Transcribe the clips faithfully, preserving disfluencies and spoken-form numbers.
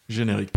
Générique.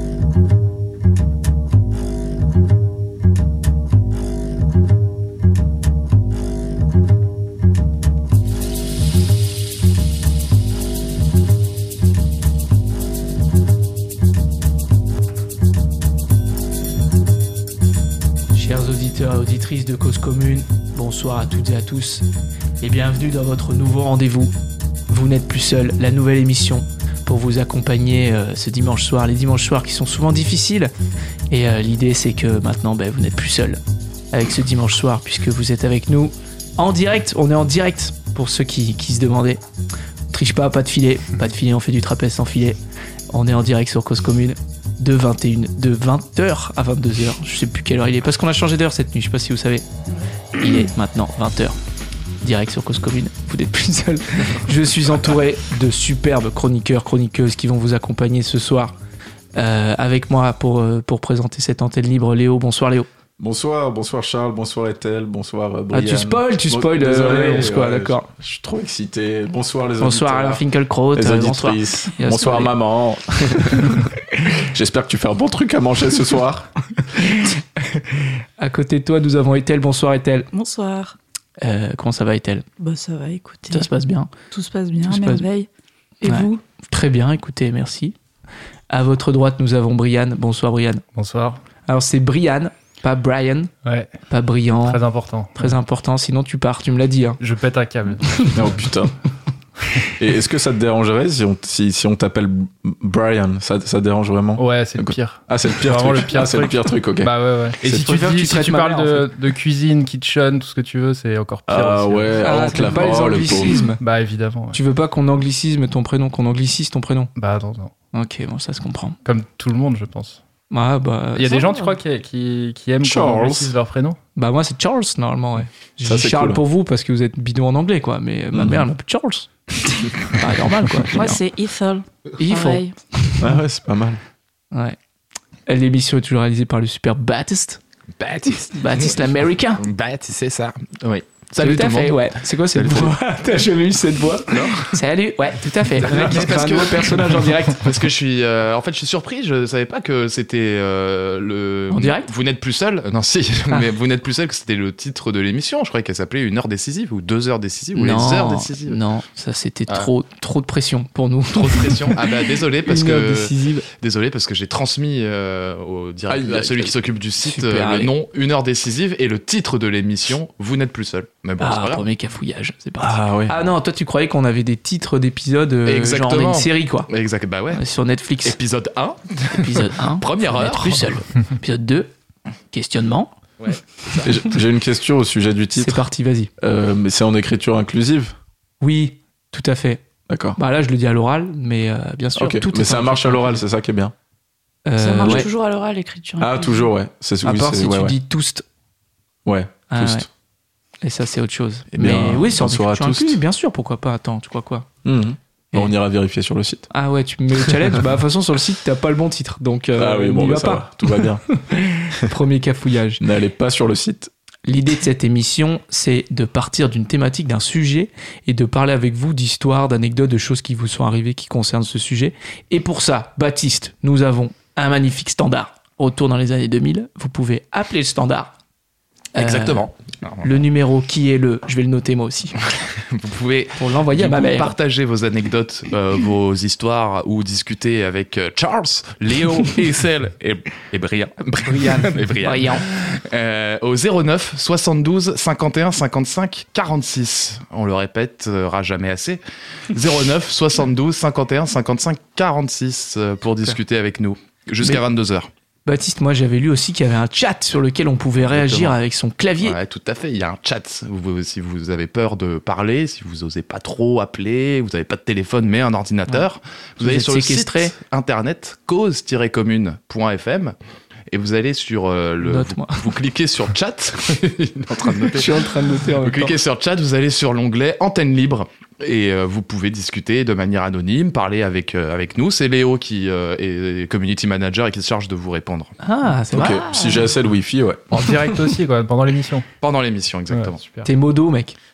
Chers auditeurs et auditrices de Cause Commune, bonsoir à toutes et à tous et bienvenue dans votre nouveau rendez-vous. Vous n'êtes plus seul, la nouvelle émission pour vous accompagner euh, ce dimanche soir, les dimanches soirs qui sont souvent difficiles. Et euh, l'idée c'est que maintenant ben, vous n'êtes plus seul avec ce dimanche soir puisque vous êtes avec nous en direct. On est en direct pour ceux qui, qui se demandaient. On triche pas, pas de filet, pas de filet, on fait du trapèze sans filet. On est en direct sur Cause Commune. De vingt et une, de vingt heures à vingt-deux heures. Je sais plus quelle heure il est parce qu'on a changé d'heure cette nuit. Je sais pas si vous savez. Il est maintenant vingt heures. Direct sur Cause Commune. Vous n'êtes plus seul. Je suis entouré de superbes chroniqueurs, chroniqueuses qui vont vous accompagner ce soir euh, avec moi pour, euh, pour présenter cette antenne libre. Léo, bonsoir Léo. Bonsoir, bonsoir Charles, bonsoir Ethel, bonsoir euh, Brian. Ah, tu spoil, tu spoil. Bon, désolé, euh, on se quoi, ouais, d'accord. Je, je suis trop excité. Bonsoir les Bonsoir auditeurs. Alain Finkielkraut. Les euh, auditrices. Bonsoir, bonsoir maman. J'espère que tu fais un bon truc à manger ce soir. À côté de toi, nous avons Ethel. Bonsoir Ethel. Bonsoir. Euh, comment ça va Ethel? Bah ça va, écoutez. Ça se passe bien? Tout se passe bien, Tout se à passe merveille. Et Ouais. vous? Très bien, écoutez, merci. À votre droite, nous avons Brian. Bonsoir Brian. Bonsoir. Alors c'est Brian, pas Brian, Ouais, pas brillant, très important. très important, sinon tu pars, tu me l'as dit. Hein. Je pète un câble. Oh putain. Et est-ce que ça te dérangerait si on, si, si on t'appelle Brian? Ça, ça te dérange vraiment? Ouais, c'est le pire. Ah, c'est le pire Vraiment truc. le pire Ah, c'est le truc. pire truc, ok. Bah ouais, ouais. Et C'est si trop tu, bien que dis, tu si traites tu ma parles mère, de, de cuisine, kitchen, tout ce que tu veux, c'est encore pire Ah aussi. ouais, Ah, on te t'aimes la pas les oh, le pauvre. anglicismes. Bah évidemment. Ouais. Tu veux pas qu'on anglicisme ton prénom, qu'on anglicise ton prénom? Bah attends, non. Ok, bon, ça se comprend. Comme tout le monde, je pense. Ah, bah, Il y a ça, des gens, tu crois, qui, qui, qui aiment qu'on Charles. anglicise leur prénom? bah moi c'est Charles normalement, ouais. J'ai Ça, dit c'est Charles cool. pour vous parce que vous êtes bidon en anglais, quoi, mais ma Mhm. mère elle m'appelle Charles. Pas normal, quoi. Moi, c'est Ethel. Il faut. Pareil. Ah ouais, c'est pas mal. Ouais. L'émission est toujours réalisée par le super Baptiste. Baptiste. Baptiste l'américain. Baptiste, c'est ça. Oui. Salut, Salut tout à tout le fait, monde. ouais. C'est quoi cette Salut, voix? T'as jamais eu cette voix? Non. Salut, ouais, tout à fait. Le mec, il se crée Parce un que- nouveau personnage en direct. Parce que je suis, euh, en fait, je suis surpris. Je savais pas que c'était euh, le. En direct Vous n'êtes plus seul. Non, si. Ah. Mais vous n'êtes plus seul. Que c'était le titre de l'émission. Je croyais qu'elle s'appelait Une heure décisive ou Deux heures décisives ou Les heures décisives. non, ça c'était Ah. trop, trop de pression pour nous. Trop de pression. Ah bah désolé parce Une heure que décisive. désolé parce que j'ai transmis euh, au direct, Aïe, à aïe, celui aïe. qui s'occupe du site Super, euh, le allez. nom Une heure décisive et le titre de l'émission Vous n'êtes plus seul. Mais bon, c'est Ah, pas grave. premier cafouillage, c'est parti. Ah ouais. Ah non, toi tu croyais qu'on avait des titres d'épisodes, euh, genre Exactement. une série quoi. Exact. Bah ouais. Euh, Sur Netflix. Épisode un. Épisode un. Première vous n'êtes heure. plus seul. Épisode deux. Questionnement. Et j'ai- J'ai une question au sujet du C'est titre. parti, vas-y. Euh, mais c'est en écriture inclusive? Oui, tout à fait. D'accord. Bah là je le dis à l'oral, mais euh, bien sûr. Ok, tout mais est ça en marche à écriture l'oral, c'est ça qui est bien. inclusive. Ça Euh, marche ouais. toujours à l'oral, l'écriture. Ah, inclusive. toujours, ouais. C'est À oui, part c'est- si ouais, tu ouais. dis toast. Ouais, Ah, tous. ouais. Et ça, c'est autre chose. Eh Mais bien, oui, c'est en bonsoir à écriture tous. inclusive, bien sûr, pourquoi pas. Attends, tu crois quoi? Mhm. Bon, on ira vérifier sur le site. Ah ouais, tu me mets le challenge. Bah, de toute façon, sur le site, t'as pas le bon titre. Donc, euh, ah oui, bon, n'y bah, va ça pas. va, tout va bien. Premier cafouillage. N'allez pas sur le site. L'idée de cette émission, c'est de partir d'une thématique, d'un sujet, et de parler avec vous d'histoires, d'anecdotes, de choses qui vous sont arrivées qui concernent ce sujet. Et pour ça, Baptiste, nous avons un magnifique standard. Retour dans les années deux mille, vous pouvez appeler le standard. Euh, Exactement. le numéro qui est le... Je vais le noter moi aussi. Vous pouvez Pour l'envoyer à du ma coup, mère. partager vos anecdotes, euh, vos histoires ou discuter avec euh, Charles, Léo, Ethel et, et Brian. Brian. et Brian. Brian. Euh, au zéro neuf soixante-douze cinquante et un cinquante-cinq quarante-six. On le répétera jamais assez. zéro neuf soixante-douze cinquante et un cinquante-cinq quarante-six euh, pour discuter avec nous jusqu'à Mais- vingt-deux heures. Baptiste, moi j'avais lu aussi qu'il y avait un chat sur lequel on pouvait réagir Exactement. avec son clavier. Ouais, tout à fait. Il y a un chat. Vous- si vous avez peur de parler, si vous osez pas trop appeler, vous n'avez pas de téléphone mais un ordinateur, vous, Vous allez êtes sur le séquestré. site internet cause tiret commune point f m et vous allez sur euh, le. Note-moi. Vous, vous cliquez sur chat. Il est en train de noter. Je suis en train de noter en Vous même temps. cliquez sur chat, vous allez sur l'onglet antenne libre et euh, vous pouvez discuter de manière anonyme, parler avec, euh, avec nous. C'est Léo qui euh, est community manager et qui se charge de vous répondre Ah, c'est Ok, vrai. si j'ai assez de wifi, ouais. En direct aussi, quoi, pendant l'émission. pendant l'émission, exactement. Ouais, super. T'es modo, mec.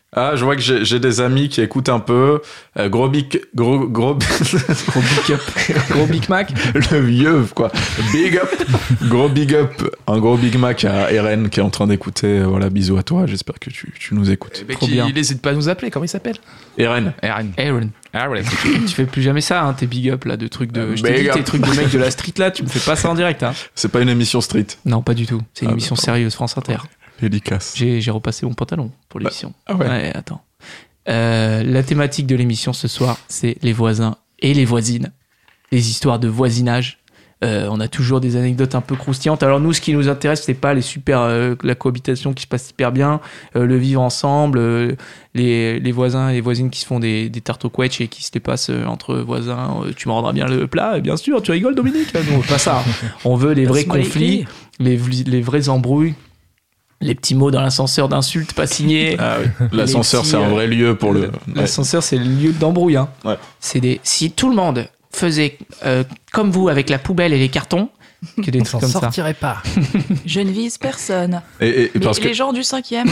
Ah, je vois que j'ai, j'ai des amis qui écoutent un peu. Euh, gros big, gros, gros, Gros big up. Gros Big Mac. le vieux, quoi. Big up. Gros big up. Un gros Big Mac à Eren qui est en train d'écouter. Voilà, bisous à toi. J'espère que tu, tu nous écoutes. Eh ben, Trop qui- bien. Il n'hésite pas à nous appeler. Comment il s'appelle? Eren. Aaron. Aaron. Aaron. Tu fais plus jamais ça, hein, tes big up là, de trucs de. Je t'ai Big dit up. tes trucs de mec de la street là, tu me fais pas ça en direct, hein. C'est pas une émission street. Non, pas du tout. C'est une Ah, émission bah, sérieuse, France Inter. Dédicace. J'ai, j'ai repassé mon pantalon pour l'émission. Ah ouais. Ouais, attends. Euh, la thématique de l'émission ce soir, c'est les voisins et les voisines. Les histoires de voisinage. Euh, on a toujours des anecdotes un peu croustillantes. Alors nous, ce qui nous intéresse, c'est pas les super, euh, la cohabitation qui se passe hyper bien, euh, le vivre ensemble, euh, les, les voisins et les voisines qui se font des, des tartes au quetch et qui se dépassent euh, entre voisins. Euh, tu me rendras bien le plat, bien sûr. Tu rigoles, Dominique? Nous, on veut pas ça. On veut les vrais Passe-moi les conflits, clés. les, les vraies embrouilles, les petits mots dans l'ascenseur d'insultes pas signés. Ah oui. L'ascenseur, petits, c'est un euh, vrai lieu pour le. Ouais. L'ascenseur, c'est le lieu d'embrouille. Hein. Ouais. C'est des. Si tout le monde faisait euh, comme vous avec la poubelle et les cartons, que des On trucs s'en comme ça. sortirait pas. Je ne vise personne. Et, et- et Les, parce que les gens du cinquième.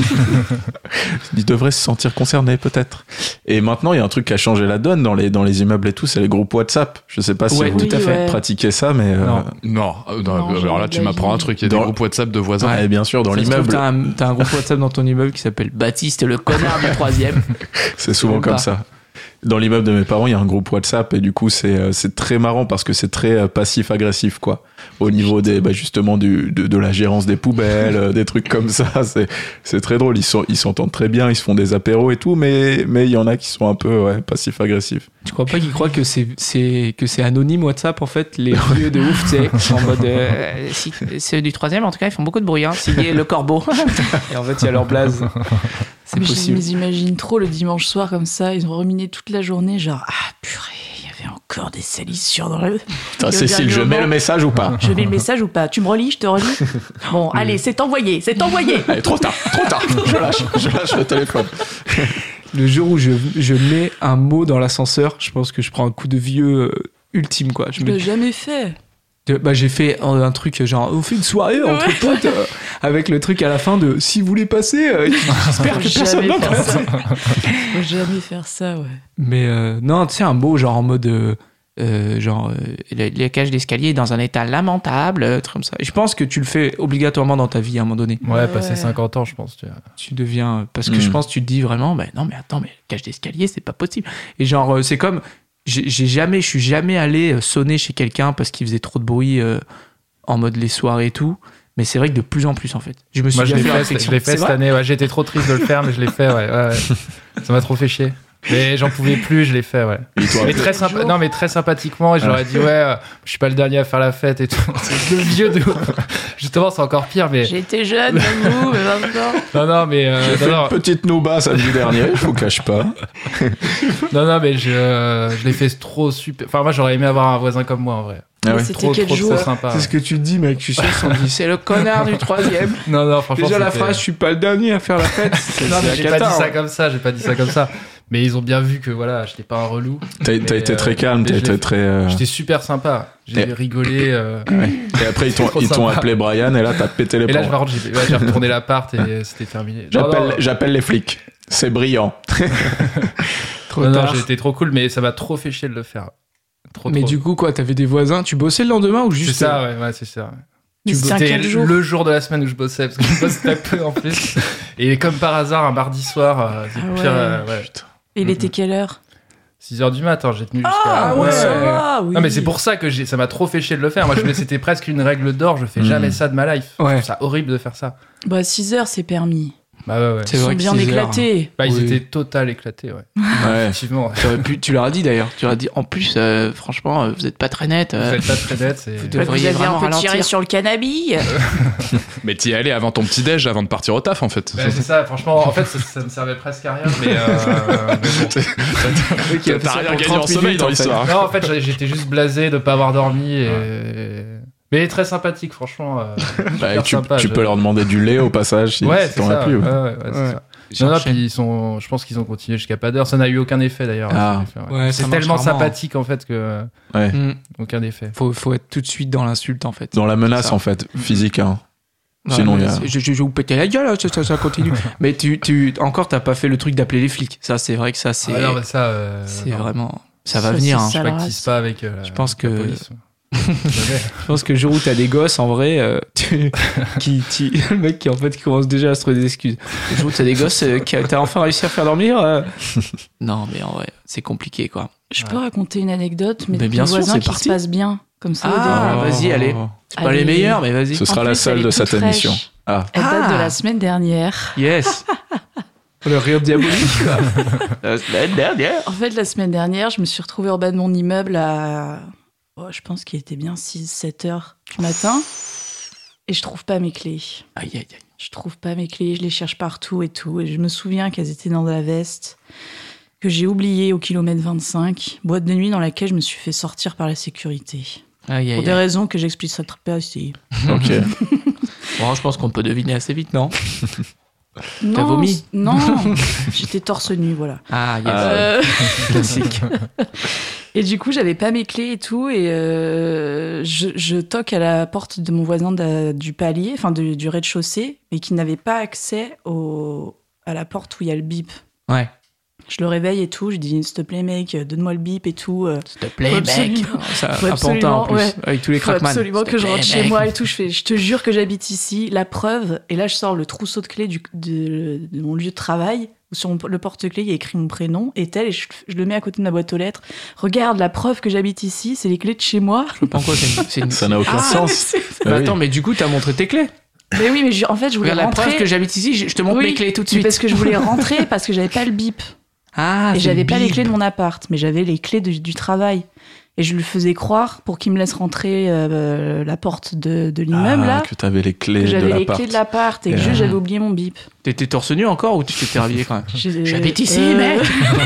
ils devraient se sentir concernés peut-être. Et maintenant, il y a un truc qui a changé la donne dans les dans les immeubles et tout, c'est les groupes WhatsApp. Je sais pas si Ouais, vous tout à Oui, fait. ouais. pratiquez ça, mais euh, Non. Non, euh, non, Non, alors là, j'ai tu m'apprends un truc. Il y a des Dans- groupes WhatsApp de voisins. ouais, bien sûr, dans Ça se trouve, l'immeuble, T'as un, t'as un groupe WhatsApp dans ton immeuble qui s'appelle Baptiste le connard du troisième. c'est souvent même comme pas. ça. Dans l'immeuble de mes parents, il y a un groupe WhatsApp et du coup, c'est euh, c'est très marrant parce que c'est très euh, passif-agressif, quoi. Au niveau des, bah, justement, du, de, de la gérance des poubelles, euh, des trucs comme ça. C'est c'est très drôle. Ils sont ils s'entendent très bien, ils se font des apéros et tout, mais mais il y en a qui sont un peu ouais, passif-agressifs. Tu crois pas qu'ils croient que c'est, c'est, que c'est anonyme WhatsApp en fait, les vieux de ouf, tu sais, en mode. Euh, si, ceux du troisième, en tout cas, ils font beaucoup de bruit, hein. Signé le corbeau. Et en fait, il y a leur blaze. C'est Mais je possible. les imagine trop le dimanche soir comme ça. Ils ont ruminé toute la journée, genre ah purée, il y avait encore des salissures dans le. Putain, Et au Cécile, dernier je mets moment- le message ou pas? Je mets le message ou pas? Tu me relis, je te relis. Bon, allez, c'est envoyé, c'est envoyé. Allez, trop tard, trop tard. Je lâche, je lâche le téléphone. Le jour où je, je mets un mot dans l'ascenseur, je pense que je prends un coup de vieux euh, ultime, quoi. Je Je mets- l'ai jamais fait. de- bah, j'ai fait un, un truc genre, on fait une soirée entre Ouais. potes, euh, avec le truc à la fin de si vous voulez passer, euh, j'espère que Faut personne jamais va faire passer. ça. Faut jamais faire ça, ouais. Mais euh, non, tu sais, un mot genre en mode. euh, euh, genre, euh, le, le cage d'escalier est dans un état lamentable, euh, truc comme ça. Et je pense que tu le fais obligatoirement dans ta vie à un moment donné. Ouais, Ouais. passer cinquante ans, je pense. Tu vois. Tu deviens. Parce que Mm. je pense que tu te dis vraiment, bah non, mais attends, mais le cage d'escalier, c'est pas possible. Et genre, euh, c'est comme. J'ai j'ai jamais, je suis jamais allé euh, sonner chez quelqu'un parce qu'il faisait trop de bruit euh, en mode les soirées et tout. Mais c'est vrai que de plus en plus, en fait. Je me suis Moi, je déjà l'ai fait la fait, réflexion. je l'ai fait C'est cette vrai. année. Ouais, j'étais trop triste de le faire, mais je l'ai fait. Ouais, ouais, ouais. Ça m'a trop fait chier. Mais j'en pouvais plus, je l'ai fait, ouais. Et toi, Mais très sympa, non, mais très sympathiquement. Et je leur ai dit, ouais, euh, je suis pas le dernier à faire la fête et tout. C'est le vieux de ouf. Justement, c'est encore pire, mais. J'étais jeune comme vous, mais maintenant. Non, non, mais. euh, j'ai fait non, non, une petite nouba samedi dernier, je vous cache pas. non, non, mais je, euh, je l'ai fait trop super. Enfin, moi, j'aurais aimé avoir un voisin comme moi, en vrai. Ah ouais. Mais c'était Trop, quel trop, jour trop sympa. C'est ce que tu te dis, mec. Je suis sûr qu'on dit, c'est le connard du troisième. Non, non, franchement. Déjà, la c'était- phrase, je suis pas le dernier à faire la fête. C'est Non, mais c'est j'ai la pas cata, dit ça hein. comme ça, j'ai pas dit ça comme ça. Mais ils ont bien vu que voilà, j'étais pas un relou. T'as t'as Mais, été euh, très calme, mais t'as je été l'ai- très. euh, J'étais super sympa. J'ai Et- rigolé. euh, Et après, ils t'ont trop ils t'ont sympa. appelé Brian et là, t'as pété les Et là, plombs. par contre, j'ai ouais, j'ai retourné l'appart et c'était terminé. Non, J'appelle non, j'appelle les flics. C'est brillant. Trop non, non, tard. j'ai été trop cool, mais ça m'a trop fait chier de le faire. Trop, Mais trop. du coup, quoi, t'avais des voisins, tu bossais le lendemain ou c'est juste. ça, ouais, ouais, c'est ça. Mais Tu c'est un C'était quel jour? le jour de la semaine où je bossais, parce que je bosse très peu en plus. Et comme par hasard, un mardi soir, euh, c'est Ah pire. ouais. euh, ouais. Et il était quelle heure? six heures du matin, j'ai tenu jusqu'à. Ah ouais, ça ouais. va, oui. Non, mais c'est pour ça que j'ai- ça m'a trop fait chier de le faire. Moi, je me- c'était presque une règle d'or. Je fais Mhm. jamais ça de ma life. Ouais. Je trouve ça horrible de faire ça. Bah, six heures, c'est permis. Bah ouais, ouais. C'est Ils sont vrai que bien six heures. éclatés. Bah, ils Oui. étaient total éclatés, ouais. Ouais. Effectivement. T'aurais pu- tu leur as dit d'ailleurs. Tu leur as dit, en plus, euh, franchement, euh, vous êtes pas très net. Vous euh, êtes pas très net. C'est... Vous Vous devriez avez vraiment un peu tiré ralentir. sur le cannabis. Mais t'y es allé avant ton petit-déj, avant de partir au taf, en fait. Bah, c'est ça, franchement, en fait, ça, ça me servait presque à rien, mais, euh, mais bon. qui a fait T'as ça rien pour gagné trente en sommeil minutes, dans en fait. l'histoire. Non, en fait, j'ai- j'étais juste blasé de pas avoir dormi. Et... Mais très sympathique, franchement. euh, Bah, super tu sympa, tu je- peux leur demander du lait au passage si, Ouais, si c'est t'en ça. as plus. Ouais, ouais. ouais, ouais, c'est Ouais. ça. Ils Non, non, enchaînent. puis ils sont, je pense qu'ils ont continué jusqu'à pas d'heure. Ça n'a eu aucun effet d'ailleurs. Ah. ce que j'ai fait, Ouais, ça c'est marche tellement rarement. sympathique en fait que Mm. aucun effet. Faut, faut être tout de suite dans l'insulte en fait. Dans la menace, Ça. en fait, physique. Hein. Sinon, Ouais, il y a- c'est- je, je, je vais vous péter la gueule, ça, ça, ça continue. Mais tu, tu, encore, t'as pas fait le truc d'appeler les flics. Ça, c'est vrai que ça, c'est, Ah, non, mais ça, euh, c'est non. vraiment, ça va Ça, venir. c'est Hein. ça. Je la pactise race. pas avec euh, Je pense la que- police. Jamais. Je pense que le jour où t'as des gosses, en vrai, euh, tu, qui, tu- le mec qui en fait qui commence déjà à se trouver des excuses. Le jour où t'as des gosses, euh, qui, t'as enfin réussi à faire dormir. euh, Non, mais en vrai, c'est compliqué, quoi. Je peux raconter une anecdote, mais, Mais bien de sûr, voisin c'est qui parti. se passe bien, comme ça au Ah, début. vas-y, allez. C'est pas Allez. les meilleurs, mais vas-y. Ce En sera la plus, seule elle de est cette toute émission. fraîche. Ah, Elle date de Ah. la semaine dernière. Yes. Le rire diabolique, quoi. La semaine dernière. En fait, la semaine dernière, je me suis retrouvée en bas de mon immeuble à, oh, je pense qu'il était bien six sept heures du matin. Et je trouve pas mes clés. Aïe, aïe, aïe. Je trouve pas mes clés, je les cherche partout et tout. Et je me souviens qu'elles étaient dans la veste, que j'ai oubliée au kilomètre vingt-cinq. Boîte de nuit dans laquelle je me suis fait sortir par la sécurité. Aïe, aïe, Pour des aïe. raisons que j'expliquerai pas ici. ok. Bon, je pense qu'on peut deviner assez vite, non? Non, vomi c- Non, j'étais torse nu, voilà. Ah, yes. Ah. Euh, Classique. Et du coup, j'avais pas mes clés et tout, et euh, je, je toque à la porte de mon voisin de- du palier, enfin de- du rez-de-chaussée, mais qui n'avait pas accès au, à la porte où il y a le bip. Ouais. Je le réveille et tout, je dis s'il te plaît mec, donne-moi le bip et tout. euh, S'il te plaît, Faut mec. absolument- Ça, faut à Pantin, en absolument, plus. ouais. Avec tous les Faut crackman. absolument S'il te que je plaît, rentre chez mec. moi et tout. Je fais, je te jure que j'habite ici. La preuve, et là je sors le trousseau de clés du, de, de mon lieu de travail. Où sur mon- le porte-clés, il y a écrit mon prénom et tel, et je, je le mets à côté de ma boîte aux lettres. Regarde, la preuve que j'habite ici, c'est les clés de chez moi. Je comprends quoi, c'est une- c'est une- Ça n'a aucun Ah, sens. mais c'est- Mais Ah oui. attends, mais du coup, t'as montré tes clés. Mais oui, mais je- en fait, je voulais Regarde la rentrer. preuve que j'habite ici, je je te montre Oui, mes clés tout de mais suite. parce que je voulais rentrer parce que j'avais pas le bip. Ah, et c'est j'avais le pas les bip. clés de mon appart, mais j'avais les clés de- du travail. Et je lui faisais croire pour qu'il me laisse rentrer euh, la porte de, de l'immeuble Ah, là. que t'avais les clés Que de j'avais les l'appart. clés de l'appart et que Et juste euh, j'avais oublié mon bip. T'étais torse nu encore ou tu t'étais habillé quand même? J'ai- J'habite ici, euh, mec.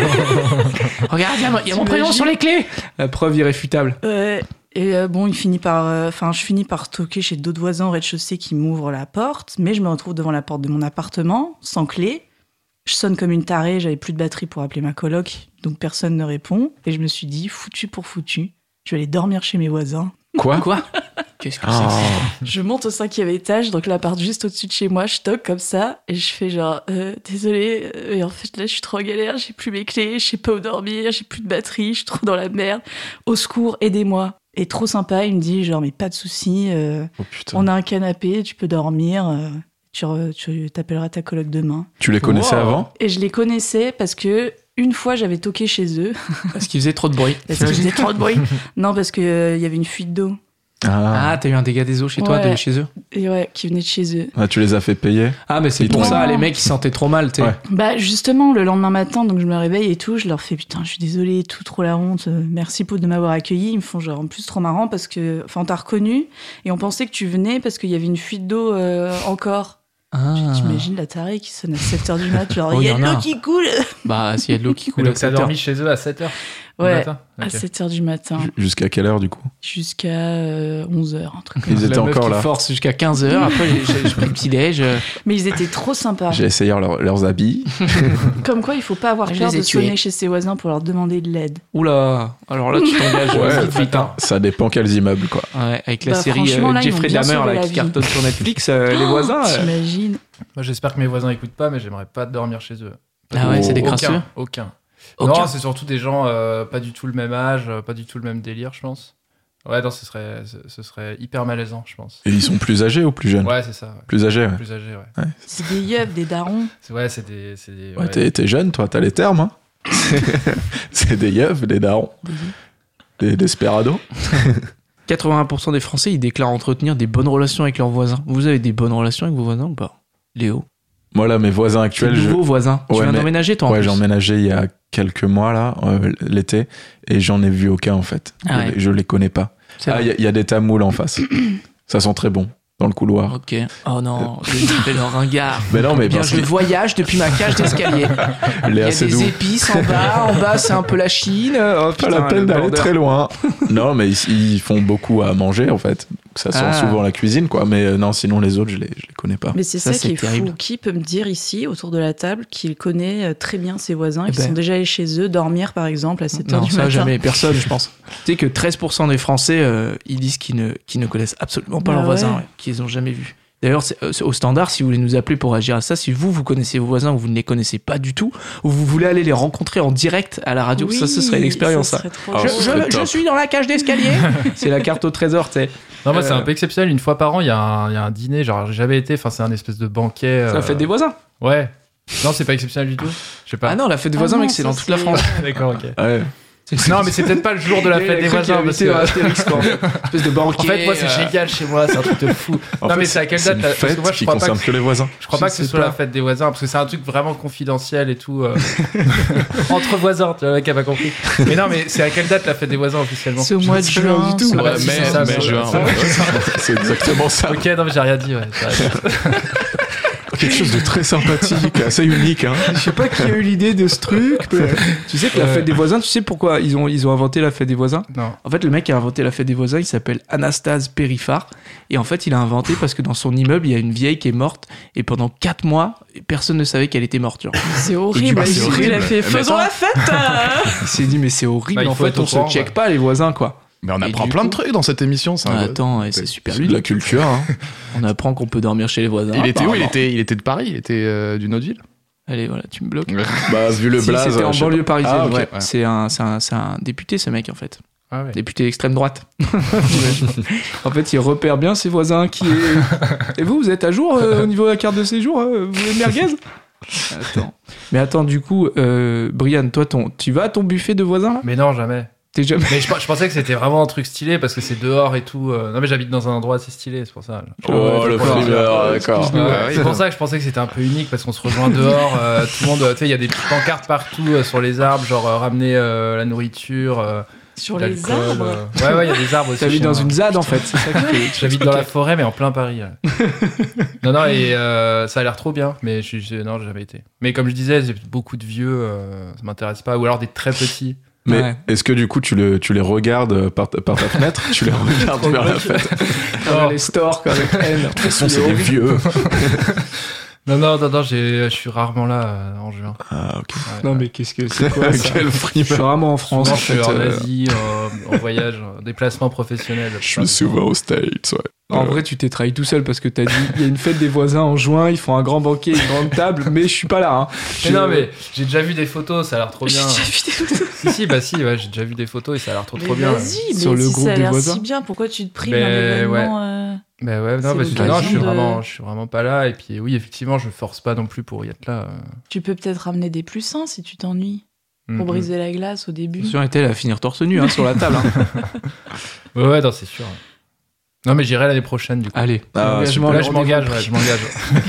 Regarde, il y a, mon- il y a mon prénom T'imagines sur les clés. La preuve irréfutable. Ouais. Et euh, bon, il finit par, enfin, je finis par toquer chez d'autres voisins au rez-de-chaussée qui m'ouvrent la porte, mais je me retrouve devant la porte de mon appartement sans clé. Je sonne comme une tarée, j'avais plus de batterie pour appeler ma coloc, donc personne ne répond. Et je me suis dit, foutu pour foutu, je vais aller dormir chez mes voisins. Quoi Quoi? Qu'est-ce que c'est Ah. que ça? Je monte au cinquième étage, donc l'appart juste au-dessus de chez moi, je toque comme ça, et je fais genre, euh, désolé, euh, et en fait là je suis trop en galère, j'ai plus mes clés, je sais pas où dormir, j'ai plus de batterie, je suis trop dans la merde, au secours, aidez-moi. Et trop sympa, il me dit genre, mais pas de souci, euh, Oh putain. on a un canapé, tu peux dormir, euh, tu, re- tu t'appelleras ta coloc demain. Tu les connaissais Wow. avant Et je les connaissais parce que une fois j'avais toqué chez eux, Parce qu'il faisait trop de bruit. parce qu'ils faisaient trop de bruit. Non, parce qu'il y avait une fuite d'eau, Ah. Ah, t'as eu un dégât des eaux chez toi, Ouais. de chez eux? et ouais, qui venait de chez eux. Ah, tu les as fait payer. Ah, mais c'est Ils pour t'ont- ça, les mecs, ils se sentaient trop mal, tu sais. Ouais. Bah justement, le lendemain matin, donc je me réveille et tout, je leur fais putain, je suis désolée, tout trop la honte, euh, merci pour de m'avoir accueilli. Ils me font genre en plus trop marrant parce que, enfin, on t'a reconnu et on pensait que tu venais parce qu'il y avait une fuite d'eau euh, encore. Ah. T'imagines la tarée qui sonne à sept heures du mat, genre Oh, il y y a en de a. l'eau qui coule. Bah, s'il y a de l'eau qui Mais coule donc, à t'as sept heures. dormi chez eux à sept heures du Ouais, matin à Ok. sept heures du matin Ju- Jusqu'à quelle heure du coup jusqu'à euh, onze heures, un truc comme Ils ça. étaient La meuf encore qui là. force jusqu'à quinze heures. Après, j'ai j'ai pris le petit-déj. euh, Mais ils étaient trop sympas. J'ai essayé leur- leurs habits. Comme quoi, il faut pas avoir Je peur les ai de tués. sonner chez ses voisins pour leur demander de l'aide. Oula. Alors là, tu t'engages Ouais. euh, vite, vite, hein. Ça dépend quels immeubles quoi. Ouais, avec la Bah, série franchement, euh, là, ils m'ont Jeffrey bien Dahmer sauvé là, la qui vie. cartonne sur Netflix, euh, les voisins. euh, T'imagines? Moi, j'espère que mes voisins écoutent pas, mais j'aimerais pas dormir chez eux. Ah ouais, c'est des Aucun, crasseux. Aucun. Aucun. Non, c'est surtout des gens euh, pas du tout le même âge, euh, pas du tout le même délire, je pense. Ouais, non, ce serait, ce, ce serait hyper malaisant, je pense. Et ils sont plus âgés ou plus jeunes Ouais, c'est ça. Ouais. Plus âgés, ouais. Plus âgés, ouais. C'est des yeux, des darons. C'est, ouais, c'est des. C'est des Ouais, ouais. t'es, t'es jeune, toi, t'as les termes. Hein. C'est des yeux, des darons, des desperados. quatre-vingts pour cent des Français, ils déclarent entretenir des bonnes relations avec leurs voisins. Vous avez des bonnes relations avec vos voisins ou pas? Léo? Moi, là, mes voisins C'est actuels, je... nouveau voisin. Tu Ouais, viens mais- d'emménager, toi, en ouais, plus. j'ai emménagé il y a quelques mois, là, euh, l'été, et j'en ai vu aucun, en fait. Ah ouais. Je, je les connais pas. C'est Ah, vrai. il y, a- il y a des tamouls en face. Ça sent très bon, dans le couloir. Ok. Oh non, le, le ringard. Mais non, mais Eh bien, parce je que voyage depuis ma cage d'escalier. il Il y est a assez des doux. épices en bas. En bas, c'est un peu la Chine. Oh, Pas putain, la peine le d'aller border. très loin. Non, mais ils, ils font beaucoup à manger, en fait. Ça sent Ah. souvent la cuisine, quoi. Mais euh, non, sinon, les autres, je les, je les connais pas. Mais c'est Ça, ça, c'est qui est terrible. fou. Qui peut me dire ici, autour de la table, qu'il connaît euh, très bien ses voisins, Eh qui ben. sont déjà allés chez eux dormir, par exemple, à sept heures Non, du ça, matin? jamais. Personne, je pense. Tu sais que treize pour cent des Français, euh, ils disent qu'ils ne, qu'ils ne connaissent absolument pas Bah leurs voisins, ouais. ouais, qu'ils n'ont jamais vus. D'ailleurs, c'est, euh, c'est au standard, si vous voulez nous appeler pour réagir à ça, si vous, vous connaissez vos voisins ou vous ne les connaissez pas du tout, ou vous voulez aller les rencontrer en direct à la radio, Oui, ça, ce serait une expérience. ça Ça. serait trop Ah, Je, ce drôle. serait je- top. je suis dans la cage d'escalier. C'est la carte au trésor, tu sais. Non, moi, c'est Euh, un peu exceptionnel. Une fois par an, il y, a un- il y a un dîner. Genre, j'ai jamais été. Enfin, c'est un espèce de banquet. C'est la euh, fête des voisins. Ouais. Non, c'est pas exceptionnel du tout. Je sais pas. Ah non, la fête des Ah voisins, non, mec, c'est ça, dans toute la c'est- France. D'accord, ok. Ouais. Non, mais c'est peut-être pas le jour de la fête des voisins. Parce que... Astérix, quoi. Espèce de banquet. En fait, moi, c'est euh, génial chez moi. C'est un truc de fou. En non, fait, mais c'est à quelle c'est date une là Parce fête que moi, je qui crois pas concerne que, que les voisins. je crois Je pas que ce sais soit pas. la fête des voisins parce que c'est un truc vraiment confidentiel et tout. euh, Entre voisins, tu vois, le mec a pas compris. Mais non, mais c'est à quelle date la fête des voisins officiellement C'est au mois de sais pas juin. du tout. ça Ouais, va, mais- c'est mai, ça, mai, ça. juin. C'est exactement ça. Ok, non, mais j'ai rien dit. Ouais, j'ai rien dit. Quelque chose de très sympathique, assez unique. Hein. Je sais pas qui a eu l'idée de ce truc. mais- Tu sais que la Ouais. fête des voisins, tu sais pourquoi ils ont, ils ont inventé la fête des voisins? Non. En fait, le mec qui a inventé la fête des voisins, il s'appelle Anastase Périfard. Et en fait, il a inventé parce que dans son immeuble, il y a une vieille qui est morte. Et pendant quatre mois, personne ne savait qu'elle était morte. Genre. C'est Et horrible. du coup, Il c'est a horrible. fait Mais faisons attends. la fête. euh. Il s'est dit, mais c'est horrible. Bah, il en faut fait, être au on se courant, check ouais. pas les voisins, quoi. Mais on Et apprend du plein coup- de trucs dans cette émission. C'est un- Ah, attends, et c'est super C'est de la ludique. culture. Hein. On apprend qu'on peut dormir chez les voisins. Il était où il apparemment. était, il était de Paris, il était euh, d'une autre ville. Allez, voilà, tu me bloques. Bah, vu le Si, blaze. c'était en je sais banlieue pas. parisienne. Ah, ok. ouais. ouais. C'est un, c'est un, c'est un député, ce mec, en fait. Ah ouais. Député extrême droite. En fait, il repère bien ses voisins qui est... Et vous, vous êtes à jour euh, au niveau de la carte de séjour euh, Vous voulez merguez Attends. Mais attends, du coup, euh, Brian, toi, ton... tu vas à ton buffet de voisins là Mais non, jamais. T'es jamais... Mais je, je pensais que c'était vraiment un truc stylé parce que c'est dehors et tout. euh. Non, mais j'habite dans un endroit assez stylé, c'est pour ça. Oh, le d'accord. frimeur, d'accord. Ouais, Ouais, c'est ouais. pour ça que je pensais que c'était un peu unique parce qu'on se rejoint dehors. euh, tout le monde, euh, tu sais, il y a des petites pancartes partout euh, sur les arbres, genre euh, ramener euh, la nourriture, euh, Sur les l'alcool. arbres. euh. Ouais, ouais, il y a des arbres aussi. T'habites chez dans moi. une ZAD, en fait. C'est ça qui fait- J'habite dans la forêt, mais en plein Paris. ouais. non, non, et euh, ça a l'air trop bien, mais je, je, non, j'ai jamais été. Mais comme je disais, j'ai beaucoup de vieux, euh, ça m'intéresse pas, ou alors des très petits. Mais Ouais. est-ce que du coup, tu, le, tu les regardes par, ta- par ta fenêtre? Tu les regardes vers la fête? Dans les stores, quoi, avec haine. De toute façon, c'est des vieux. Non, non, non, non, j'ai- je suis rarement là euh, en juin. Ah, ok. Ouais, Non, ouais. mais qu'est-ce que c'est quoi ça Quel Je suis frimeur. rarement en France, Souvent, en je suis fait. en euh, Asie, en, en voyage, en déplacement professionnel. Je suis souvent aux States, ouais. En vrai, tu t'es trahi tout seul parce que t'as dit il y a une fête des voisins en juin, ils font un grand banquet, une grande table, mais je suis pas là. Hein. Mais Je- non, mais j'ai déjà vu des photos, ça a l'air trop bien. J'ai déjà vu des photos. si, si, bah si, ouais, j'ai déjà vu des photos et ça a l'air trop, Mais trop bien. ouais. vas-y, mais Sur le si groupe ça a des l'air voisins. si bien, pourquoi tu te prives Ben, d'un événement euh, Bah ouais, non, C'est parce que l'occasion non, je suis de- vraiment, je suis vraiment pas là. Et puis oui, effectivement, je force pas non plus pour y être là. euh. Tu peux peut-être ramener des plus sains si tu t'ennuies. Pour Mhm. briser la glace au début. Attention, elle va finir torse nu hein, sur la table. hein. Ouais, ouais, non, c'est sûr. Non, mais j'irai l'année prochaine du coup. Allez, Ah, engagement, Là, le je rendez-vous m'engage, pris. ouais, je m'engage.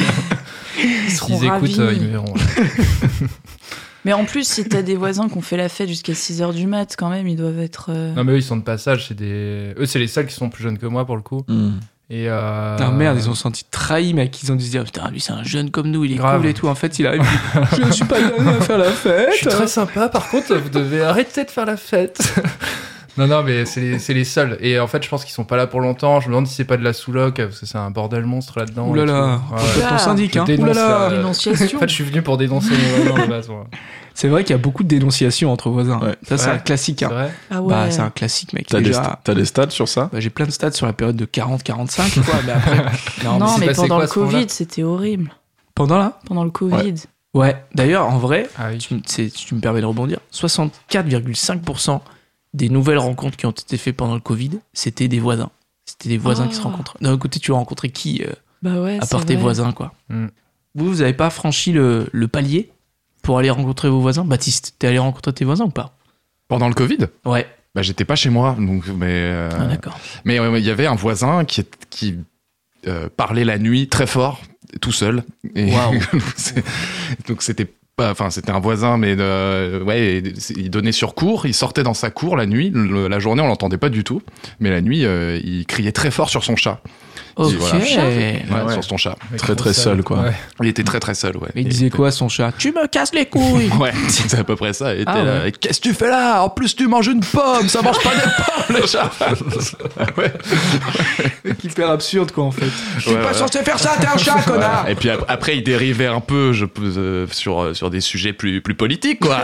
Ils seront S'ils ravis. écoutent, euh, ils me verront. ouais. Mais en plus, si t'as des voisins qui ont fait la fête jusqu'à six heures du mat, quand même, ils doivent être. euh, Non, mais eux, ils sont de passage. C'est des... Eux, c'est les seuls qui sont plus jeunes que moi pour le coup. Hmm. Et euh... Ah merde, ils ont senti trahis, mec. Ils ont dû se dire putain, lui c'est un jeune comme nous, il est Grave. cool et tout. En fait, il arrive. il dit, je ne suis pas venu à faire la fête. Je suis très sympa, par contre, vous devez arrêter de faire la fête. non, non, mais c'est les, c'est les seuls. Et en fait, je pense qu'ils sont pas là pour longtemps. Je me demande si c'est pas de la sous-loc, parce que c'est un bordel monstre là-dedans. Ouh là et tout. là, Ouais, faites ouais. ton syndic, Je hein. dénonce Ouh là là. la- Dénonciation. En fait, je suis venu pour dénoncer mes voisins de base. ouais. C'est vrai qu'il y a beaucoup de dénonciations entre voisins. Ouais. Ça, c'est Ouais. un classique. C'est Hein. vrai Ah ouais. Bah, c'est un classique, mec. T'as des, Déjà, sta- t'as des stats sur ça? bah, j'ai plein de stats sur la période de quarante quarante-cinq, quoi. Mais après, non, non, c'est mais passé pendant quoi, le à ce moment-là Covid, c'était horrible. pendant là. Pendant le Covid. Ouais. D'ailleurs, en vrai, Ah oui. tu, m- c'est- si tu me permets de rebondir, soixante-quatre virgule cinq pour cent des nouvelles rencontres qui ont été faites pendant le Covid, c'était des voisins. C'était des voisins qui se Oh. rencontrent. D'un côté, tu as rencontré qui euh, Bah ouais. à c'est part tes vrai. voisins, quoi. Mm. Vous, vous avez pas franchi le, le palier pour aller rencontrer vos voisins? Baptiste, t'es allé rencontrer tes voisins ou pas? Pendant le Covid, Ouais. bah, j'étais pas chez moi, donc mais euh, Ah, d'accord. mais euh, il y avait un voisin qui est- qui euh, parlait la nuit très fort, tout seul. Et Waouh. c'est- donc c'était pas, enfin c'était un voisin, mais euh, ouais, il donnait sur cour, il sortait dans sa cour la nuit, le- la journée on l'entendait pas du tout, mais la nuit euh, il criait très fort sur son chat, Ok. voilà. Mais Ouais, ouais. sur son chat. Mec, Très, trop très seul, quoi. Ouais. Il était très très seul, ouais. il disait quoi, son chat? Tu me casses les couilles! Ouais, c'était à peu près ça. Il était Ah, là, ouais. qu'est-ce que tu fais là? En plus, tu manges une pomme, ça mange pas des pommes, le chat. ouais. Hyper absurde, quoi, en fait. Je suis pas censé faire ça, t'es un chat, Voilà. Et puis ap- après, il dérivait un peu je, euh, sur, sur sur des sujets plus, plus politiques, quoi.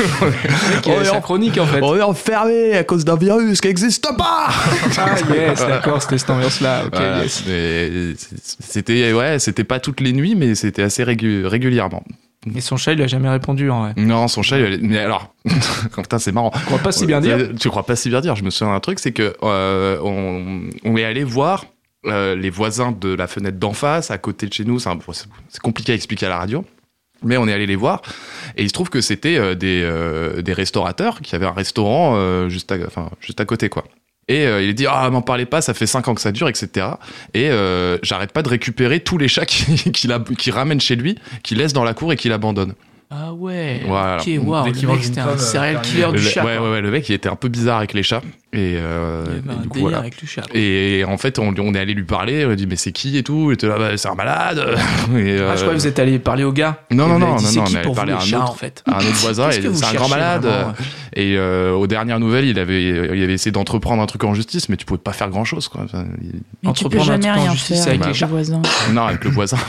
Qui est sa chronique en fait. On est enfermé à cause d'un virus qui n'existe pas. Ah yes, d'accord, c'était cette ambiance-là. Ok, Voilà, yes. c'était, c'était, ouais, c'était pas toutes les nuits, mais c'était assez régu- régulièrement. Et son chat, il a jamais répondu en vrai. Non, son chat, il- mais alors, putain, c'est marrant. Je crois pas si bien dire. Tu crois pas si bien dire. Je me souviens d'un truc, c'est que euh, on, on est allé voir euh, les voisins de la fenêtre d'en face, à côté de chez nous. C'est, un, c'est, c'est compliqué à expliquer à la radio. Mais on est allé les voir et il se trouve que c'était euh, des, euh, des restaurateurs qui avaient un restaurant euh, juste, à, enfin, juste à côté, quoi. Et euh, il dit « Ah, m'en parlez pas, ça fait cinq ans que ça dure, et cetera » Et euh, j'arrête pas de récupérer tous les chats qu'il qui qui ramène chez lui, qu'il laisse dans la cour et qu'il abandonne. Ah ouais. Voilà. Ok, waouh. Dès Le qu'il mec, mange c'était une un pomme, serial euh, killer Le, du chat. ouais, quoi. ouais, ouais, le mec, il était un peu bizarre avec les chats. Et, euh, Il y avait et un du coup, délire voilà. avec le chat. Et en fait, on, on est allé lui parler, on a dit mais c'est qui et tout, il était là, bah, c'est un malade. Et, Ah, je euh, crois que vous êtes allé parler au gars. Non, Et non, vous avez non, dit, non, c'est non, qui on est allé pour vous, parler les à un chats, autre- en fait. à un autre voisin, Qu'est-ce et que vous c'est un grand cherchez malade. vraiment Et euh, aux dernières nouvelles, il avait, il avait essayé d'entreprendre un truc en justice, mais tu pouvais pas faire grand chose, quoi. Enfin, il- Mais tu peux Entreprendre un jamais truc en rien justice faire avec avec les les chats. voisins. Non, avec le voisin.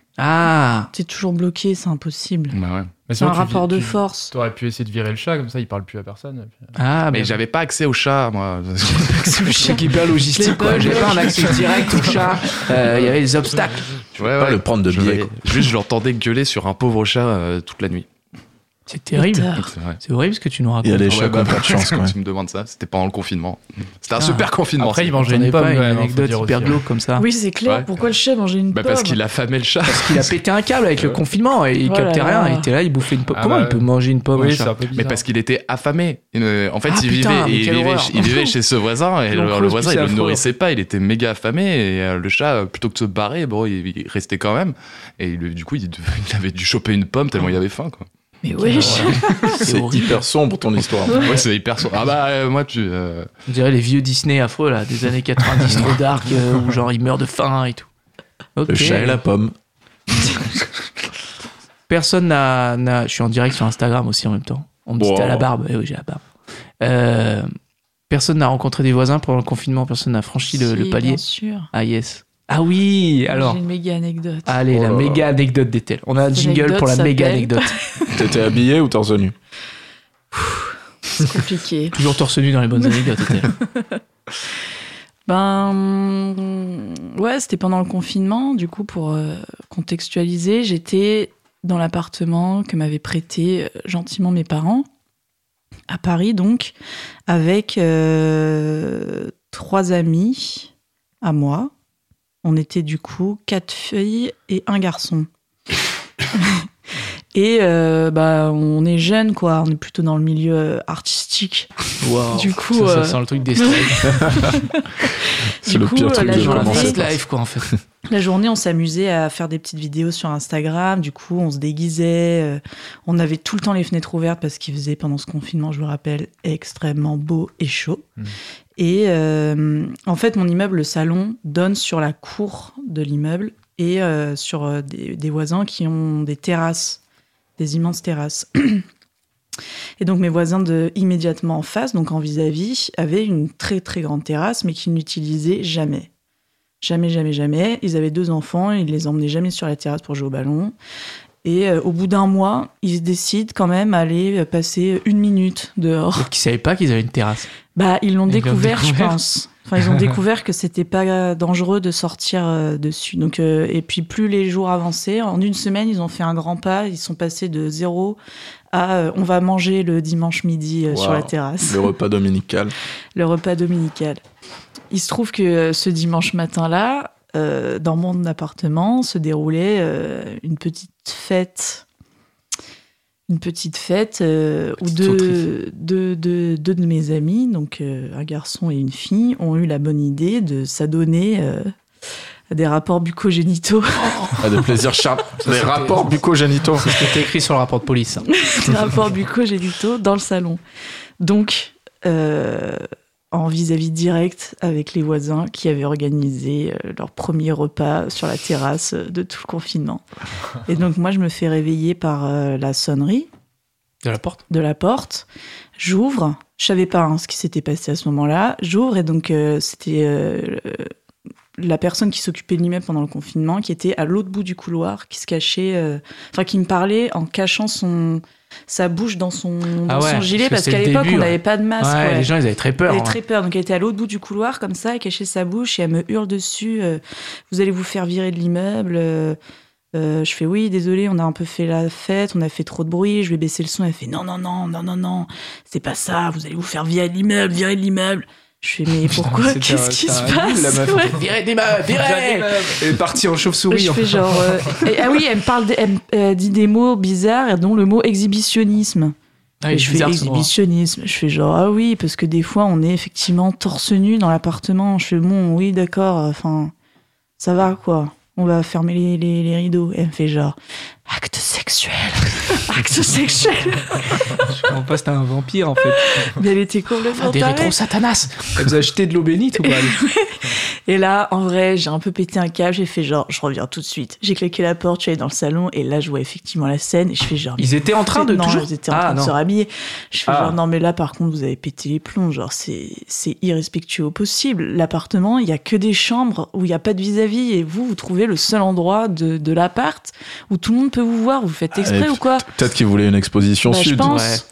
Ah. T'es toujours bloqué, c'est impossible. Bah ouais. Mais C'est sinon, un tu rapport vis- de tu- force. T'aurais pu essayer de virer le chat, comme ça, il parle plus à personne. et puis- Ah, Mais mais j'avais pas accès au chat, moi. le chat hyper logistique, Les quoi. bugs. J'ai pas un accès direct au chat. Euh, Il y avait des obstacles. Ouais, Pas le prendre de Je biais, voyais- quoi. Juste, je l'entendais gueuler sur un pauvre chat euh, toute la nuit. C'est terrible. Putain. C'est vrai. C'est horrible ce que tu nous racontes. Il y a les Ouais, chats qui bah, ont pas de chance, quand quoi. tu me demandes ça, c'était pendant le confinement. C'était un Ah. super confinement. Après, ça. il mangeait J'en ai une pomme, pas quand une même, hein, faut anecdote dire hyper aussi. glauque comme ça. Oui, c'est clair. Ouais. Pourquoi le chat mangeait une Bah, pomme parce qu'il a famé le chat. Il a pété un câble avec le confinement et il Oh là captait là. rien. Il était là, il bouffait une pomme. Ah Comment bah, il peut manger une pomme un Oui, chat c'est un peu Mais bizarre. parce qu'il était affamé. Euh, En fait, Ah, il, putain, vivait, mais il, quelle vivait, horreur. il vivait chez ce voisin et L'on le, creuse le voisin, plus il le affreux. nourrissait pas. Il était méga affamé et euh, le chat, euh, plutôt que de se barrer, bon, il, il restait quand même. Et il- du coup, il, il avait dû choper une pomme tellement il avait faim, quoi. Mais wesh. C'est hyper sombre ton histoire. Ouais, c'est hyper sombre. Ah bah, euh, moi, tu. euh, On dirait les vieux Disney affreux là, des années quatre-vingt-dix trop dark, euh, où genre il meurt de faim et tout. Ok. Le chat et la pomme. Personne n'a, n'a- Je suis en direct sur Instagram aussi en même temps. On me dit Wow. t'as la barbe. Eh oui, j'ai la barbe. Euh, Personne n'a rencontré des voisins pendant le confinement. Personne n'a franchi le, Si, le palier. Bien sûr. Ah yes. Ah oui. Alors. J'ai une méga anecdote. Allez, Oh la là là. méga anecdote d'Ethel. On a un Cette jingle anecdote pour la méga s'appelle- anecdote. T'étais habillé ou torse nu? C'est compliqué. Toujours torse nu dans les bonnes anecdotes, Ethel. Ben ouais, c'était pendant le confinement. Du coup, pour euh, contextualiser, j'étais dans l'appartement que m'avaient prêté euh, gentiment mes parents à Paris, donc avec euh, trois amis à moi. On était du coup quatre filles et un garçon. Et euh, bah on est jeunes quoi, on est plutôt dans le milieu euh, artistique. Wow. Du coup, ça, ça euh, sent le truc des strikes. C'est Du le coup, pire euh, truc la de journée- Dans la commencer. fast life quoi en fait. La journée, on s'amusait à faire des petites vidéos sur Instagram. Du coup, on se déguisait. euh, On avait tout le temps les fenêtres ouvertes parce qu'il faisait, pendant ce confinement, je vous rappelle, extrêmement beau et chaud. Mm. Et euh, en fait, mon immeuble, le salon, donne sur la cour de l'immeuble et euh, sur euh, des, des voisins qui ont des terrasses, des immenses terrasses. Et donc, mes voisins de immédiatement en face, donc en vis-à-vis, avaient une très, très grande terrasse, mais qu'ils n'utilisaient jamais. Jamais, jamais, jamais. Ils avaient deux enfants, ils les emmenaient jamais sur la terrasse pour jouer au ballon. Et euh, au bout d'un mois, ils décident quand même d'aller passer une minute dehors. Peut-être qu'ils savaient pas qu'ils avaient une terrasse. Bah, ils l'ont Ils l'ont découvert, je découvert. pense. Enfin, ils ont découvert que c'était pas dangereux de sortir euh, dessus. Donc, euh, et puis, plus les jours avançaient, en une semaine, ils ont fait un grand pas. Ils sont passés de zéro à euh, on va manger le dimanche midi euh, Wow. sur la terrasse. Le repas dominical. Le repas dominical. Il se trouve que euh, ce dimanche matin-là, euh, dans mon appartement, se déroulait euh, une petite fête. Une petite fête euh, où Petite deux, sauterie. deux, deux, deux de mes amis, donc euh, un garçon et une fille, ont eu la bonne idée de s'adonner euh, à des rapports bucco-génitaux. Ah, des plaisirs charnels. Des c'était- rapports bucco-génitaux. C'est ce qui était écrit sur le rapport de police. ça. des rapports bucco-génitaux dans le salon. Donc, euh, en vis-à-vis direct avec les voisins qui avaient organisé euh, leur premier repas sur la terrasse euh, de tout le confinement. Et donc, moi, je me fais réveiller par euh, la sonnerie De la porte. de la porte. J'ouvre. Je savais pas hein, ce qui s'était passé à ce moment-là. J'ouvre et donc, euh, c'était euh, la personne qui s'occupait de l'immeuble pendant le confinement, qui était à l'autre bout du couloir, qui se cachait, euh, enfin qui me parlait en cachant son sa bouche dans son, dans Ah ouais, son gilet, parce parce que qu'à c'est le l'époque, début, on ouais. n'avait pas de masque. Ouais, ouais. les gens, ils avaient très peur. Elle hein. avait très peur, donc elle était à l'autre bout du couloir, comme ça, elle cachait sa bouche, et elle me hurle dessus, euh, vous allez vous faire virer de l'immeuble. Euh, euh, je fais, oui, désolé, on a un peu fait la fête, on a fait trop de bruit, je vais baisser le son. Elle fait, non, non, non, non, non, non, c'est pas ça, vous allez vous faire virer de l'immeuble, virer de l'immeuble. Je fais, mais pourquoi? C'était Qu'est-ce un- qui se c'était un nul, la passe? meuf. Ouais. Virez des meufs, virez. Elle est partie en chauve-souris. Je en fais genre. euh, et- ah oui, elle me parle, de- elle me euh, dit des mots bizarres, dont le mot exhibitionnisme. Ah, Et il est je fais bizarre, ce mot. exhibitionnisme. Je fais genre, ah oui, parce que des fois, on est effectivement torse nu dans l'appartement. Je fais, bon, oui, d'accord, enfin, ça va, quoi. On va fermer les, les, les rideaux. Et elle me fait genre, acte sexuel. Acte sexuel. Je comprends pas, c'était un vampire en fait. Mais elle était complètement Des tarée. rétros Satanas. Elle vous a acheté de l'eau bénite ou pas? Et là, en vrai, j'ai un peu pété un câble. J'ai fait genre, je reviens tout de suite. J'ai claqué la porte, je suis allée dans le salon. Et là, je vois effectivement la scène. Et je fais genre, Ils étaient en train de non, toujours. ils étaient en Ah, train de non. se rhabiller. Je fais Ah. genre, non, mais là, par contre, vous avez pété les plombs. Genre, c'est, c'est irrespectueux au possible. L'appartement, il y a que des chambres où il n'y a pas de vis-à-vis. Et vous, vous trouvez le seul endroit de, de l'appart où tout le monde peut vous voir. Vous faites exprès Et ou quoi? Peut-être qu'ils voulaient une exposition Bah, je sud. pense.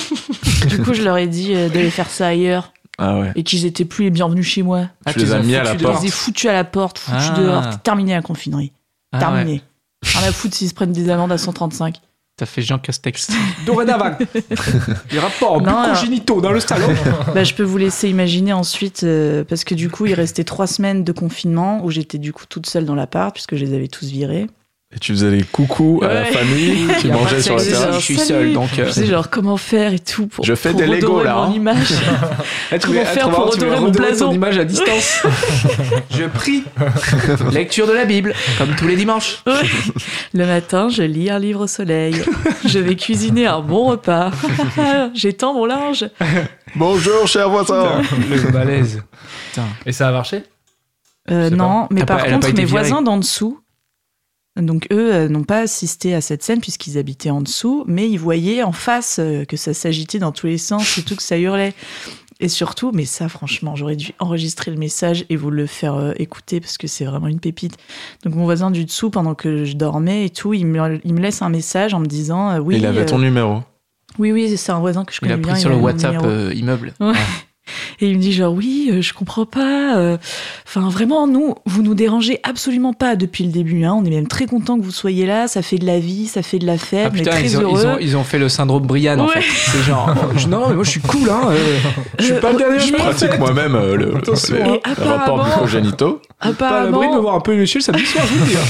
Du coup, je leur ai dit euh, d'aller faire ça ailleurs. Ah ouais. Et qu'ils étaient plus les bienvenus chez moi. Ah, Tu les as mis à la Je porte. les ai foutus à la porte, foutus Ah. dehors. C'est terminé la confinerie. Ah, Terminé. ouais. Rien à foutre s'ils se prennent des amendes à cent trente-cinq. T'as fait Jean Castex. Dorénavant, les rapports Non, alors- bucco-génitaux dans le salon. Bah, je peux vous laisser imaginer ensuite, euh, parce que du coup, il restait trois semaines de confinement où j'étais du coup toute seule dans l'appart, puisque je les avais tous virés. Et tu faisais les coucous à la Ouais. famille qui Y a pas mangeait de sur la sexe, terrasse. je suis Salut. seul, donc, euh, Je sais genre comment faire et tout pour, Je fais pour des Lego, redorer là, mon hein. image. Eh, tu Comment veux- faire tu vas pour voir, tu veux redorer mon redorer blason? ton image à distance. je prie. Lecture de la Bible, comme tous les dimanches. Ouais. Le matin, je lis un livre au soleil. Je vais cuisiner un bon repas. J'étends mon linge. Bonjour, cher voisin. Le malaise. Et ça a marché? Euh, Je sais non, mais T'as par pas- elle a contre, pas été mes virée. voisins d'en dessous, donc eux, euh, n'ont pas assisté à cette scène puisqu'ils habitaient en dessous, mais ils voyaient en face euh, que ça s'agitait dans tous les sens et tout, que ça hurlait. Et surtout, mais ça, franchement, j'aurais dû enregistrer le message et vous le faire euh, écouter parce que c'est vraiment une pépite. Donc, mon voisin du dessous, pendant que je dormais et tout, il me, il me laisse un message en me disant euh, oui, Il avait euh, ton numéro. oui, oui, c'est un voisin que je Il connais a bien. pris sur le a mon WhatsApp numéro. euh, immeuble. Ouais. Et il me dit genre oui, euh, je comprends pas. euh, Enfin vraiment, nous, vous nous dérangez absolument pas depuis le début. Hein. On est même très content que vous soyez là. Ça fait de la vie, ça fait de la fête. Ah on est putain, très ils ont, heureux. ils, ont, ils ont fait le syndrome Brian en Ouais. fait. C'est genre, oh, je- non, mais moi je suis cool, hein. euh, je suis Euh, pas le dernier. mais- je Je pratique moi-même euh, le, Attention, les hein. Et rapports apparemment- bucco-génitaux. Pas à l'abri de me Apparemment, voir un peu léché le samedi soir, je vous le dis.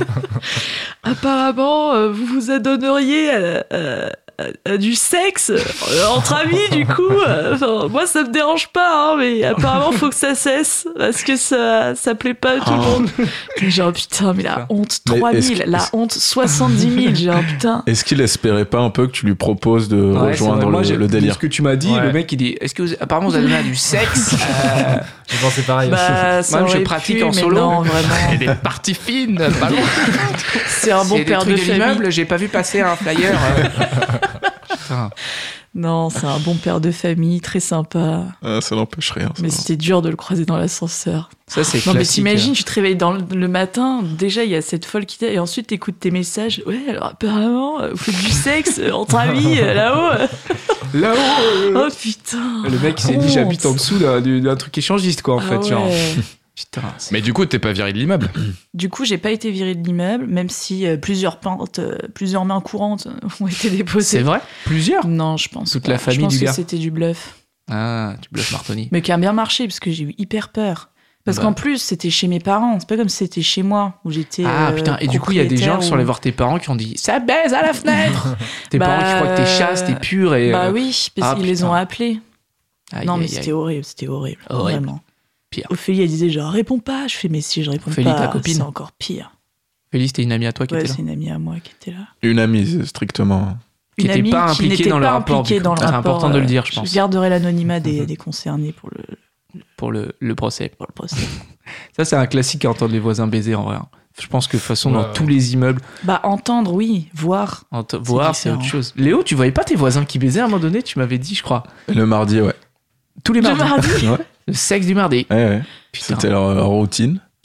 apparemment, euh, vous vous adonneriez à, à- à- à du sexe euh, entre amis, du coup. euh, enfin, moi, ça me dérange pas, hein, mais apparemment, faut que ça cesse parce que ça, ça plaît pas à tout le Oh. monde. Et genre putain, mais la honte Mais trois est-ce mille, que- la est-ce- honte soixante-dix mille. Genre putain. Est-ce qu'il espérait pas un peu que tu lui proposes de Ouais, c'est rejoindre vrai. Moi, le, j'ai- le délire? Ce que tu m'as dit, Ouais. le Le mec il dit, est-ce que vous, apparemment vous avez donné du sexe euh, J'ai pensé pareil. Bah, ça Moi, je aurait pratique pu, en mais solo. Non, vraiment. des parties fines, pas loin. C'est un bon C'est des père de trucs de famille. l'immeuble, j'ai pas vu passer un flyer. euh. Putain. Non, c'est un bon père de famille, très sympa. Ah, ça n'empêche rien. ça. Mais c'était dur de le croiser dans l'ascenseur. Ça c'est Non, mais classique. t'imagines, tu te réveilles dans le, le matin, déjà il y a cette folle qui t'aide, et ensuite t'écoutes tes messages. Ouais, alors apparemment, euh, vous faites du sexe euh, entre amis euh, là-haut. euh. Là-haut, euh, Oh putain. le mec il s'est dit honte. j'habite en dessous d'un, d'un truc échangiste quoi en Ah fait. ouais. Genre. Putain. c'est- Mais du coup, t'es pas viré de l'immeuble. Du coup, j'ai pas été virée de l'immeuble, même si euh, plusieurs pentes, euh, plusieurs mains courantes ont été déposées. C'est vrai? Plusieurs? Non, je pense Toute pas. la famille Je pense du que gars. c'était du bluff. Ah, tu bluffes Martoni. Mais qui a bien marché, parce que j'ai eu hyper peur. Parce Bah. qu'en plus, c'était chez mes parents. C'est pas comme si c'était chez moi, où j'étais. Ah euh, putain, et du coup il y a des gens propriétaire qui sont ou- allés voir tes parents qui ont dit ça baise à la fenêtre. Tes Bah, parents qui croient que t'es chaste, t'es pure et. Bah euh, oui, parce ah, qu'ils les putain. ont appelés. aïe, non, mais aïe, c'était aïe. horrible, c'était horrible. Horrible. Vraiment. Pire. Ophélie, elle disait genre, réponds pas. Je fais, mais si je réponds Ophélie, pas, ta copine. c'est encore pire. Félix, c'était une amie à toi qui Ouais, était là. c'est une amie à moi qui était là. Une amie, c'est strictement. Qui Une était amie pas qui impliquée n'était dans le pas rapport, impliquée du coup. dans le C'est rapport, important de le euh, dire, je pense. garderai l'anonymat des, des concernés pour le, Pour le, le procès. pour le procès. Ça, c'est un classique à entendre les voisins baiser en vrai. hein. Je pense que de toute façon, Ouais, dans ouais. tous les immeubles, Bah, entendre, oui. Voir. ent- voir, c'est différent. autre chose. Léo, tu voyais pas tes voisins qui baisaient à un moment donné? Tu m'avais dit, je crois. Le mardi, ouais. Tous les Le mardis. mardi. Ouais, Le sexe du mardi. ouais, ouais. Putain. C'était leur, leur routine.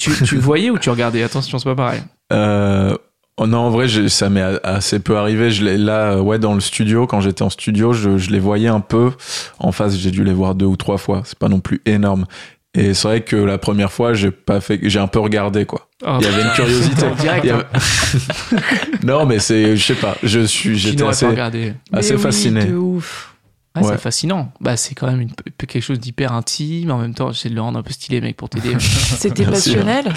Tu, tu voyais ou tu regardais? Attention, c'est pas pareil. Euh, oh non, en vrai, j'ai- ça m'est a- assez peu arrivé. Je l'ai, là, euh, ouais, dans le studio, quand j'étais en studio, je, je les voyais un peu. En face, j'ai dû les voir deux ou trois fois. C'est pas non plus énorme. Et c'est vrai que la première fois, j'ai pas fait, j'ai un peu regardé, quoi. Oh, Il y avait une curiosité. En direct, Il y avait- non, mais c'est, je sais pas. Je suis, Qui j'étais n'aurait assez, pas regardé? assez Mais oui, fasciné. de ouf. Ah, Ouais. c'est fascinant. Bah, c'est quand même une- quelque chose d'hyper intime. En même temps, j'essaie de le rendre un peu stylé, mec, pour t'aider. C'était Merci, passionnel.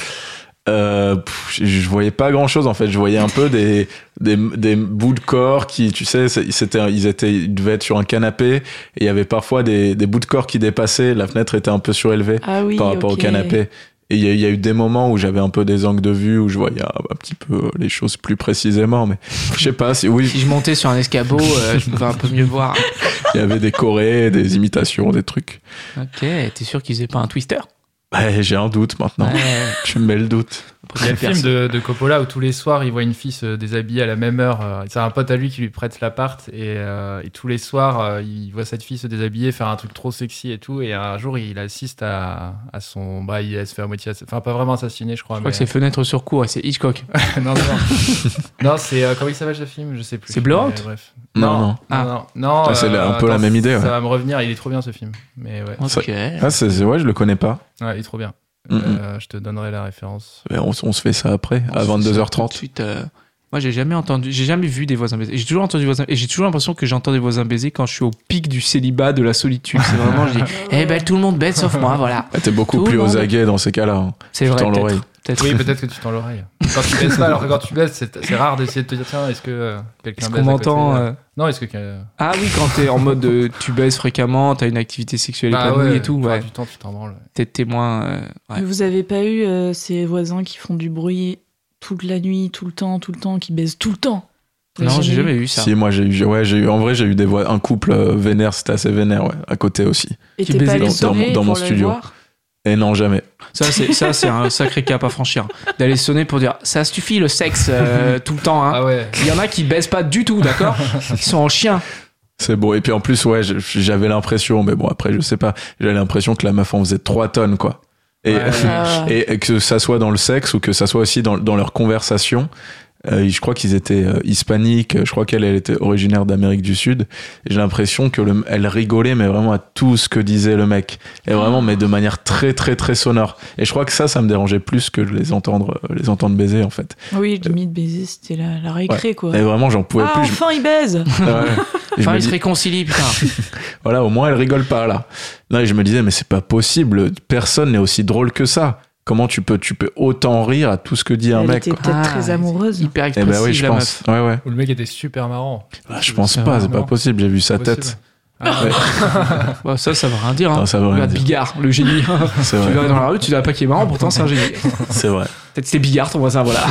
Euh, pff, je, je voyais pas grand chose en fait. Je voyais un peu des, des, des bouts de corps qui, tu sais, c'est- c'était, ils étaient, ils devaient être sur un canapé et il y avait parfois des, des bouts de corps qui dépassaient. La fenêtre était un peu surélevée Ah oui, par rapport ok. au canapé. Et il y, a- il y a eu des moments où j'avais un peu des angles de vue où je voyais un, un petit peu les choses plus précisément. Mais je sais pas si, oui, Si je montais sur un escabeau, euh, je pouvais un peu mieux voir. il y avait des chorés, des imitations, des trucs. Ok, t'es sûr qu'ils faisaient pas un twister? Ouais, j'ai un doute maintenant. Ouais. Tu me mets le doute. Il y a le film de, de Coppola où tous les soirs il voit une fille se déshabiller à la même heure. Euh, C'est un pote à lui qui lui prête l'appart et, euh, et tous les soirs euh, il voit cette fille se déshabiller, faire un truc trop sexy et tout. Et un jour il assiste à, à son. Bah, il se fait à moitié. ass- Enfin, pas vraiment assassiner, je crois. Je crois mais... que c'est Fenêtre sur cour et c'est Hitchcock. non, non, non. Non, c'est. euh, comment il s'appelle ce film? Je sais plus. C'est Blowout? Mais Bref. Non, Non, non. non. Ah. non, non, Ah, c'est euh, un peu la attends, même idée, Ça ouais. va me revenir, il est trop bien ce film. Mais ouais, Ok. Ah, c'est, c'est- ouais, je le connais pas. ouais il est trop bien. Mm, mm. Euh, je te donnerai la référence. Mais On, on se fait ça après, On à se fait vingt-deux heures ça tout de trente. suite, euh, Moi, j'ai jamais entendu, j'ai jamais vu des voisins baiser. J'ai toujours entendu des voisins, et j'ai toujours l'impression que j'entends des voisins baiser quand je suis au pic du célibat, de la solitude. C'est vraiment, je dis, eh ben, tout le monde baise sauf moi, voilà. Ah, t'es beaucoup Tout plus le aux monde. aguets dans ces cas-là. hein. C'est Tu vrai, tends l'oreille. peut-être. Peut-être. Oui, peut-être que tu tends l'oreille. Quand tu baisses pas, alors que quand tu baisses, c'est, c'est rare d'essayer de te dire tiens, est-ce que euh, quelqu'un Est-ce baise qu'on à côté, m'entend là euh, Non, est-ce que. euh, Ah oui, quand t'es en mode euh, tu baises fréquemment, t'as une activité sexuelle Bah épanouie ouais, et tout, la plupart ouais. du temps, tu t'en branles. ouais. T'es témoin. euh, ouais. Mais vous avez pas eu euh, ces voisins qui font du bruit toute la nuit, tout le temps, tout le temps, qui baisent tout le temps? Vous Non, avez j'ai jamais eu ça. Si, moi j'ai eu, j'ai- ouais, j'ai eu, en vrai, j'ai eu des voix, un couple euh, vénère, c'était assez vénère, ouais, à côté aussi. Et qui t'es baisait pas allé dans- sonner dans mon pour le studio. voir? Et non, jamais. Ça, c'est ça, c'est un sacré cap à franchir. D'aller sonner pour dire ça suffit le sexe euh, tout le temps. Hein. Ah ouais. Il y en a qui baissent pas du tout, d'accord? Ils sont en chien. C'est beau. Et puis en plus, ouais, je- j'avais l'impression, mais bon, après, je sais pas, j'avais l'impression que la meuf en faisait trois tonnes, quoi. Et, Ouais. Ah. et, et que ça soit dans le sexe ou que ça soit aussi dans, dans leur conversation. Euh, je crois qu'ils étaient euh, hispaniques. Je crois qu'elle elle était originaire d'Amérique du Sud. Et j'ai l'impression que le, elle rigolait, mais vraiment à tout ce que disait le mec. Et vraiment, mais de manière très, très, très sonore. Et je crois que ça, ça me dérangeait plus que de les entendre, euh, les entendre baiser, en fait. Oui, limite baiser, c'était la, la récré, quoi. Et vraiment, j'en pouvais Ah, plus. Je- enfin, il baise! Ouais. Et je Enfin, me ils dis- se réconcilient, putain. Voilà, au moins elle rigole pas là. Là, et je me disais, mais c'est pas possible. Personne n'est aussi drôle que ça. Comment tu peux, tu peux autant rire à tout ce que dit un Elle mec, était quoi. peut-être Ah, très amoureuse. Hyper Eh expressive, ben oui, je la pense. meuf. Ouais, ouais. Où le mec était super marrant. Ah, je pense C'est pas, vrai, c'est pas non. possible. J'ai vu sa Possible. tête. Ah, Ouais. Bah, ça, ça veut rien dire. Hein. Non, ça veut rien Regarde dire. Bigard, le génie. C'est Tu vrai. vas dans la rue, tu diras pas qu'il est marrant, pourtant c'est un génie. C'est vrai. Peut-être c'était Bigard, ton voisin, voilà.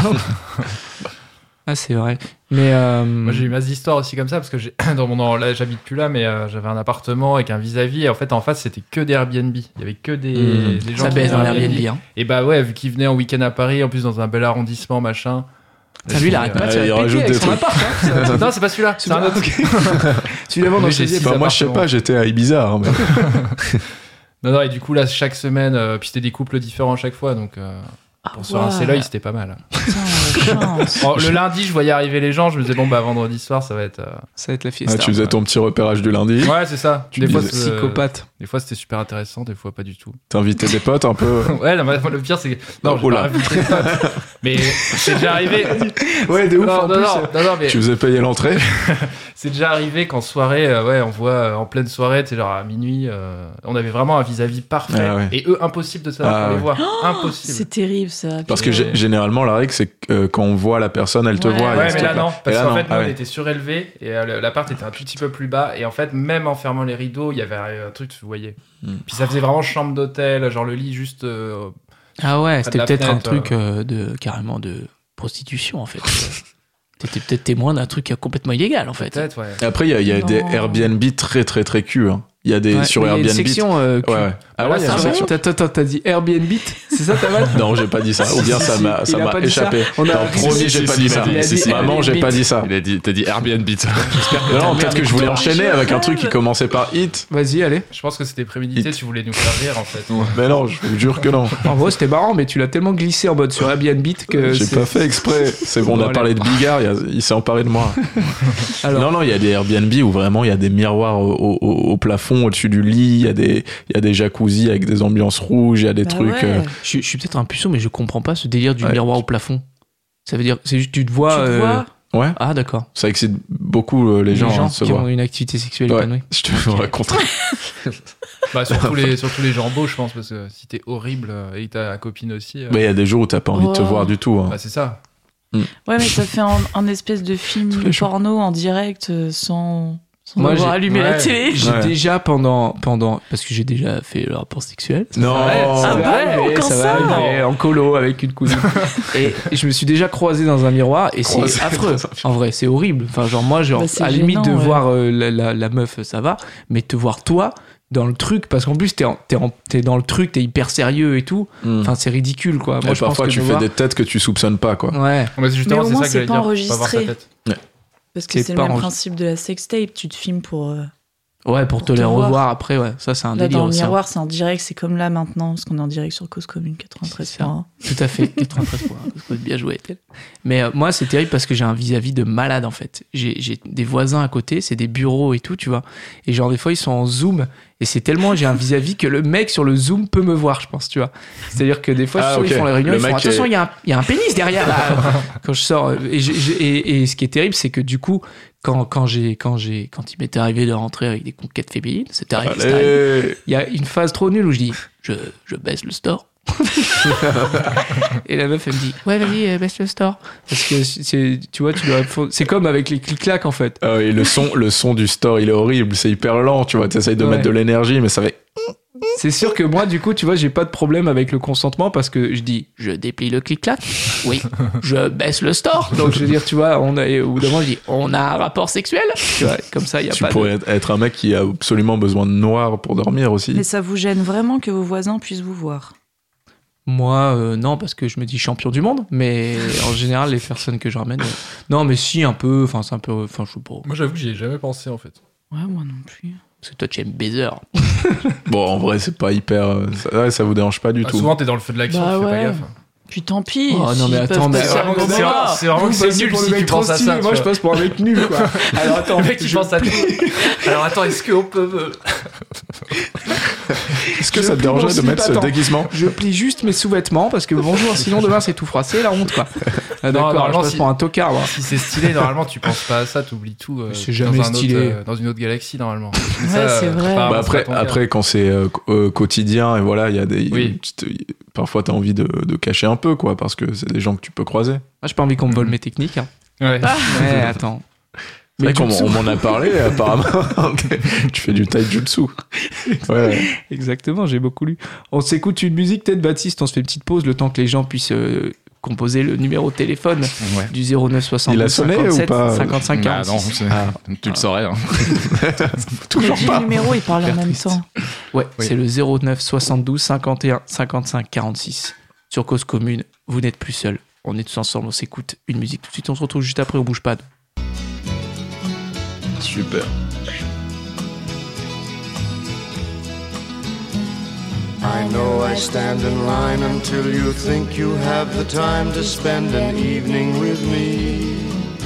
Ah, c'est vrai. Mais. euh, Moi j'ai eu masse d'histoires aussi comme ça parce que j'ai dans mon dans- là j'habite plus là mais euh, j'avais un appartement avec un vis-à-vis et en fait en face c'était que des Airbnb. Il y avait que des, Mmh. des gens ça qui baise dans venaient l'Airbnb. Hein. Et bah ouais vu qu'ils venaient en week-end à Paris en plus dans un bel arrondissement machin. Putain, lui, il arrête pas de se Ah, il la péter rajoute avec des son trucs. appart. Hein. Non c'est pas celui-là. C'est un autre. Tu l'as dans Lui, le j'ai chésier. six Bah, moi, je sais appartements. pas, j'étais à Ibiza. hein, mais- Non non et du coup là chaque semaine euh, puis c'était des couples différents à chaque fois donc euh, pour se Ah, rincer ouais. l'œil c'était pas mal. Putain, la chance. Bon, le lundi je voyais arriver les gens je me disais bon bah vendredi soir ça va être. euh, Ça va être la fiesta. Ah, tu faisais ton petit repérage du lundi. Ouais c'est ça. Tu Des fois, disais- c'est- Psychopathe. des fois c'était super intéressant des fois pas du tout. T'invitais des potes un peu. Ouais, non, mais le pire, c'est que. Non, j'ai Oula. pas invité de potes. Mais c'est déjà arrivé. Ouais, de ouf. Non, en non, plus. non, non, non, mais Tu faisais payer l'entrée. c'est déjà arrivé qu'en soirée, euh, ouais, on voit euh, en pleine soirée, c'est genre à minuit, euh, on avait vraiment un vis-à-vis parfait. Ah ouais. Et eux, impossible de savoir Ah qu'on les ouais. voit. Impossible. C'est terrible, ça. Parce que Puis, gé- euh, généralement, la règle, c'est que euh, quand on voit la personne, elle te Ouais, voit. il y a Ouais, ce mais là truc-là. non, parce Et là, qu'en non. fait, nous, Ah on ouais. était surélevés et euh, le- l'appart était un tout petit peu plus bas. Et en fait, même en fermant les rideaux, il y avait un truc, vous voyez. Hmm. Puis ça faisait vraiment chambre d'hôtel, genre le lit juste. euh, Ah ouais, de c'était la peut-être un fenêtre, truc euh, de carrément de prostitution en fait. T'étais peut-être témoin d'un truc complètement illégal en fait. Peut-être, ouais. Et après, il y a, il y a Non. des Airbnb très, très, très cul. hein. Il y a des Ouais, sur mais il y a Airbnb. une section. euh, cul. Ouais, ouais. Ah Là, ouais, il y a c'est une un section. T'as, t'as, t'as, t'as dit Airbnb. C'est ça ta vanne? Non, j'ai pas dit ça. Ou bien ça Si, m'a, il ça a m'a pas dit ça. échappé. On a Non, ri- promis, si, j'ai si, pas si, dit il a ça. dit- il a dit Maman, j'ai pas dit ça. Il a dit, t'as dit Airbnb. Non, peut-être que je voulais enchaîner avec un truc qui commençait par hit. Vas-y, allez. Je pense que c'était prémédité, Hit. tu voulais nous faire rire en fait. Mais non, je vous jure que non. En gros, c'était marrant, mais tu l'as tellement glissé en mode sur Airbnb que. J'ai c'est- pas fait exprès. C'est bon, on Bon, a allez. parlé de Bigard, il, y a- il s'est emparé de moi. Alors, Non, non, il y a des Airbnb où vraiment il y a des miroirs au, au- au plafond, au-dessus du lit, il y a des, il y a des jacuzzis avec des ambiances rouges, il y a des Bah trucs. ouais. euh, je, suis- je suis peut-être un puceau, mais je comprends pas ce délire du Ouais. miroir au plafond. Ça veut dire, c'est juste tu te vois. Tu te euh, vois Ouais, Ah, d'accord. ça excite beaucoup euh, les gens, hein, de se qui voir. ont une activité sexuelle Ouais, épanouie. je te le raconterai. Bah, surtout, les, surtout les gens beaux, je pense, parce que si t'es horrible euh, et que ta copine aussi, euh, Mais il y a des jours où t'as pas envie de te Oh. voir du tout. hein. bah, c'est ça. Ouais, mais ça fait un, un espèce de film les jours. porno en direct euh, sans, sans Moi, avoir j'ai- allumé ouais. la télé. J'ai Ouais. déjà pendant, pendant. Parce que j'ai déjà fait le rapport sexuel. Non, Ah va bon, arriver, quand ça ça va arriver, en colo avec une cousine. Et je me suis déjà croisé dans un miroir et c'est Croisé affreux. dans un En vrai, c'est horrible. Enfin, genre moi, genre, Bah, c'est à la limite de gênant, ouais. voir euh, la, la, la meuf, ça va, mais te voir toi dans le truc, parce qu'en plus t'es, en- t'es, en- t'es dans le truc, t'es hyper sérieux et tout. Hmm. Enfin, c'est ridicule, quoi. Et Moi, je pense parfois que tu me fais voir- des têtes que tu soupçonnes pas, quoi. Ouais. Mais c'est justement, Mais au c'est moins, ça que c'est j'allais pas dire. Pas voir sa enregistré. tête. Parce que C'est c'est le pas même enregistré. principe de la sextape. Tu te filmes pour. euh, Ouais, pour te Pour te les voir. revoir après, ouais. Ça, c'est un Là, délire dans le aussi, hein. miroir, c'est en direct. C'est comme là maintenant, parce qu'on est en direct sur Cause Commune quatre-vingt-treize C'est ça. point un. Tout à fait, quatre-vingt-treize points. Bien joué, Ethel. Mais euh, moi, c'est terrible parce que j'ai un vis-à-vis de malade, en fait. J'ai, j'ai des voisins à côté, c'est des bureaux et tout, tu vois. Et genre, des fois, ils sont en Zoom. Et c'est tellement, j'ai un vis-à-vis que le mec sur le Zoom peut me voir, je pense, tu vois. C'est-à-dire que des fois, je Ah, suis sûr, ok. ils font les réunions, Le ils font mec attention, est- il y, a un- il y a un pénis derrière, là. Quand je sors. Et, j'ai- j'ai- et, et ce qui est terrible, c'est que du coup, quand, quand, j'ai, quand, j'ai, quand il m'était arrivé de rentrer avec des conquêtes féminines, c'était arrivé, c'était arrivé. Allez. Il y a une phase trop nulle où je dis je, je baisse le store. Et la meuf elle me dit ouais vas-y euh, baisse le store parce que c'est tu vois tu dois c'est comme avec les clic-clac en fait. Ah oui, le son, le son du store, il est horrible, c'est hyper lent, tu vois, t'essayes de Ouais. mettre de l'énergie, mais ça va. C'est sûr que moi du coup tu vois j'ai pas de problème avec le consentement parce que je dis je déplie le clic-clac oui je baisse le store donc je veux dire tu vois on a, et au bout d'un moment je dis on a un rapport sexuel tu vois comme ça il y a Tu pas pourrais de... être un mec qui a absolument besoin de noir pour dormir aussi. Mais ça vous gêne vraiment que vos voisins puissent vous voir? Moi euh, non parce que je me dis champion du monde mais en général les personnes que je ramène euh, non mais si un peu enfin c'est un peu enfin je sais pas Moi, j'avoue que j'y ai jamais pensé en fait. Ouais, moi non plus. parce que toi tu aimes baiser. Bon, en vrai, c'est pas hyper. euh, Ça, ouais, ça vous dérange pas du Ah, tout. souvent, t'es dans le feu de l'action, Bah tu fais ouais. pas gaffe. Puis tant pis. Oh, non, mais s'ils attends, peuvent mais pas c'est se vraiment- faire C'est voir. vraiment, c'est vraiment que c'est nul si tu penses à ça. Moi tu je vois. passe pour un mec nul quoi. Alors attends Le mec, il je- pense à tout. Alors attends, est-ce qu'on peut. me- Est-ce que Je ça te plie mon dérangerait de slip, mettre ce attends. déguisement? Je plie juste mes sous-vêtements parce que bonjour, sinon demain c'est tout froissé, la honte quoi. Ah, Non, d'accord, je normalement, passe si- pour un tocard moi. Si c'est stylé, normalement, tu penses pas à ça, t'oublies tout. euh, C'est jamais dans un autre, stylé. euh, dans une autre galaxie, normalement. Mais Ouais, c'est euh, vrai. apparemment, Bah c'est après, pas ton cas. après, quand c'est euh, qu- euh, quotidien, et voilà, il y a des. Oui. tu te- Parfois, t'as envie de, de cacher un peu, quoi, parce que c'est des gens que tu peux croiser. Moi j'ai pas envie qu'on me vole mes techniques. Hein. Ouais. Ouais, attends. C'est vrai Mais qu'on jutsu. on m'en a parlé, apparemment. Tu fais du taijutsu. Ouais. Exactement, j'ai beaucoup lu. On s'écoute une musique peut-être Baptiste, on se fait une petite pause le temps que les gens puissent euh, composer le numéro de téléphone Ouais. du zéro neuf soixante-douze Il a sonné cinquante-sept ou pas cinquante-cinq Bah non, quarante-six. c'est- Ah. tu le saurais. hein. Toujours Mais pas. le numéro, il parle en Hyper même triste. temps. Ouais, Oui. c'est le zéro neuf soixante-douze cinquante et un cinquante-cinq quarante-six. Sur Cause Commune, vous n'êtes plus seul. On est tous ensemble, on s'écoute une musique. Tout de suite, on se retrouve juste après, on bouge pas. Super. I know I stand in line until you think you have the time to spend an evening with me.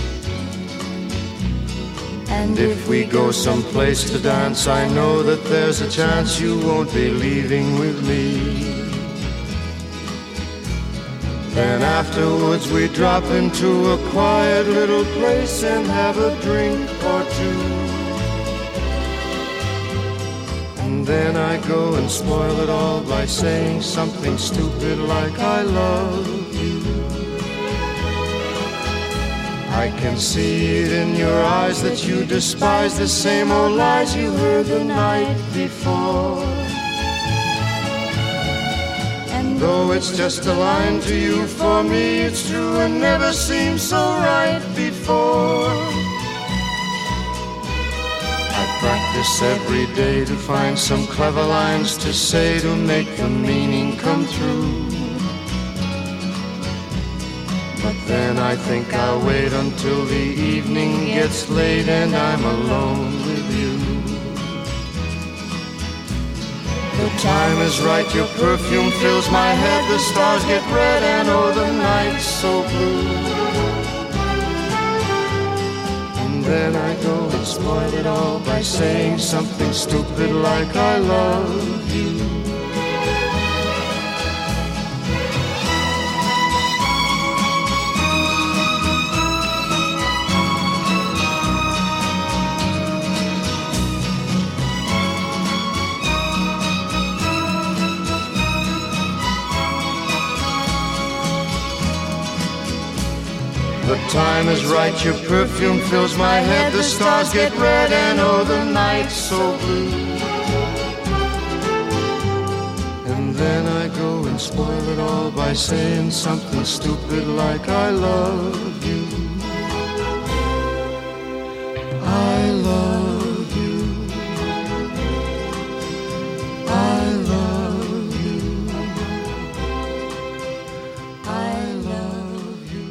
And if we go someplace to dance, I know that there's a chance you won't be leaving with me. Then afterwards we drop into a quiet little place and have a drink or two. And then I go and spoil it all by saying something stupid like I love you. I can see it in your eyes that you despise the same old lies you heard the night before. And though it's just a line to you, for me it's true and never seemed so right before. I practice every day to find some clever lines to say to make the meaning come true. I think I'll wait until the evening gets late and I'm alone with you. The time is right, your perfume fills my head, the stars get red and oh the night's so blue. And then I go and spoil it all by saying something stupid like I love you. The time is right, your perfume fills my head, the stars get red and oh the night's so blue. And then I go and spoil it all by saying something stupid like I love you. I love you. I love you. I love you.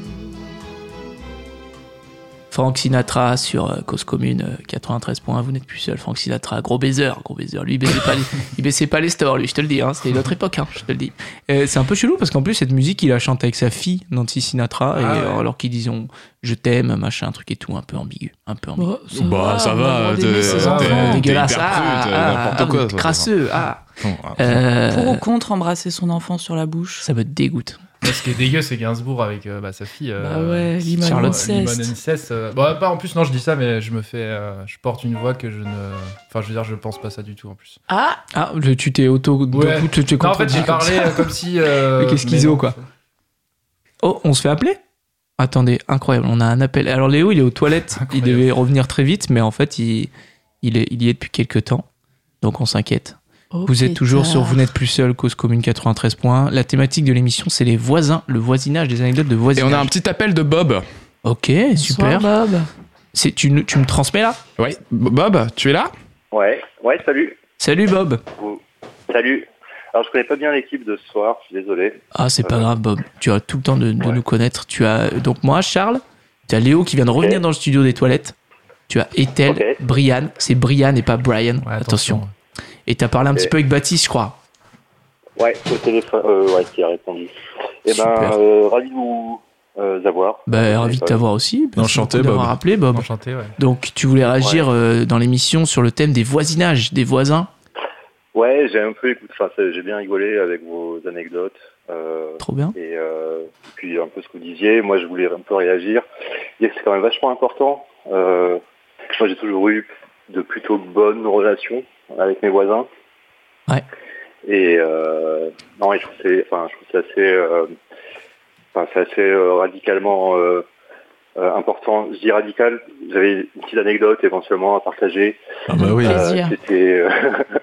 Frank Sinatra sur euh, Cause Commune euh, quatre-vingt-treize point un, vous n'êtes plus seul. Frank Sinatra, gros baiser, gros baiser. Lui, il baissait pas les, il baissait pas les stores, lui, je te le dis. Hein, c'était une autre époque, hein, je te le dis. Euh, c'est un peu chelou parce qu'en plus, cette musique, il la chante avec sa fille, Nancy Sinatra, Ah et, ouais. euh, alors qu'ils disent on- je t'aime, machin, un truc et tout, un peu ambigu. Un peu ambigu. Bon, ça Bah, va, ça on va, a le droit t'es- d'aimer ses t'es- enfants. t'es- dégueulasse. hyper Ah, prude, ah, n'importe ah, quoi, vous êtes toi, crasseux. Ah. Bon, Euh, Pour ou contre embrasser son enfant sur la bouche? ça me dégoûte. Moi, ce qui est dégueu, c'est Gainsbourg avec euh, bah, sa fille. euh, Bah ouais, Limon Charlotte Inceste. Limon Inceste, euh, Bon, pas en plus, non, je dis ça, mais je me fais. euh, je porte une voix que je ne. Enfin, je veux dire, je pense pas ça du tout en plus. Ah, Ah, le- tu t'es auto. Ouais. tu t'es Non, en fait, contredit j'ai comme parlé ça. euh, comme si. euh, Mais qu'est-ce qu'ils mais ont, non. quoi. Oh, on se fait appeler? Attendez, incroyable, on a un appel. Alors Léo, il est aux toilettes, il Incroyable. devait revenir très vite, mais en fait, il, il, est, il y est depuis quelques temps, donc on s'inquiète. oh, Vous êtes toujours pétard. sur Vous n'êtes plus seul, Cause Commune quatre-vingt-treize points. La thématique de l'émission, c'est les voisins, le voisinage, des anecdotes de Et voisinage. on a un petit appel de Bob. Ok, super. Bonsoir, Bob. C'est, tu, nous- tu me transmets là? Oui, Bob, tu es là? Ouais, ouais, salut. Salut Bob. Vous- Salut. Alors, je connais pas bien l'équipe de ce soir, je suis désolé. Ah, c'est pas Euh, grave Bob, tu as tout le temps de, de ouais. nous connaître. Tu as donc moi, Charles, tu as Léo qui vient de revenir Ok. dans le studio des toilettes. Tu as Ethel, Ok. Brian, c'est Brian et pas Brian, Ouais, attention. Et t'as parlé un Ok. petit peu avec Baptiste, je crois. Ouais, au téléphone, euh, ouais, qui a répondu. Eh ben, Super. euh, ravi de vous euh, avoir. Bah, Euh, ravi de téléphone. t'avoir aussi. Merci Enchanté, beaucoup d'avoir Bob. appelé, Bob. Enchanté, ouais. Donc, tu voulais réagir euh, dans l'émission sur le thème des voisinages, des voisins. Ouais, j'ai un peu écouté, enfin, c'est- j'ai bien rigolé avec vos anecdotes. Euh, Trop bien. et, euh, et puis un peu ce que vous disiez. Moi, je voulais un peu réagir. Dire que c'est quand même vachement important. Euh, moi, j'ai toujours eu de plutôt bonnes relations avec mes voisins. Ouais. Et euh, non, et je trouve que c'est, enfin, je trouve que c'est assez, euh, enfin, c'est assez euh, radicalement euh, euh, important. Je dis radical. J'avais une petite anecdote éventuellement à partager. Ah bah oui. Euh, Plaisir. C'était euh,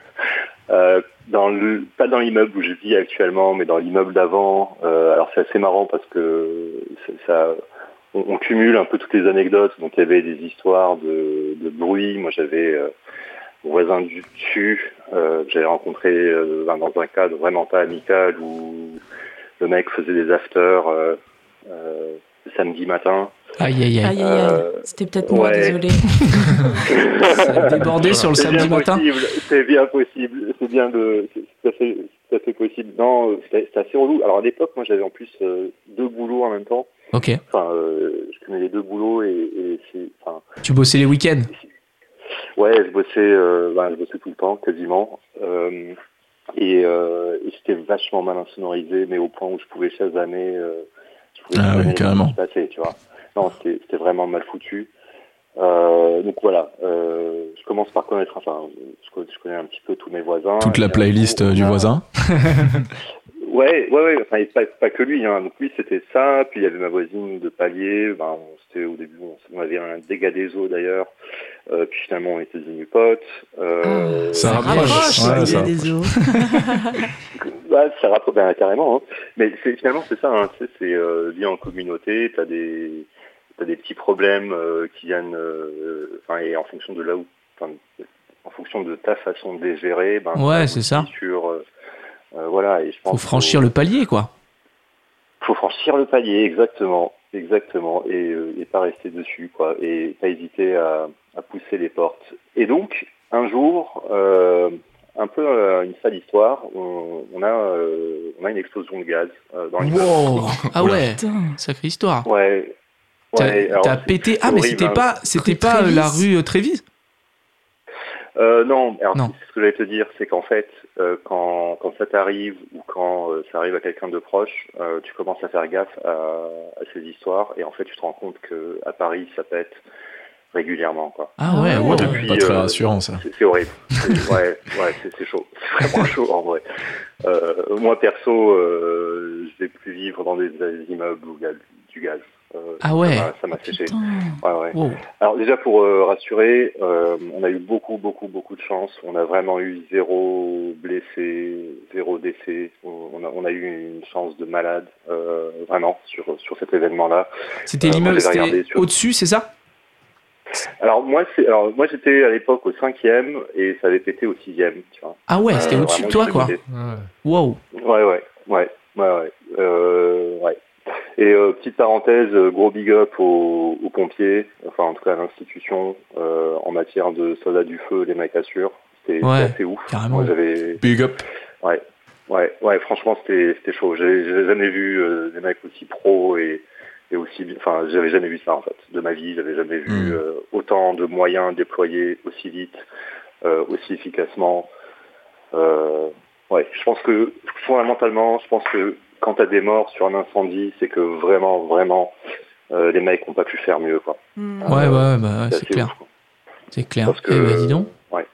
euh, dans le, pas dans l'immeuble où je vis actuellement, mais dans l'immeuble d'avant. Euh, alors c'est assez marrant parce que ça, ça on, on cumule un peu toutes les anecdotes. Donc il y avait des histoires de, de bruit. Moi j'avais euh, mon voisin du dessus euh, que j'avais rencontré euh, dans un cadre vraiment pas amical où le mec faisait des afters euh, euh, le samedi matin. Aïe, aïe, aïe. Aïe, aïe, aïe. Euh, C'était peut-être moi, ouais. désolé. Ça a débordé sur le C'est samedi bien matin. possible, c'est bien possible, c'est bien de, c'est tout à fait, tout à fait possible. Non, euh, c'était c'était assez relou. Alors à l'époque, moi j'avais en plus euh, deux boulots en même temps. Ok. Enfin, euh, je connais les deux boulots et, et c'est, enfin, Tu bossais les week-ends. ouais, je bossais, euh, ben, je bossais tout le temps quasiment. Euh, et, euh, et c'était vachement mal insonorisé, mais au point où je pouvais chasamer, euh, je pouvais Ah chasamer oui, les carrément. moments qui passaient, tu vois. Non, c'était, c'était vraiment mal foutu. Euh, donc voilà, euh, je commence par connaître, enfin, je connais, je connais un petit peu tous mes voisins. Toute la Et, playlist euh, euh, on du a- voisin. Ouais, ouais, ouais, enfin, et pas, pas que lui, hein. Donc lui, c'était ça, puis il y avait ma voisine de palier, ben, on- c'était au début, on, on avait un dégât des eaux d'ailleurs, euh, puis finalement on était devenus potes. Euh, Ça Ça rapproche. rapproche, Ouais, il y ça a des os. Bah, ça rapproche ben, carrément, hein. Mais c'est, finalement c'est ça, hein. Tu sais, c'est euh, vie en communauté, t'as des, t'as des petits problèmes euh, qui viennent, euh, enfin, et en fonction de là où, enfin, en fonction de ta façon de les gérer, ben, Ouais, ça c'est ça. aboutit Sur, euh, euh, voilà, et je pense Faut franchir le palier, quoi. faut franchir le palier, exactement. exactement, et, euh, et pas rester dessus, quoi, et pas hésiter à, à pousser les portes. Et donc, un jour, euh, un peu euh, une sale histoire, on, on, a, euh, on a une explosion de gaz euh, dans l'immeuble. Wow. Ah ouais, Putain. sacrée histoire. Ouais. T'as, ouais alors, t'as c'est- pété. c'est Ah, mais horrible, c'était hein. pas, c'était Rue pas euh, la Trévise. rue euh, Trévise. Euh, non, alors Non. ce que j'allais te dire, c'est qu'en fait, euh, quand, quand ça t'arrive ou quand euh, ça arrive à quelqu'un de proche, euh, tu commences à faire gaffe à, à ces histoires et en fait, tu te rends compte que à Paris, ça pète régulièrement, quoi. Ah ouais, Ah ouais. wow. Depuis, Pas très euh, rassurant, ça. C'est, c'est horrible. C'est- ouais, ouais, c'est, c'est chaud. C'est vraiment chaud en vrai. Euh, moi perso, euh, je vais plus vivre dans des, des immeubles où il y a du gaz. Euh, Ah ouais. Ça m'a, ça m'a séché. Putain. Ouais, ouais. Wow. Alors déjà pour euh, rassurer, euh, on a eu beaucoup, beaucoup, beaucoup de chance. On a vraiment eu zéro blessé, zéro décès. On on a, on a eu une chance de malade, euh, vraiment, sur, sur cet événement-là. C'était Euh, moi, l'immeuble, j'avais c'était regardé sur- au-dessus, c'est ça? Alors moi, c'est, alors moi j'étais à l'époque au cinquième et ça avait pété au sixième. Tu vois. Ah ouais, c'était Euh, au-dessus de vraiment, toi, quoi. j'étais- Ouais. Wow. Ouais, ouais, ouais, ouais, ouais. Euh, ouais. Et euh, petite parenthèse, euh, gros big up aux, aux pompiers, enfin en tout cas à l'institution, euh, en matière de soldats du feu, les mecs assurent. C'était, Ouais, c'était assez ouf. carrément. Moi j'avais, Big up. ouais, ouais, ouais. Franchement c'était, c'était chaud. J'ai, j'ai jamais vu euh, des mecs aussi pros et, et aussi, enfin j'avais jamais vu ça en fait de ma vie. J'avais jamais vu Mm. euh, autant de moyens déployés aussi vite, euh, aussi efficacement. Euh, ouais, je pense que fondamentalement, je pense que quand t'as des morts sur un incendie, c'est que vraiment, vraiment, euh, les mecs n'ont pas pu faire mieux, quoi. Hmm. Ouais, ouais, ouais, bah, ouais, C'est c'est assez clair. ouf, quoi. C'est clair. Parce que, Eh ben, dis donc. ouais.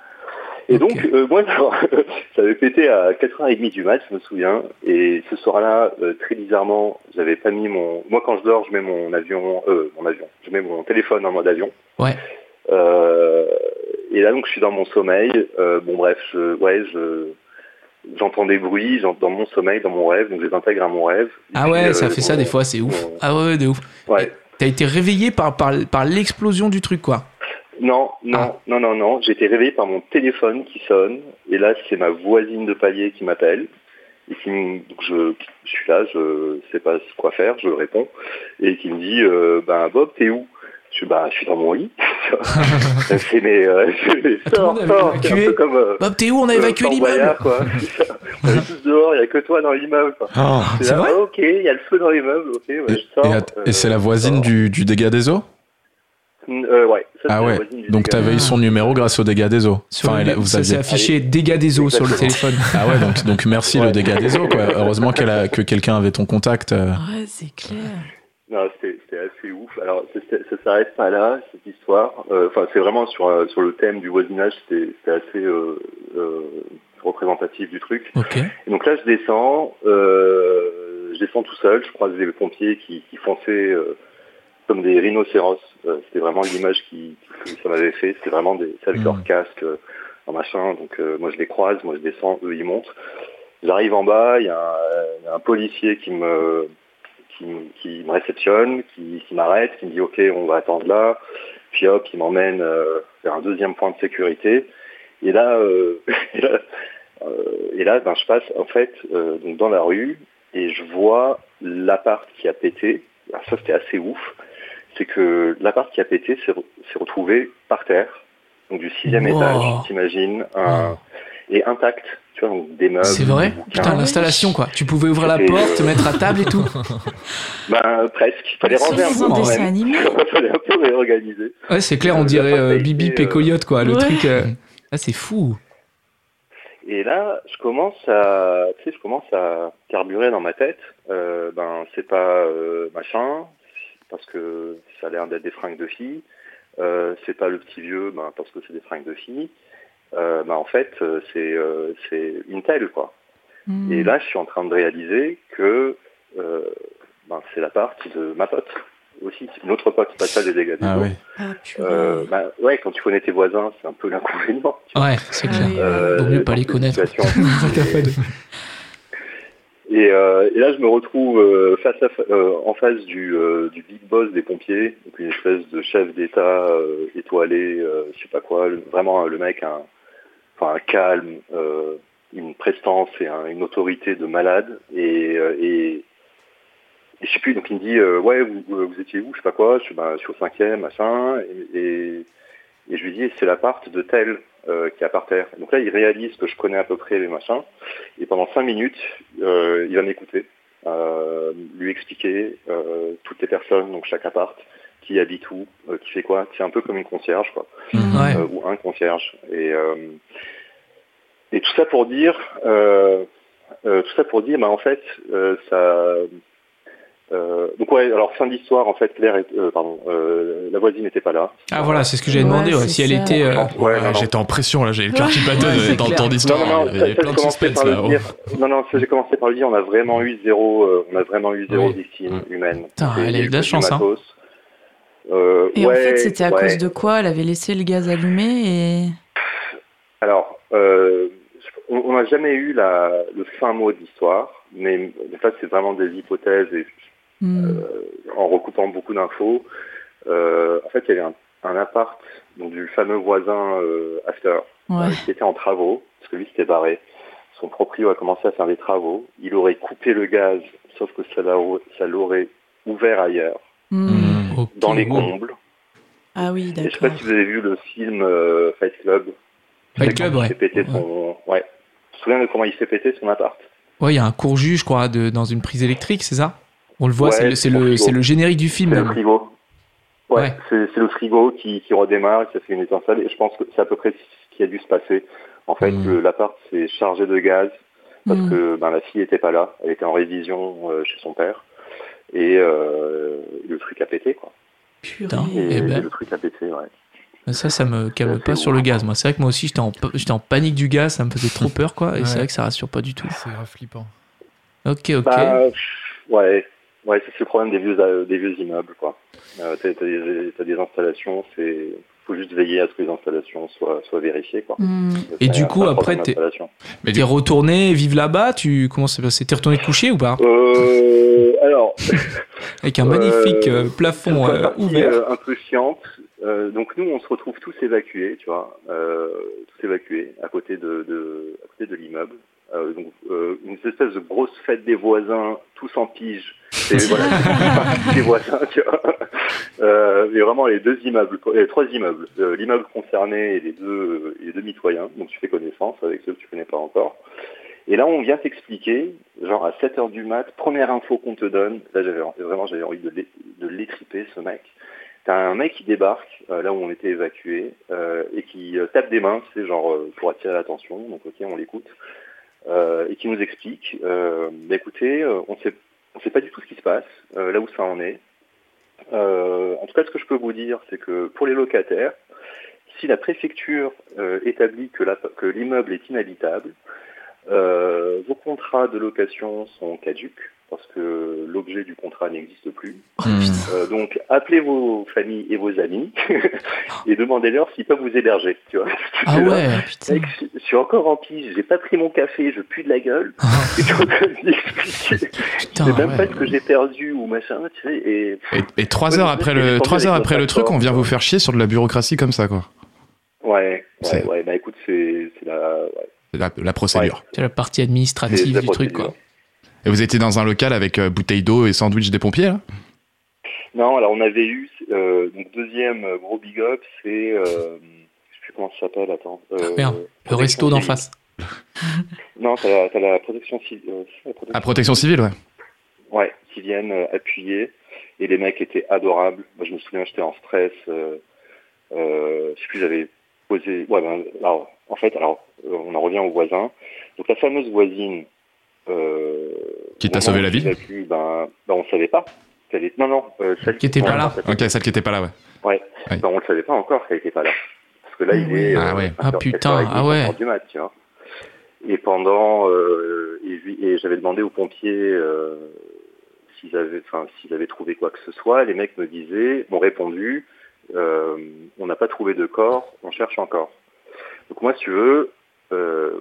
Et Ok. donc, euh, moi, alors, ça avait pété à quatre heures trente du mat, je me souviens. Et ce soir-là, euh, très bizarrement, j'avais pas mis mon... Moi, quand je dors, je mets mon avion... Euh, mon avion. Je mets mon téléphone en mode avion. Ouais. Euh, et là, donc, je suis dans mon sommeil. Euh, bon, bref, je, ouais, je... J'entends des bruits j'entends dans mon sommeil, dans mon rêve, donc je les intègre à mon rêve. Et Ah puis, ouais, euh, ça fait ça mon- des fois, c'est ouf. mon- Ah ouais, ouais, de ouf. Ouais. T'as été réveillé par, par, par l'explosion du truc, quoi. Non, non, Ah. non, non, non. J'ai été réveillé par mon téléphone qui sonne, et là c'est ma voisine de palier qui m'appelle. Et qui me, donc je, je suis là, je sais pas quoi faire, je réponds, et qui me dit, euh, ben Bob, t'es où? Je suis, bah, je suis dans mon lit. Elle fait, mais euh, je Tout le sors, monde avait sors. C'est un évacué. peu comme euh, Bob, t'es où? On a euh, évacué Fort l'immeuble. Boyard, quoi. C'est ça. On est tous dehors, il n'y a que toi dans l'immeuble, quoi. Ah. C'est C'est là, vrai ah, ok, il y a le feu dans l'immeuble, ok, ouais, Et, je sors. et att- et euh, c'est la je voisine sors. du, du dégât des eaux? Euh, ouais. Ça, Ah c'est la ouais. voisine du Donc dégât. t'avais eu son numéro grâce au dégât des eaux. Sur Enfin, le- elle a- vous ça s'est aviez. affiché dégâts des eaux sur le Exactement. téléphone. Ah ouais, donc, donc merci Ouais. le dégât des eaux, quoi. Heureusement qu'elle a, que quelqu'un avait ton contact. euh. Ouais, c'est clair. Non, c'était, c'était assez ouf. Alors, ça, ça, ça s'arrête pas là, cette histoire. Euh, Enfin, c'est vraiment sur, euh, sur le thème du voisinage, c'était, c'était assez euh, euh, représentatif du truc. Ok. Et donc là, je descends, euh, je descends tout seul, je croise des pompiers qui, qui fonçaient euh, comme des rhinocéros. Euh, c'était vraiment l'image qui, qui ça m'avait fait. C'était vraiment des, c'est avec Mm. leur casque, euh, leur machin. Donc euh, moi, je les croise, moi, je descends, eux, ils montent. J'arrive en bas, il y, a un- il y a un policier qui me qui, m- qui me réceptionne, qui, qui m'arrête, qui me dit ok, on va attendre là, puis hop, il m'emmène euh, vers un deuxième point de sécurité. Et là, euh, et là, euh, et là, ben, je passe en fait euh, donc dans la rue et je vois l'appart qui a pété. Alors ça, c'était assez ouf. C'est que l'appart qui a pété s'est, re- s'est retrouvé par terre, donc du sixième Wow. étage, t'imagines, un, et intact. Tu vois, donc des meubles. C'est vrai? des bouquins. Putain, l'installation, quoi. Tu pouvais ouvrir la C'était, porte, te euh, mettre à table et tout. Ben, presque. Il fallait C'est ranger un des peu quand dessins même. animés. Il fallait un peu réorganiser. Ouais, c'est clair, on Euh, dirait la porte a euh, été, Bibi euh, Pécoyote, quoi. Le ouais. truc. euh, Ah, c'est fou. Et là, je commence à, tu sais, je commence à carburer dans ma tête. Euh, ben, c'est pas euh, machin, parce que ça a l'air d'être des fringues de filles. Euh, c'est pas le petit vieux, ben, parce que c'est des fringues de filles. Euh, ben, en fait, euh, c'est euh, c'est une telle, quoi. Hmm. Et là, je suis en train de réaliser que euh, ben, c'est l'appart de ma pote aussi. C'est une autre pote, pas ça des dégâts des Ah eaux. oui. Ah, purée. Euh, ben, ouais, quand tu connais tes voisins, c'est un peu l'inconvénient. tu vois. Ouais, c'est Ah clair. oui. Euh, Vaut mieux pas dans les cette connaître. situation. T'as pas de- Et, euh, et là, je me retrouve euh, face à, fa- euh, en face du, euh, du big boss des pompiers, donc une espèce de chef d'État euh, étoilé, euh, je sais pas quoi. Le- vraiment, le mec, un, enfin, un calme, euh, une prestance et un- une autorité de malade. Et, euh, et, et je sais plus, donc il me dit, euh, ouais, vous, vous étiez où, je sais pas quoi, je suis, ben, je suis au cinquième, machin, et, et, et je lui dis, c'est l'appart de tel euh, qui est à par terre. Donc là, il réalise que je connais à peu près les machins, et pendant cinq minutes, euh, il va m'écouter, euh, lui expliquer euh, toutes les personnes, donc chaque appart, qui habite où, euh, qui fait quoi, c'est un peu comme une concierge, quoi, Ouais. euh, ou un concierge. Et, euh, et tout ça pour dire, euh, euh, tout ça pour dire, bah en fait, euh, ça. Euh, donc ouais, alors fin d'histoire, en fait, Claire, est, euh, pardon, euh, la voisine n'était pas là. Ah voilà, c'est ce que j'avais Ouais, demandé, ouais, c'est si elle ça. était... euh, Ouais, Ouais, non, non. j'étais en pression là, j'avais le cœur qui Ouais, battait c'est dans clair. ton histoire. Non, non, non, Il y ça, avait ça, plein j'ai de commencé suspense par le là. oh. dire. Non, non, ça, j'ai commencé par le dire. On a vraiment eu zéro, euh, on a vraiment eu zéro Oui. victime humaine. Putain, C'est- elle a eu de la du chance, hein. matos. Euh, Et ouais, en fait, c'était à ouais. cause de quoi? Elle avait laissé le gaz allumé et... Alors, euh, on on n'a jamais eu la, le fin mot de l'histoire, mais en fait, c'est vraiment des hypothèses et Hmm. euh, en recoupant beaucoup d'infos. Euh, en fait, il y avait un, un appart donc, du fameux voisin euh, After Ouais. euh, qui était en travaux, parce que lui s'était barré. Son proprio a commencé à faire des travaux. Il aurait coupé le gaz, sauf que ça, l'a- ça l'aurait ouvert ailleurs, Hmm. ok, dans les wow. combles. Ah oui, Et je sais pas d'accord. si vous avez vu le film euh, Fight Club. Fight C'est Club, quand il ouais. s'est pété son... Ouais. Tu te souviens de comment il s'est pété son appart? Ouais, il y a un courjus, je crois, de, dans une prise électrique, c'est ça? On le voit, Ouais, c'est le, c'est son le, frigo. c'est le générique du film C'est le même. frigo. Ouais, Ouais. c'est c'est le frigo qui, qui redémarre et ça fait une étincelle. Et je pense que c'est à peu près ce qui a dû se passer. En fait, Mm. le- l'appart s'est chargé de gaz parce Hmm. que ben, la fille était pas là. Elle était en révision euh, chez son père. Et euh, le truc a pété, quoi. Putain. Et, Eh ben. et le truc a pété, ouais. Ça, ça me calme C'est pas ouf. sur le gaz. Moi, c'est vrai que moi aussi, j'étais en, j'étais en panique du gaz, ça me faisait trop peur, quoi. Et Ouais. c'est vrai que ça rassure pas du tout. C'est grave flippant. Ok, ok. Bah, pff, ouais, ouais, c'est le problème des vieux, euh, des vieux immeubles, quoi. Euh, t'as, t'as des, t'as des installations, c'est, faut juste veiller à ce que les installations soient, soient vérifiées, quoi. Hmm. Et Ça, du y a coup, pas de après, problème t'es- d'installation. Mais T'es du- retourné vivre là-bas, tu comment c'est passé? T'es retourné te coucher ou pas? Euh, alors, Avec un magnifique euh, euh, plafond c'est une euh, partie, ouvert. euh, un peu chiante. Euh, donc nous, on se retrouve tous évacués, tu vois, euh, tous évacués à côté de, de à côté de l'immeuble. Euh, donc euh, une espèce de grosse fête des voisins, tous en pige. Et voilà, c'est des voisins, tu vois. Euh, mais vraiment les deux immeubles, les trois immeubles, euh, l'immeuble concerné et les deux, les deux mitoyens. Donc tu fais connaissance avec ceux que tu connais pas encore. Et là, on vient t'expliquer, genre à sept heures du mat, première info qu'on te donne. Là, j'avais vraiment j'avais envie de, l'é- de l'étriper, ce mec. T'as un mec qui débarque, euh, là où on était évacué, euh, et qui euh, tape des mains, tu sais, genre euh, pour attirer l'attention. Donc, ok, on l'écoute. Euh, et qui nous explique, euh, bah, écoutez, euh, on sait, on sait pas du tout ce qui se passe, euh, là où ça en est. Euh, en tout cas, ce que je peux vous dire, c'est que pour les locataires, si la préfecture euh, établit que, la, que l'immeuble est inhabitable, euh, vos contrats de location sont caducs parce que l'objet du contrat n'existe plus. Euh, donc, appelez vos familles et vos amis et demandez-leur s'ils peuvent vous héberger. Tu vois. Ah Là, ouais. Putain. mec, je je suis encore en pige, j'ai pas pris mon café, je pue de la gueule. Et tu es en train de m'expliquer. Je Putain, sais même ouais. pas ce que j'ai perdu ou machin, tu sais. Et Et, et trois Ouais, heures je après sais qu'il y a le des trois heures problèmes après avec le la truc, on plateforme. vient vous faire chier sur de la bureaucratie comme ça, quoi. ouais, ouais, C'est- ouais, bah écoute, c'est c'est la, ouais, C'est La, la procédure. Ouais. C'est la partie c'est administrative la du truc, procédure. quoi. Et vous étiez dans un local avec euh, bouteille d'eau et sandwich des pompiers, là? Non, alors on avait eu, euh, donc deuxième euh, gros big up, c'est, euh, je sais plus comment ça s'appelle, attends. Euh, Ah, merde, le protection resto d'en civile. face. Non, t'as la, t'as la protection civile. Euh, c'est la protection À protection civile, ouais. Ouais, qui viennent euh, appuyer. Et les mecs étaient adorables. Moi, je me souviens, j'étais en stress. Euh, euh, je sais plus, j'avais posé. Ouais, ben, alors, en fait, alors, euh, on en revient aux voisins. Donc, la fameuse voisine. Euh, Qui t'a au sauvé moment la où vie j'ai pu, ben, ben, on savait pas. qu'elle est- Non, non. Euh, celle Qui était pas ouais, là. en fait, Ok, celle qui était pas là, ouais. Ouais. Ouais. Ben, on le savait pas encore qu'elle était pas là. Parce que là, il est. Ah ouais. Ah, putain, ah ouais. Du mat, tu vois. Et pendant, euh, et, ju- et j'avais demandé aux pompiers euh, s'ils avaient, enfin, s'ils avaient trouvé quoi que ce soit. Les mecs me disaient, m'ont répondu, euh, on n'a pas trouvé de corps, on cherche encore. Donc moi, si tu veux, euh,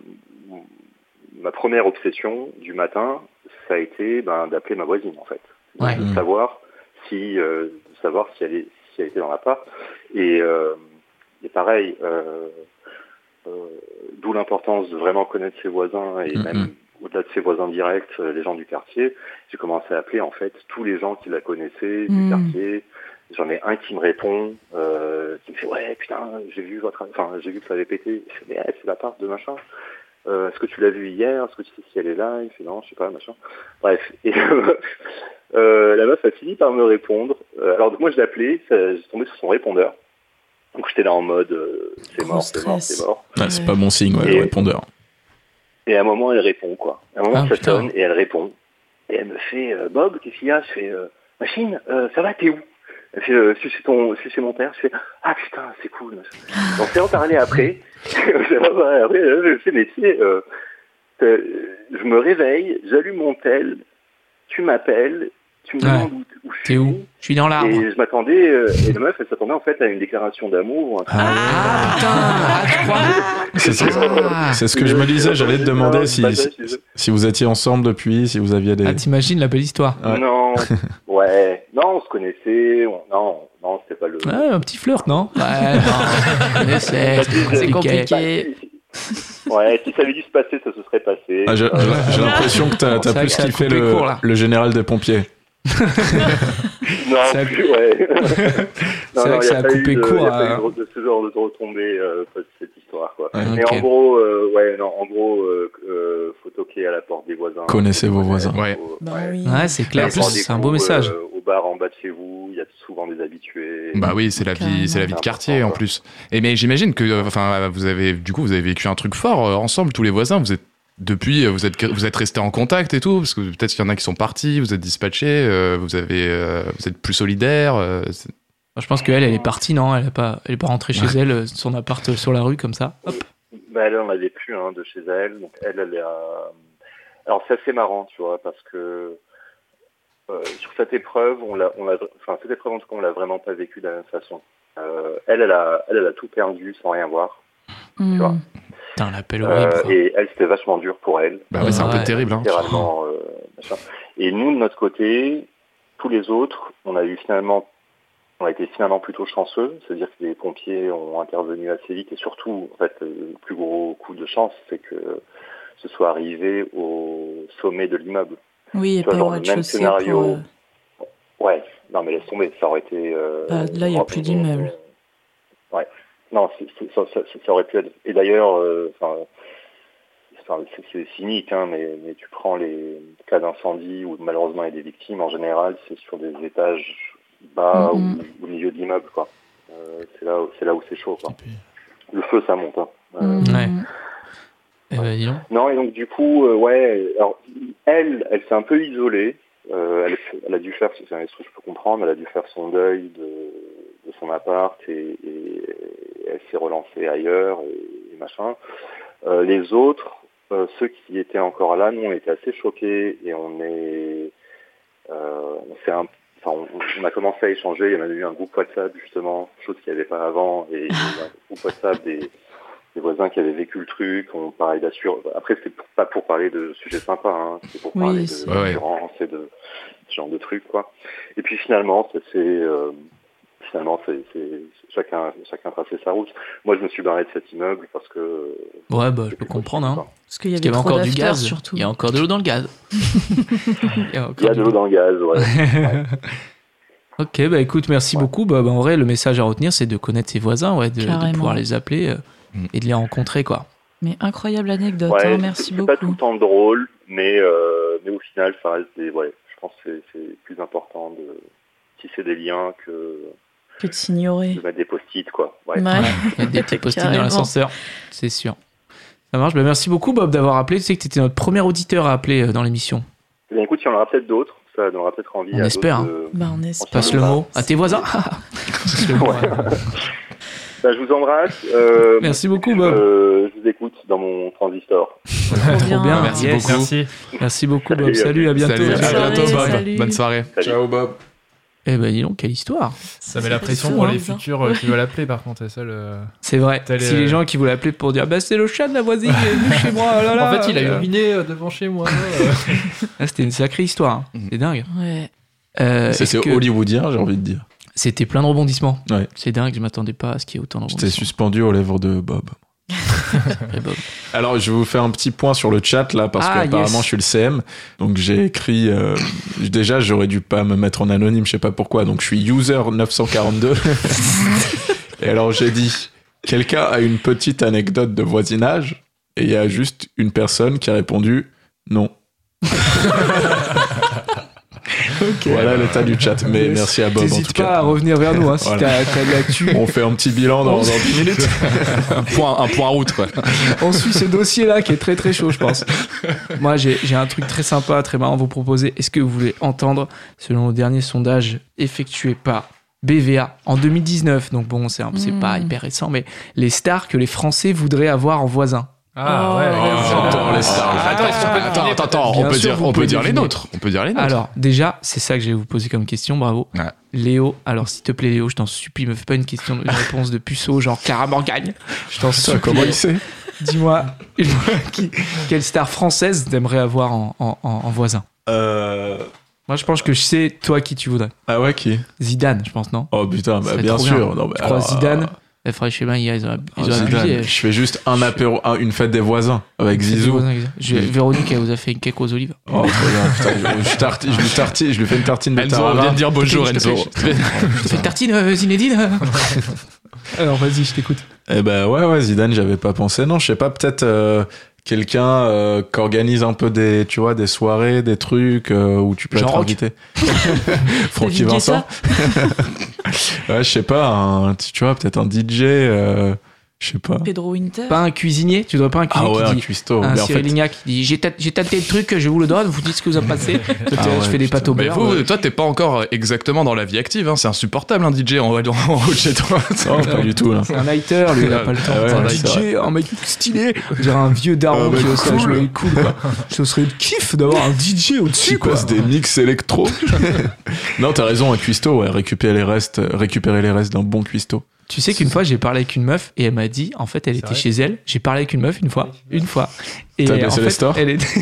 ma première obsession du matin, ça a été ben, d'appeler ma voisine en fait, Ouais. de savoir si, euh, de savoir si elle est, si elle était dans l'appart. Et, euh, et pareil. Euh, Euh, d'où l'importance de vraiment connaître ses voisins et Mhm. même au-delà de ses voisins directs, euh, les gens du quartier, j'ai commencé à appeler en fait tous les gens qui la connaissaient du Mm. quartier. J'en ai un qui me répond, euh, qui me fait ouais putain j'ai vu votre, enfin j'ai vu que ça avait pété. Je fais mais hey, c'est l'appart de machin. Euh, est-ce que tu l'as vu hier? Est-ce que tu sais si elle est là? Il fait non, je sais pas, machin. Bref. Et euh, la meuf a fini par me répondre. Euh, alors moi je l'ai appelé, ça, j'ai tombé sur son répondeur. Donc j'étais là en mode euh, c'est Gros mort, c'est mort, stress. c'est mort. Ah, c'est Ouais. pas bon signe, ouais, Et- le répondeur. Et à un moment elle répond quoi. À un moment Ah, ça putain. sonne et elle répond. Et elle me fait euh, Bob, qu'est-ce qu'il y a? Je fais euh, machine, euh, ça va, t'es où? Elle fait euh, c'est chez ton, c'est chez mon père. Je fais ah putain c'est cool. On s'est en parlé après. après je fais mais tu sais, euh, euh, je me réveille, j'allume mon tel, tu m'appelles, tu me Ouais. demandes où, où je suis. T'es où? Je suis dans l'arbre. Et je m'attendais, euh, et la meuf elle s'attendait en fait à une déclaration d'amour ou un truc. Ah putain, ah, tu crois? C'est c'est- Ah. c'est ce que je me disais, j'allais te demander si, si, si vous étiez ensemble depuis, si vous aviez des... Ah, t'imagines la belle histoire. Ouais. Non, ouais, non, on se connaissait, on- non, non, c'était pas le. Ouais, un petit flirt, non? Ouais, non, je connaissais, c'était C'est compliqué. compliqué. Ouais, si ça avait dû se passer, ça se serait passé. Ah, j'ai j'ai- j'ai l'impression que t'as C'est t'as vrai plus que ça a kiffé coupé le, court, là. le général des pompiers. non, ça a- plus, ouais. Non, vrai non, que y ça a pas eu coupé de- court y a pas à- eu de, de ce genre de retombées euh, de cette histoire, quoi. Ouais. Mais Ok. en gros, euh, ouais, non, en gros, euh, euh, faut toquer à la porte des voisins. Connaissez vos voisins. Ouais. Faut- Bah ouais. oui. Ouais, c'est clair. En Aller plus, prendre des c'est un beau coups, message. euh, au bar en bas de chez vous, il y a souvent des habitués. Bah oui, c'est la vie, c'est la vie de quartier en plus. Et mais j'imagine que, euh, enfin, vous avez, du coup, vous avez vécu un truc fort euh, ensemble, tous les voisins. Vous êtes depuis, euh, vous êtes, vous êtes restés en contact et tout, parce que peut-être qu'il y en a qui sont partis, vous êtes dispatchés, euh, vous avez, euh, vous êtes plus solidaires. euh, c'est- Moi, je pense qu'elle, elle est partie, non? Elle est pas, elle est pas rentrée chez elle, euh, son appart euh, sur la rue, comme ça. Hop. Bah, elle en avait plus hein, de chez elle. Donc elle, elle est à... Alors c'est assez marrant, tu vois, parce que euh, sur cette épreuve, on l'a, on l'a, enfin cette épreuve en tout cas, on l'a vraiment pas vécue de la même façon. Euh, elle, elle a, elle, elle a tout perdu sans rien voir. Mm. vois. Putain, l'appel horrible. Euh, quoi. et elle, c'était vachement dur pour elle. Bah ouais, c'est un Ouais. peu terrible. Hein. Littéralement. Euh, machin. Et nous, de notre côté, tous les autres, on a eu finalement, on a été finalement plutôt chanceux. C'est-à-dire que les pompiers ont intervenu assez vite et surtout, en fait, le plus gros coup de chance, c'est que ce soit arrivé au sommet de l'immeuble. Oui, et Tu vois, pas genre au le même rez-de-chaussée scénario. pour, euh, Ouais, non mais laisse tomber, ça aurait été... Euh, Bah, là, il y a on- plus on- d'immeuble. on- Ouais, non, c'est- c'est- ça, ça- ça aurait pu être... Et d'ailleurs, euh, enfin, enfin, c'est c'est cynique, hein, mais, mais tu prends les cas d'incendie où malheureusement il y a des victimes, en général, c'est sur des étages bas Mhm. ou au milieu de l'immeuble, quoi. Euh, c'est là, où- c'est là où c'est chaud, quoi. Et puis- Le feu, ça monte, hein. Euh, Mm. Ouais. Eh ben, dis donc. Non, et donc du coup, euh, ouais, alors elle, elle s'est un peu isolée. Euh, elle, elle a dû faire, c'est un truc que je peux comprendre, elle a dû faire son deuil de, de son appart et, et elle s'est relancée ailleurs et, et machin. Euh, les autres, euh, ceux qui étaient encore là, nous on était assez choqués et on est, euh, on s'est un Enfin, on, on a commencé à échanger, il y en a eu un groupe WhatsApp justement, chose qu'il n'y avait pas avant, et il y a eu un groupe WhatsApp des, des voisins qui avaient vécu le truc, on parlait d'assurance. Après, c'était pour- pas pour parler de sujets sympas, hein, c'était pour Oui, parler c'est- de Ouais, ouais. l'assurance et de ce genre de trucs, quoi. Et puis finalement, ça s'est, euh, finalement, c'est, c'est, chacun, chacun traçait sa route. Moi, je me suis barré de cet immeuble parce que. Ouais, bah, je c'était peux plus comprendre. possible, Hein. quoi. Parce qu'il y Parce avait qu'il y avait trop encore du d'after, gaz. surtout. Il y a encore de l'eau dans le gaz. Il y a, encore Il y a du- de l'eau dans le gaz, ouais. Ok, bah écoute, merci Ouais. beaucoup. Bah, bah, en vrai, le message à retenir, c'est de connaître ses voisins, ouais, de, de Carrément. pouvoir les appeler euh, Mm. et de les rencontrer, quoi. Mais incroyable anecdote, Ouais, hein, c'est- merci c'est pas tout beaucoup. le temps drôle, mais, euh, mais au final, ça reste des. Ouais, je pense que c'est, c'est plus important de tisser des liens que Que de s'ignorer. de mettre des post-it, quoi. Ouais. Ouais. Il y a des petits post-it dans Carrément. l'ascenseur, c'est sûr. Ça marche. Bah, merci beaucoup, Bob, d'avoir appelé. Tu sais que tu étais notre premier auditeur à appeler euh, dans l'émission. Eh bien, écoute, il y en aura peut-être d'autres. Ça donnera peut-être envie. On à espère, d'autres de- Bah, on espère. Passe le Bah, mot à tes voisins. Passe le mot, ouais. Bah, je vous embrasse. Euh, Merci beaucoup, Bob. euh, je vous écoute dans mon transistor. Trop bien. Merci Yes. beaucoup. Merci. Merci beaucoup, Bob. Salut, Salut, à bientôt. Salut, à Bonne bientôt, soirée, Bob. salut. Bonne soirée. Salut. Ciao Bob. Eh ben, dis donc, quelle histoire. Ça met la pression fou, pour hein, les ça. futurs euh, qui veulent appeler, par contre, c'est ça le. C'est vrai. T'as les- Si les gens qui voulaient appeler pour dire, bah, c'est le chat de la voisine, il est venu chez moi. Oh là là. En fait, il a Euh, uriné euh, devant chez moi. euh. ah, c'était une sacrée histoire. hein. Mhm. C'est dingue. Ouais. Euh, C'était est-ce que- hollywoodien, j'ai envie de dire. C'était plein de rebondissements. Ouais. C'est dingue, je m'attendais pas à ce qu'il y ait autant de J'étais rebondissements. suspendu aux lèvres de Bob. Alors, je vais vous faire un petit point sur le chat là, parce Ah, qu'apparemment yes. je suis le C M. Donc, j'ai écrit. euh, déjà, j'aurais dû pas me mettre en anonyme, je sais pas pourquoi. Donc, je suis user neuf cent quarante-deux. Et alors, j'ai dit quelqu'un a une petite anecdote de voisinage. Et il y a juste une personne qui a répondu non. Ok. Voilà l'état du chat. Mais Yes. merci à Bob en T'hésites tout pas cas. à revenir vers nous hein, si Voilà. t'as, t'as de l'actu. On fait un petit bilan dans, dans dix minutes. un point, un point route, quoi. On suit ce dossier-là qui est très très chaud, je pense. Moi, j'ai, j'ai un truc très sympa, très marrant à vous proposer. Est-ce que vous voulez entendre, selon le dernier sondage effectué par B V A en deux mille dix-neuf, donc bon, c'est, un- c'est Mm. pas hyper récent, mais les stars que les Français voudraient avoir en voisin. Ah Oh, ouais, oh, ouais, j'adore les stars. Attends, est-ce qu'on peut Attends, deviner, attends, attends, Bien on peut sûr, dire, vous on peut pouvez dire les deviner. nôtres. On peut dire les nôtres. Alors, déjà, c'est ça que je vais vous poser comme question, bravo. Ouais. Léo, alors s'il te plaît, Léo, je t'en supplie, me fais pas une question, une réponse de puceau, genre Clara Morgagne. Je t'en supplie. Comment il sait? Dis-moi, qui- quelle star française t'aimerais avoir en, en- en- en voisin? Euh... Moi, je pense que je sais, toi, qui tu voudrais. Ah ouais, qui? Zidane, je pense, non? Oh putain, bah, serait bien trop sûr. bien. Non, bah, Je crois alors, Zidane, elle ferait chez moi, ils auraient, ils euh, auraient Zidane, abusé. je fais juste un apéro, un- une fête des voisins avec Zizou. Je- Véronique, elle vous a fait une cake aux olives. Oh, trop bien, putain, je, je, tarti- je lui tartine, je lui fais une tartine de Enzo, on tarama. vient de dire bonjour, Je te Enzo. fais- Je te fais une tartine, euh, Zinedine. Alors, vas-y, je t'écoute. Eh ben ouais, ouais, Zidane, j'avais pas pensé. Non, je sais pas, peut-être euh, quelqu'un euh, qui organise un peu des, tu vois, des soirées, des trucs euh, où tu peux Jean être Roch. invité. Francky David Vincent. Ouais, je sais pas, un, tu vois, peut-être un D J, euh, je sais pas. Pedro Winter. Pas un cuisinier, tu voudrais pas un Ah cuisinier ouais, un qui dit. cuistot. Un Mais en Cyril fait, Lignac qui dit j'ai tat- j'ai tâté le truc, je vous le donne, vous dites ce que vous avez passé. Toi, t'es- Ah je ouais, fais des putain. pâtes au Mais beurre. vous, euh, toi, t'es pas encore exactement dans la vie active. Hein. C'est insupportable, un D J en, en haut de chez toi. non, pas du tout, là. C'est un nighter, lui, il a pas le temps. Ah ouais, un ouais, c'est D J, un mec stylé. On dirait un vieux daron Ah ouais, qui ose cool. jouer cool, quoi. Ce serait le kiff d'avoir un D J au-dessus, Tu quoi. passes des mix électro. Non, t'as raison, un cuistot, ouais, récupérer les restes, récupérer les restes d'un bon cuistot. Tu sais qu'une fois, j'ai parlé avec une meuf et elle m'a dit, en fait, elle C'est était vrai chez elle. J'ai parlé avec une meuf une fois, une fois. Et T'as en baissé fait, les stores elle était...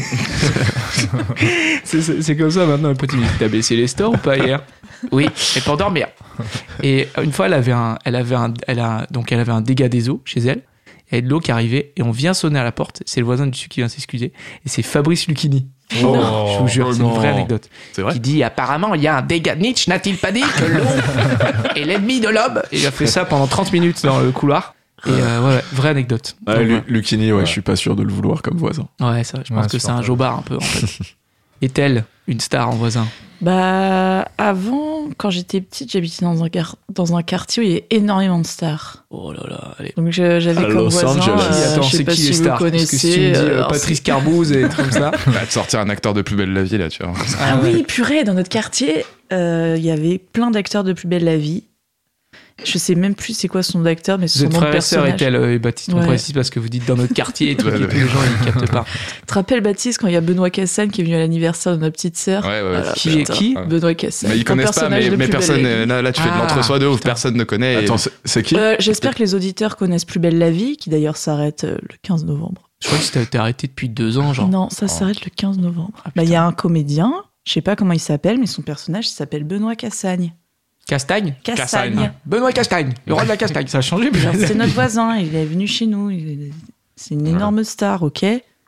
c'est, c'est- c'est comme ça maintenant, le petit. T'as baissé les stores ou pas hier? Oui, et pour dormir. Et une fois, elle avait un, elle avait un, elle a, donc elle avait un dégât des eaux chez elle. Il y a de l'eau qui arrivait et on vient sonner à la porte. C'est le voisin du dessus qui vient s'excuser. Et c'est Fabrice Lucchini. Oh, Je vous jure, oh c'est une non. vraie anecdote. C'est vrai. Qui dit apparemment il y a un dégât. Nietzsche n'a-t-il pas dit que l'eau est l'ennemi de l'homme? Et il a fait ça pendant trente minutes dans le couloir. Et euh, ouais, ouais, vraie anecdote. Ouais, Donc, Lu- Lucchini, ouais, je suis pas sûr de le vouloir comme voisin. ouais, ça, je pense Ouais, que c'est un supportable. jobard un peu en fait. Est-elle une star en voisin? Bah, avant, quand j'étais petite, j'habitais dans un, quar- dans un quartier où il y avait énormément de stars. Oh là là, allez. Donc je- j'avais À comme Los voisin, Angeles. euh, Attends, je sais c'est pas qui si les vous stars? Parce que si tu me dis connaissez. euh, alors, Patrice Carbouze et des trucs comme ça. Va te sortir un acteur de Plus belle la vie, là, tu vois. Ah oui, purée, dans notre quartier, euh, il y avait plein d'acteurs de Plus belle la vie. Je sais même plus c'est quoi son nom d'acteur, mais Vous son êtes nom de frère et sœur personnage. et tel, euh, et Baptiste, on Ouais. précise parce que vous dites dans notre quartier et tout, Ouais, et ouais. tous les gens ils captent pas. Tu te rappelles, Baptiste, quand il y a Benoît Cassagne qui est venu à l'anniversaire de ma petite sœur? Ouais, ouais, ouais. Voilà, Qui est putain. qui? Benoît Cassagne. Mais ils un connaissent pas, personnage mais, de mais Plus belle personne. la vie. Là, là, tu fais de Ah, l'entre-soi de ouf, putain. personne ne connaît. et- Attends, c'est- c'est qui? Euh, J'espère que les auditeurs connaissent Plus belle la vie, qui d'ailleurs s'arrête euh, le quinze novembre. Je crois que c'était t'es arrêté depuis deux ans, genre. Non, ça s'arrête le quinze novembre. Ah, Bah, il y putain. a un comédien, je sais pas comment il s'appelle, mais son personnage il s'appelle Benoît Cassagne. Castagne? Cassagne. Benoît Castagne, le roi de la castagne. Ça a changé, mais Genre, C'est notre voisin, il est venu chez nous. il est- C'est une énorme star, ok?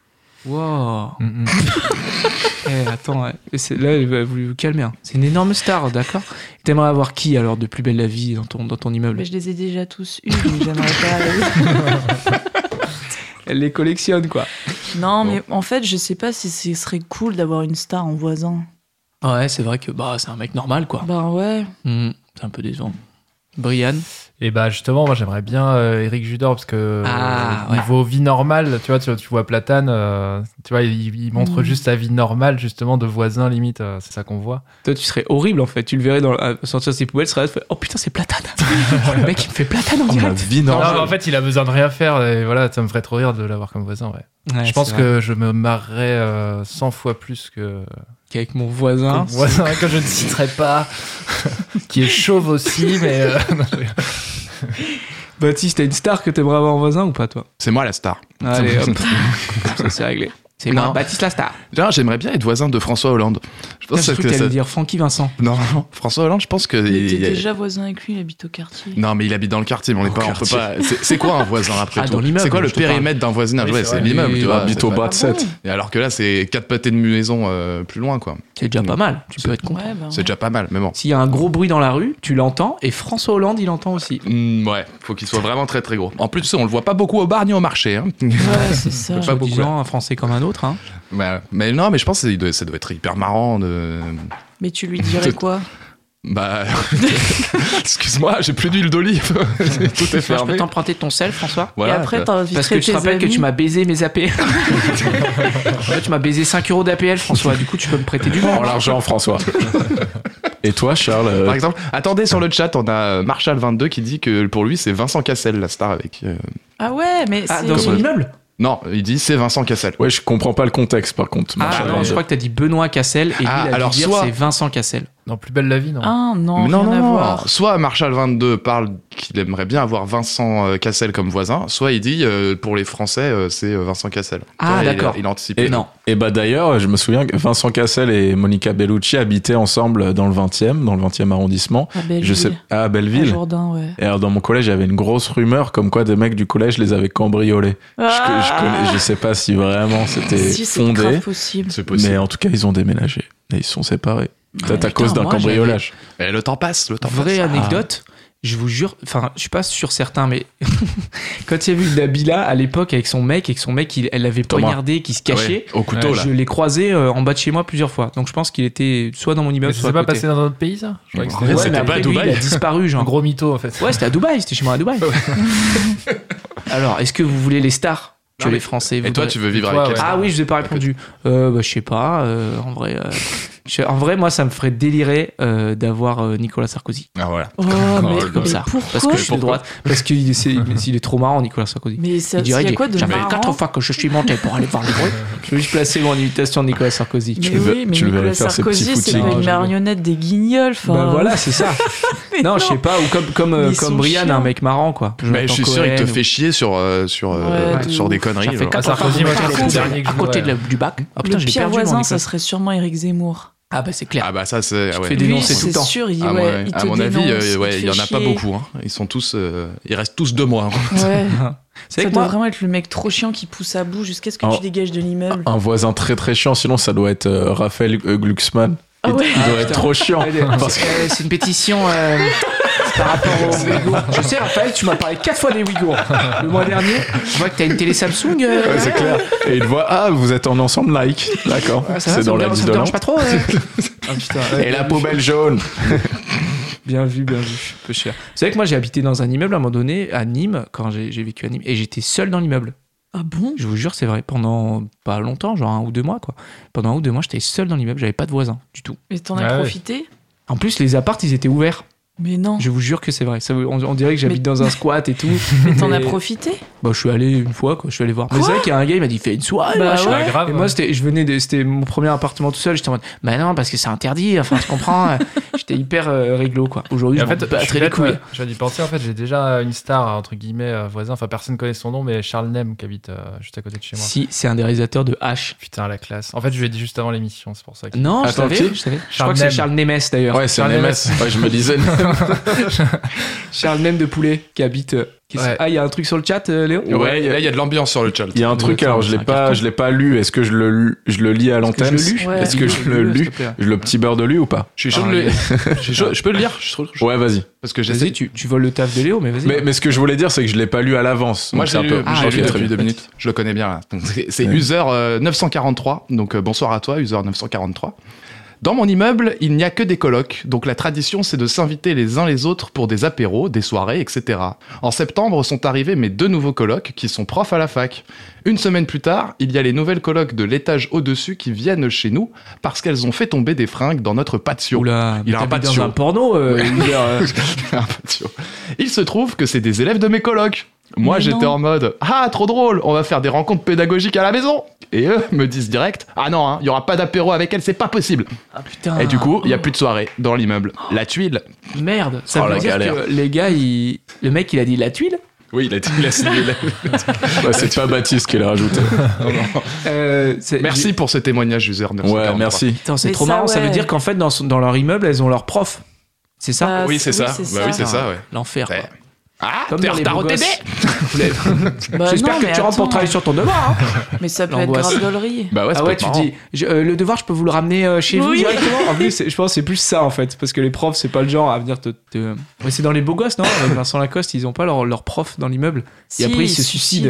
Wow. Mm, mm. Eh, attends, ouais. Et c'est- là, il va vous vous calmer. hein. C'est une énorme star, d'accord? T'aimerais avoir qui alors de Plus belle la vie dans ton, dans ton immeuble? Mais je les ai déjà tous eus, donc j'aimerais pas. Elle les collectionne, quoi. Non, mais en fait, je sais pas si ce serait cool d'avoir une star en voisin. Ouais, c'est vrai que bah, c'est un mec normal, quoi. Ben ouais. Hmm, c'est un peu décevant. Brian? Et bah justement, moi j'aimerais bien euh, Eric Judor parce que Ah, euh, niveau vie normale, tu vois, tu, tu vois Platane, euh, tu vois, il, il montre Mm. juste sa vie normale justement de voisin limite, euh, c'est ça qu'on voit. Toi, tu serais horrible, en fait. Tu le verrais dans, à sortir ses poubelles, tu serais là, tu fais, oh putain, c'est Platane. Le mec, il me fait Platane en Oh, ma direct. vie Non, normale. mais en fait, il a besoin de rien faire et voilà, ça me ferait trop rire de l'avoir comme voisin, ouais. Ouais, je pense c'est vrai. que je me marrerais euh, cent fois plus que Qu'avec mon voisin. que mon voisin que je ne citerai pas, qui est chauve aussi, mais euh, non, je- Baptiste, t'as une star que t'aimerais avoir en voisin ou pas, toi? C'est moi la star. Allez, hop. Ça, c'est réglé. C'est Non. moi, Baptiste la star. Là, j'aimerais bien être voisin de François Hollande. Je pense J'ai cru que que t'allais ça- dire Francky Vincent. Non, non, François Hollande, je pense que. Il il- était il- déjà voisin avec lui, il habite au quartier. Non, mais il habite dans le quartier, mais on n'est Au pas, on peut quartier. pas. C'est, c'est quoi un voisin après Ah, tout dans l'immeuble, C'est quoi le je te parle. périmètre d'un voisinage? Oui, Ouais, c'est c'est vrai. l'immeuble, Et tu Il vois. habite c'est au pas- bas de sept. Et alors que là, c'est quatre pâtés de maison euh, plus loin, quoi. C'est déjà pas mal. Tu C'est- peux être content. Ouais, bah, C'est déjà pas mal, mais bon. S'il y a un gros bruit dans la rue, tu l'entends et François Hollande, il l'entend aussi. Mm, ouais, faut qu'il soit vraiment très très gros. En plus, tu sais, on le voit pas beaucoup au bar ni au marché. Hein. ouais, c'est ça. Pas beaucoup, Disant un Français comme un autre. Hein. Ouais, mais non, mais je pense que ça doit, ça doit être hyper marrant de. Mais tu lui dirais quoi? Bah. Excuse-moi, j'ai plus d'huile d'olive. Tout est Je peux fermé. t'emprunter ton sel, François Voilà, Et après, quoi. t'inviterais Parce que je te tes rappelle que amis. tu m'as baisé mes A P L. Là, tu m'as baisé cinq euros d'A P L, François. Du coup, tu peux me prêter du Prends vent. l'argent, François. Et toi, Charles euh, Par exemple, attendez sur le chat, on a Marshall vingt-deux qui dit que pour lui c'est Vincent Cassel la star avec. euh, Ah ouais, mais Ah, c'est... dans son immeuble Non, il dit c'est Vincent Cassel. Ouais, je comprends pas le contexte par contre. Ah Marshall non, Vande. je crois que t'as dit Benoît Cassel et lui, Ah, il a alors dû dire soit- c'est Vincent Cassel. Non, plus belle la vie, non. Ah non, Mais non, rien non, à non. voir. Soit Marshall vingt-deux parle qu'il aimerait bien avoir Vincent euh, Cassel comme voisin, soit il dit euh, pour les Français euh, c'est euh, Vincent Cassel. Ah, Tu vois, il- d'accord. Il, a anticipé. Et, Non. et bah d'ailleurs, je me souviens que Vincent Cassel et Monica Bellucci habitaient ensemble dans le vingtième, dans le vingtième arrondissement. À Belleville. Je sais, à À Belleville. Jourdain, ouais. Et alors dans mon collège, il y avait une grosse rumeur comme quoi des mecs du collège les avaient cambriolés. Je, je, connais, je sais pas si vraiment c'était Si, c'est fondé, grave possible. C'est possible. mais en tout cas ils ont déménagé et ils se sont séparés. Peut-être à putain, cause d'un moi, cambriolage. Et le temps passe, le temps Vraie passe. anecdote, je vous jure, enfin, je suis pas sûr certain, mais quand il y a vu Nabila à l'époque avec son mec et que son mec, il- elle l'avait Thomas. poignardé, qui se Ah cachait, ouais, au couteau Ouais, là. je l'ai croisé euh, en bas de chez moi plusieurs fois. Donc je pense qu'il était soit dans mon Mais immeuble, ça soit s'est à pas côté. passé dans un autre pays, ça? Je croyais que Ouais, c'était Ouais, c'était mais pas après, à lui, Dubaï. il a disparu, un genre. gros mytho, en fait. Ouais, c'était à Dubaï, c'était chez moi à Dubaï. Alors, est-ce que vous voulez les stars que Non, mais- les Français Et toi, voudraient tu veux vivre Et toi, avec ouais. quel Ah oui, je vous ai pas répondu. Euh, bah, je sais pas. euh, en vrai, euh, je- en vrai, moi, ça me ferait délirer euh, d'avoir euh, Nicolas Sarkozy. Ah voilà. Oh, mais, comme mais ça. pourquoi Parce que je suis de droite. Parce qu'il est, il est trop marrant, Nicolas Sarkozy. Mais ça, Il dirait, il y a il quoi de dit, ça fait marrant? quatre fois que je suis monté pour aller voir les bruits. Je vais juste placer mon imitation de Nicolas Sarkozy. Mais le ver- oui, mais tu le verrais Nicolas faire ses petits Sarkozy, c'est footings. pas Non, une je- marionnette des guignols. Enfin... Bah voilà, c'est ça. Mais Non, je sais pas, ou comme, comme, euh, Mais ils comme sont Brian, chiants. un mec marrant, quoi. Mais je suis sûr, il te Cohen, fait chier sur, euh, sur, euh, Ouais, de sur des ouf. conneries. Ça fait genre. quatre Ah, Sarkozy, fois moi, que c'est je le l'ai dernier que à je côté de voudrais. la- du bac. Ah putain, le j'ai pire perdu mon voisin, Nicolas. ça serait sûrement Eric Zemmour. Ah bah c'est clair. Ah bah ça c'est ah te ouais. fais Lui, dénoncer tout c'est le temps. sûr, il, À ouais, mon, il à te mon avis, dénonce, euh, il ouais, te il y en fait a pas chier. beaucoup. Hein. Ils sont tous, euh, ils restent tous deux mois. hein. Ouais. C'est Ça que doit moi, vraiment être le mec trop chiant qui pousse à bout jusqu'à ce que Oh. tu dégages de l'immeuble. Un voisin très très chiant, sinon ça doit être euh, Raphaël euh, Glucksmann. Ah il, ouais. il doit être trop chiant. Parce que Euh, c'est une pétition euh, par rapport aux Ouïghours. Je sais, Raphaël, tu m'as parlé quatre fois des Ouïghours le mois dernier. Je vois que t'as une télé Samsung. euh, ouais, c'est clair. Et il voit, ah, vous êtes en ensemble like. D'accord. Ah, ça va, C'est ça dans me la dérange- liste ça me de dérange Lens. pas trop. euh. Ah, putain, ouais, Et la bien vu. poubelle jaune. Bien vu, bien vu. Peu cher. Vous savez que moi, j'ai habité dans un immeuble à un moment donné, à Nîmes, quand j'ai j'ai vécu à Nîmes, et j'étais seul dans l'immeuble. Ah bon? Je vous jure, c'est vrai. Pendant pas longtemps, genre un ou deux mois, quoi. Pendant un ou deux mois, j'étais seul dans l'immeuble, j'avais pas de voisins du tout. Mais t'en Ah as ouais. profité? En plus, les apparts, ils étaient ouverts. Mais non. Je vous jure que c'est vrai. Ça, on, on dirait que j'habite Mais- dans un squat et tout. Mais t'en as Mais- profité? Bah, je suis allé une fois, quoi. Je suis allé voir. Mais c'est vrai qu'il y a un gars, il m'a dit, fais une soirée, Bah machin. ouais. Ah, grave. Et moi, c'était, je venais de, c'était mon premier appartement tout seul. J'étais en mode, bah non, parce que c'est interdit. Enfin, tu comprends. J'étais hyper euh, réglo, quoi. Aujourd'hui, Et je en m'en fait, je battrais suis les bête, couilles. ouais. Je viens d'y penser. En fait, j'ai déjà une star, entre guillemets, euh, voisin. Enfin, personne connaît son nom, mais Charles Nem, qui habite euh, juste à côté de chez moi. Si, c'est un des réalisateurs de H. Putain, la classe. En fait, je lui ai dit juste avant l'émission, c'est pour ça que. Non, je Attends, savais. qui Je savais. Je crois Charles que c'est Nem. Charles Nemes, d'ailleurs. Ouais, c'est Charles un M Nemes. S. Ouais, je me disais. Charles Nem de Poulet, qui habite. euh, qui- Ouais. Ah, il y a un truc sur le chat, euh, Léo Ouais, Là, il y a de l'ambiance sur le chat. Il y a un truc, Attends, alors je c'est l'ai un pas, carton. je l'ai pas lu. Est-ce que je le, je le lis à Est-ce que l'antenne je le lis Ouais. Est-ce que je le Lis-le, s'il lis te plaît. Le petit beurre de lui ou pas Je suis chaud Ah, de le- il je suis chaud- je peux le lire je trouve- je- Ouais, vas-y. Parce que Vas-y, j'essaie. tu, tu voles le taf de Léo, mais vas-y. Mais, mais ce que je voulais dire, c'est que je l'ai pas lu à l'avance. Moi, Donc j'ai c'est lu, un peu- Ah, j'ai ok, lu très depuis bien. deux minutes. Je le connais bien là. Donc, c'est c'est Ouais. user euh, neuf cent quarante-trois. Donc euh, bonsoir à toi, user neuf cent quarante-trois. Dans mon immeuble, il n'y a que des colocs, donc la tradition c'est de s'inviter les uns les autres pour des apéros, des soirées, et cetera. En septembre sont arrivés mes deux nouveaux colocs qui sont profs à la fac. Une semaine plus tard, il y a les nouvelles colocs de l'étage au-dessus qui viennent chez nous parce qu'elles ont fait tomber des fringues dans notre patio. Oula, Il a un t'habites patio. dans un porno, euh, Uber, euh. Un patio. Il se trouve que c'est des élèves de mes colocs. Moi, Mais j'étais non. en mode « Ah, trop drôle, on va faire des rencontres pédagogiques à la maison !» Et eux me disent direct « Ah non, hein, il y aura pas d'apéro avec elle, c'est pas possible Ah putain. !» Et du coup, il y a plus de soirée dans l'immeuble. La tuile. Merde, ça Oh, veut la dire galère. que les gars, ils... le mec, il a dit la tuile. Oui, il a, il a signé. la- Ouais, c'est pas Baptiste qui l'a rajouté. Euh, c'est- Merci pour ce témoignage, user neuf cent Ouais, quarante-trois. merci. Putain, c'est Mais trop ça, marrant. Ça ouais. veut dire qu'en fait, dans, son- dans leur immeuble, elles ont leur prof. C'est ça Bah, Oui, c'est ça. oui, Bah oui, c'est ça, ouais. L'enfer. Ouais. quoi. Ah, Comme t'es dans en les retard beaux au T D. gosses. Bah J'espère non, que mais tu rentres pour attends. travailler sur ton devoir. Hein. Mais ça peut être L'angoisse. grave gaulerie. Bah ouais, ça Ah peut ouais, être tu marrant. dis je- euh, le devoir, je peux vous le ramener euh, chez vous Oui. directement. En plus, c'est- je pense que c'est plus ça en fait, parce que les profs, c'est pas le genre à venir te. te... Mais c'est dans les beaux gosses, non Avec Vincent Lacoste, ils ont pas leur, leur prof dans l'immeuble. Si, après, ils se suicide.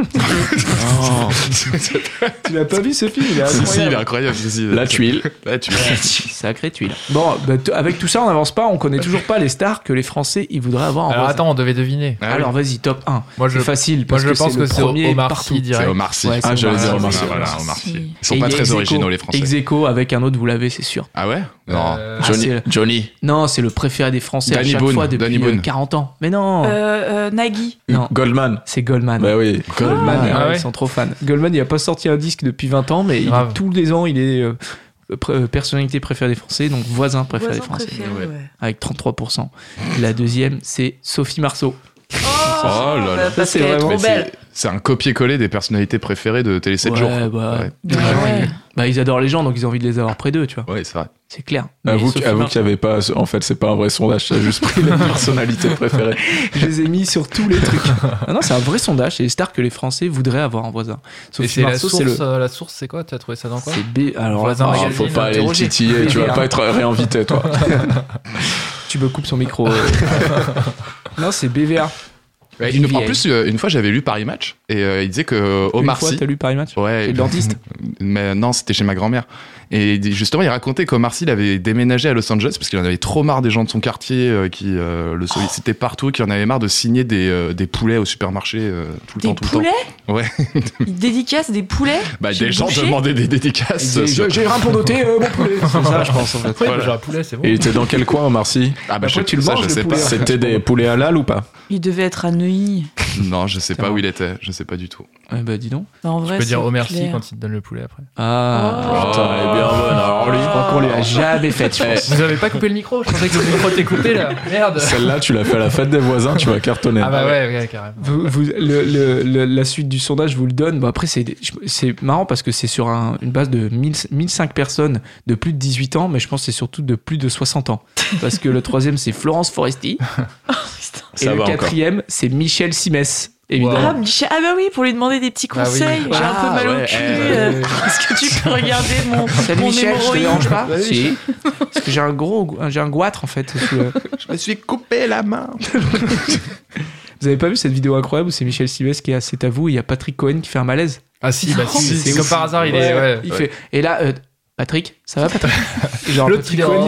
Tu l'as pas vu ce film Il est Si, si, il est incroyable. incroyable. Si, si. La tuile. La tuile. Sacré tuile. Bon, bah, t- avec tout ça, on n'avance pas. On connaît toujours pas les stars que les Français ils voudraient avoir en Alors voisin. attends, on devait deviner. Ah oui. Alors vas-y, top un. Moi, je, C'est facile moi, parce je que pense c'est que le c'est premier Omar partout. Sy C'est direct. Omar Sy. Ouais, c'est Ah, j'allais Omar dire Sy. Omar Sy. Voilà, Omar Omar Sy. Sy. Ils sont Et pas il y a très ex aequo. originaux, les Français. Ex aequo avec un autre, vous l'avez, c'est sûr. Ah ouais? Non. Euh, Ah, Johnny. c'est- Johnny. Non, c'est le préféré des Français Danny à chaque Boone, fois depuis Danny euh, Boone. quarante ans. Mais non, Euh, euh, Nagui. non, Goldman. c'est Goldman. Bah oui. Goldman, Ah ouais, ouais. ils sont trop fans. Goldman, il a pas sorti un disque depuis vingt ans, mais il- Grave. tous les ans, il est euh, pr- euh, personnalité préférée des Français, donc voisin préféré Voisin des Français, préféré, Ouais. ouais. avec trente-trois pour cent. La deuxième, c'est Sophie Marceau. Oh, Oh là là. bah, parce Ça, c'est qu'elle est vraiment- trop Mais c'est- belle. C'est un copier-coller des personnalités préférées de Télé sept Ouais, jours. bah, Ouais. Bah, Ah ouais. oui. Bah, ils adorent les gens, donc ils ont envie de les avoir près d'eux, tu vois. Ouais, c'est vrai. C'est clair. Mais Avoue, Sophie avoue Marceau, qu'il n'y avait pas. En fait, c'est pas un vrai sondage, t'as juste pris les personnalités préférées. je les ai mis sur tous les trucs. Ah non, c'est un vrai sondage. C'est les stars que les Français voudraient avoir en voisin. Et Sophie c'est la Marceau, source, c'est le. euh, la source, c'est quoi? Tu as trouvé ça dans quoi? C'est B. Alors, Voisin là, Ah, magazine, faut pas aller le interroger. titiller, tu vas pas être réinvité, toi. Tu me coupes son micro. euh. Non, c'est B V A. Ouais, D'une une- en vieille. plus, euh, une fois, j'avais lu Paris Match et euh, il disait que Omar Une fois, Sy. t'as lu Paris Match Ouais. Chez le dentiste. Mais non, c'était chez ma grand-mère. Et justement, il racontait qu'Omar Sy il avait déménagé à Los Angeles parce qu'il en avait trop marre des gens de son quartier euh, qui euh, le sollicitaient partout, qui en avait marre de signer des, euh, des poulets au supermarché euh, tout le Des temps, tout le poulets temps. Ouais. Ils dédicacent des poulets Bah, Chez des le gens boucher demandaient des dédicaces. J'ai- J'ai j'ai rien pour noter, euh, mon poulet. C'est ça, je pense, en fait. Ouais, Voilà. genre un poulet, c'est bon. Et il était dans quel coin, Omar Sy? Ah bah Après, je, tu le ça, manges, je le sais poulet. pas. C'était des poulets halal ou pas? Il devait être à Neuilly. Non, je sais C'est pas où marrant. il était. Je sais pas du tout. Ouais, bah, dis donc. Bah, en Tu vrai, peux dire c'est oh merci clair. quand il te donne le poulet après. Ah. Putain, elle est bien bonne. Alors lui, Je crois qu'on lui a jamais fait, je pense. Vous avez pas coupé le micro? Je pensais que le micro était coupé là. Merde. celle-là, tu l'as fait à la fête des voisins, tu vas cartonner. Ah bah ouais, ouais, carrément. Vous- vous- le- le- le- la suite du sondage, je vous le donne. Bon, après, c'est c'est marrant parce que c'est sur un- une base de mille, mille cinq personnes de plus de dix-huit ans, mais je pense que c'est surtout de plus de soixante ans. Parce que le troisième, c'est Florence Foresti. Et Ça le va encore. quatrième, c'est Michel Simès. Ah, Évidemment. Michel- ah bah oui, pour lui demander des petits Bah oui. conseils. J'ai un peu Ah, mal ouais, au cul. eh, euh, Est-ce que tu peux regarder mon, Salut mon Michel, je te hémorroïde dérange pas Vas-y. Si. Parce que j'ai un gros, j'ai un goitre en fait. sous le- Je me suis coupé la main. Vous avez pas vu cette vidéo incroyable où c'est Michel Simès qui est à C'est à vous, et il y a Patrick Cohen qui fait un malaise. Ah si, bah si, C'est c'est comme ouf. par hasard, il est. Ouais. Il fait. Et là, euh, Patrick, ça va Patrick Et genre, L'autre, Patrick il est Cohen, en-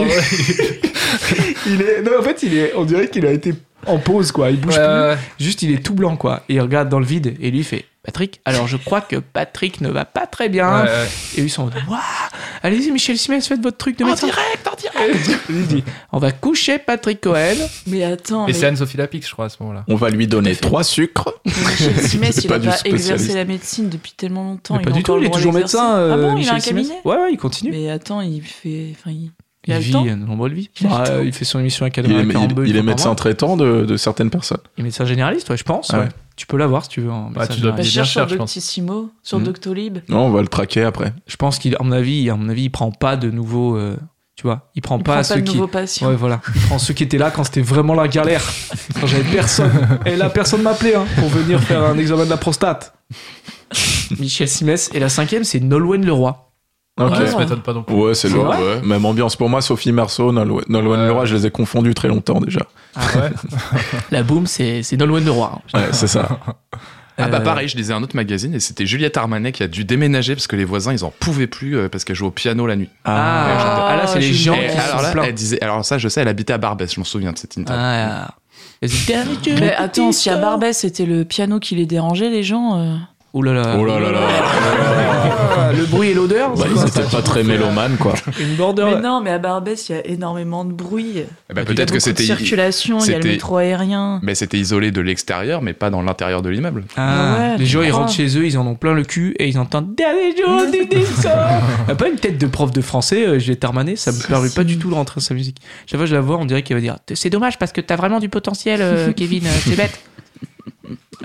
il- il est. Non, en fait, il est. On dirait qu'il a été en pause, quoi. Il bouge Ouais, plus. ouais, ouais. Juste, il est tout blanc, quoi. Et il regarde dans le vide et lui il fait Patrick. Alors, je crois que Patrick ne va pas très bien. Ouais, ouais. Et eux, ils sont en mode Waouh, allez-y, Michel Simès, faites votre truc de médecin. En direct, en direct. Il dit On va coucher Patrick Cohen. Mais attends, Et mais c'est Anne-Sophie Lapix, je crois, à ce moment-là. On va lui donner trois sucres. Michel Simès, il Pas a du pas spécialiste. exercé la médecine depuis tellement longtemps. Mais pas a du tout, encore il le est droit toujours d'exercer. médecin. euh, Ah bon, il a Michel un Simès. cabinet Ouais, ouais, il continue. Mais attends, il fait. Enfin, il... Il, il a le vit temps. un nombreux de vie. Il a le Ah, temps. euh, il fait son émission avec Il Adrien est, Carambeu il- une il est fois par médecin mois. traitant de, de certaines personnes. Il est médecin généraliste, ouais, je pense. Ah ouais. Ouais. Tu peux l'avoir si tu veux. En Bah, médecin tu dois Bah, Il est généraliste. bien cherche sur cher, je pense. Doctissimo, sur Mhm. Doctolib. Non, on va le traquer après. Je pense qu'il, à mon avis, à mon avis, il prend pas de nouveaux. euh, tu vois, il prend Il pas prend ceux pas de qui. nouveaux patients. Ouais, voilà. Il prend ceux qui étaient là quand c'était vraiment la galère. Quand j'avais personne. Et là, personne m'appelait hein, pour venir faire un examen de la prostate. Michel Simès. Et la cinquième, c'est Nolwenn Leroy. Ok. Ouais, ça m'étonne pas non plus. Ouais, c'est C'est le vrai Ouais. même ambiance. Pour moi, Sophie Marceau, Nolwenn Nolwenn Ouais. Leroy, je les ai confondus très longtemps déjà. Ah ouais. La boum, c'est, c'est Nolwenn Leroy. Ouais, c'est ça. Ah bah Euh, pareil, je lisais un autre magazine et c'était Juliette Armanet qui a dû déménager parce que les voisins ils en pouvaient plus euh, parce qu'elle jouait au piano la nuit. Ah, ah, là, c'est les Juliette. gens Et qui alors se là, plaignent. elle disait, alors ça je sais, elle habitait à Barbès, je m'en souviens de cette interview. Ah, vas-y. Mais attends, si à Barbès c'était le piano qui les dérangeait, les gens. euh, Ouh là là. Oh là là là. Ah, le bruit et l'odeur. Bah, c'est ils quoi, étaient ça pas très mélomanes, quoi. Une border. Mais non, mais à Barbès, il y a énormément de bruit. Eh ben, Il y a peut-être que beaucoup de c'était circulation, il y a le c'était- métro aérien. mais c'était isolé de l'extérieur mais pas dans l'intérieur de l'immeuble. Ah, Ouais, les tu gens ils crois. rentrent chez eux, ils en ont plein le cul et ils entendent Dernier jour du disco. Elle a pas une tête de prof de français, euh, je l'ai termané, ça me permet pas du tout de rentrer dans sa musique. Chaque fois que je la vois, on dirait qu'elle va dire C'est dommage parce que t'as vraiment du potentiel, euh, Kevin, euh, c'est bête.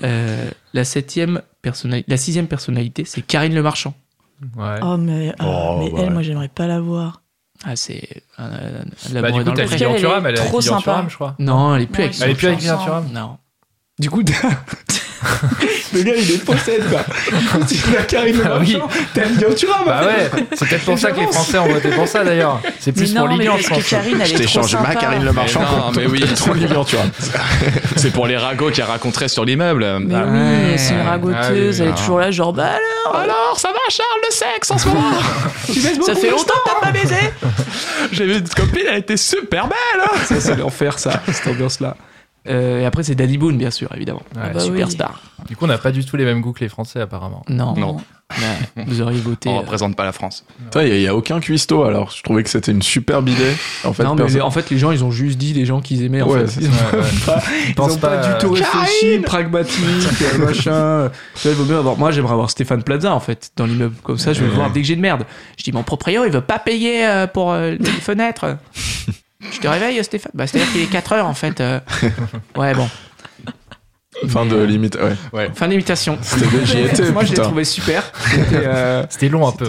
Euh, la septième personnalité, la sixième personnalité, c'est Karine Le Marchand. Ouais. Oh, mais, ah, Oh, mais bah elle, ouais. moi, j'aimerais pas la voir. Ah, c'est un, un, un Bah, l'amour du est dans coup, le t'as pré. qu'elle, Kylian elle Thuram, est elle est avec trop Kylian sympa. Thuram, je crois. Non, elle est plus Non, avec ils Elle est plus avec Kylian Kylian Thuram. Non. Du coup, le gars, il est possède, quoi. C'est la Karine Le Ah oui. Marchand. T'as Kylian Thuram. Bah ouais, c'est peut-être pour ça que les Français ont voté pour ça d'ailleurs. C'est Mais plus non, pour mais Lilian, parce je que pense. Karine, elle Je est trop t'échange sympa. ma Karine Le Marchand Mais non, contre mais oui. ton Lilian Thuram. C'est pour les ragots qui raconteraient sur l'immeuble. Mais Ah oui, ouais. c'est une ragoteuse, Ah oui, elle est ah. toujours là, genre, bah alors, Alors, ça va, Charles, le sexe en ce moment? Tu baisses beaucoup, ça fait longtemps que t'as pas baisé. J'ai vu une copine, elle était super belle. Ça, c'est l'enfer, ça, cette ambiance-là. Euh, et après, c'est Danny Boone, bien sûr, évidemment. Ouais. bah oui. Superstar. Du coup, on n'a pas du tout les mêmes goûts que les Français apparemment. Non. Non. Ouais, vous auriez voté. On euh, représente pas la France. Il n'y a, a aucun cuistot, alors je trouvais que c'était une superbe idée. En fait, non, mais personne- les- en fait, les gens, ils ont juste dit les gens qu'ils aimaient. En Ouais, fait. c'est Ils ont Ouais, ouais. pas, ils pense ont pas, pas, du tout euh, réfléchi, pragmatique, euh, machin. Tu vois, il vaut mieux avoir. Moi, j'aimerais avoir Stéphane Plaza, en fait, dans l'immeuble. Comme ça, je vais le voir dès que j'ai une merde. Je dis, mon proprio, il veut pas payer euh, pour euh, les fenêtres. Je te réveille, Stéphane. Bah, c'est-à-dire qu'il est quatre heures, en fait. euh. Ouais, bon. Fin de limite, ouais. Fin d'imitation. C'était bien, j'y étais, Moi, je l'ai putain. trouvé super. C'était. euh, C'était long un peu.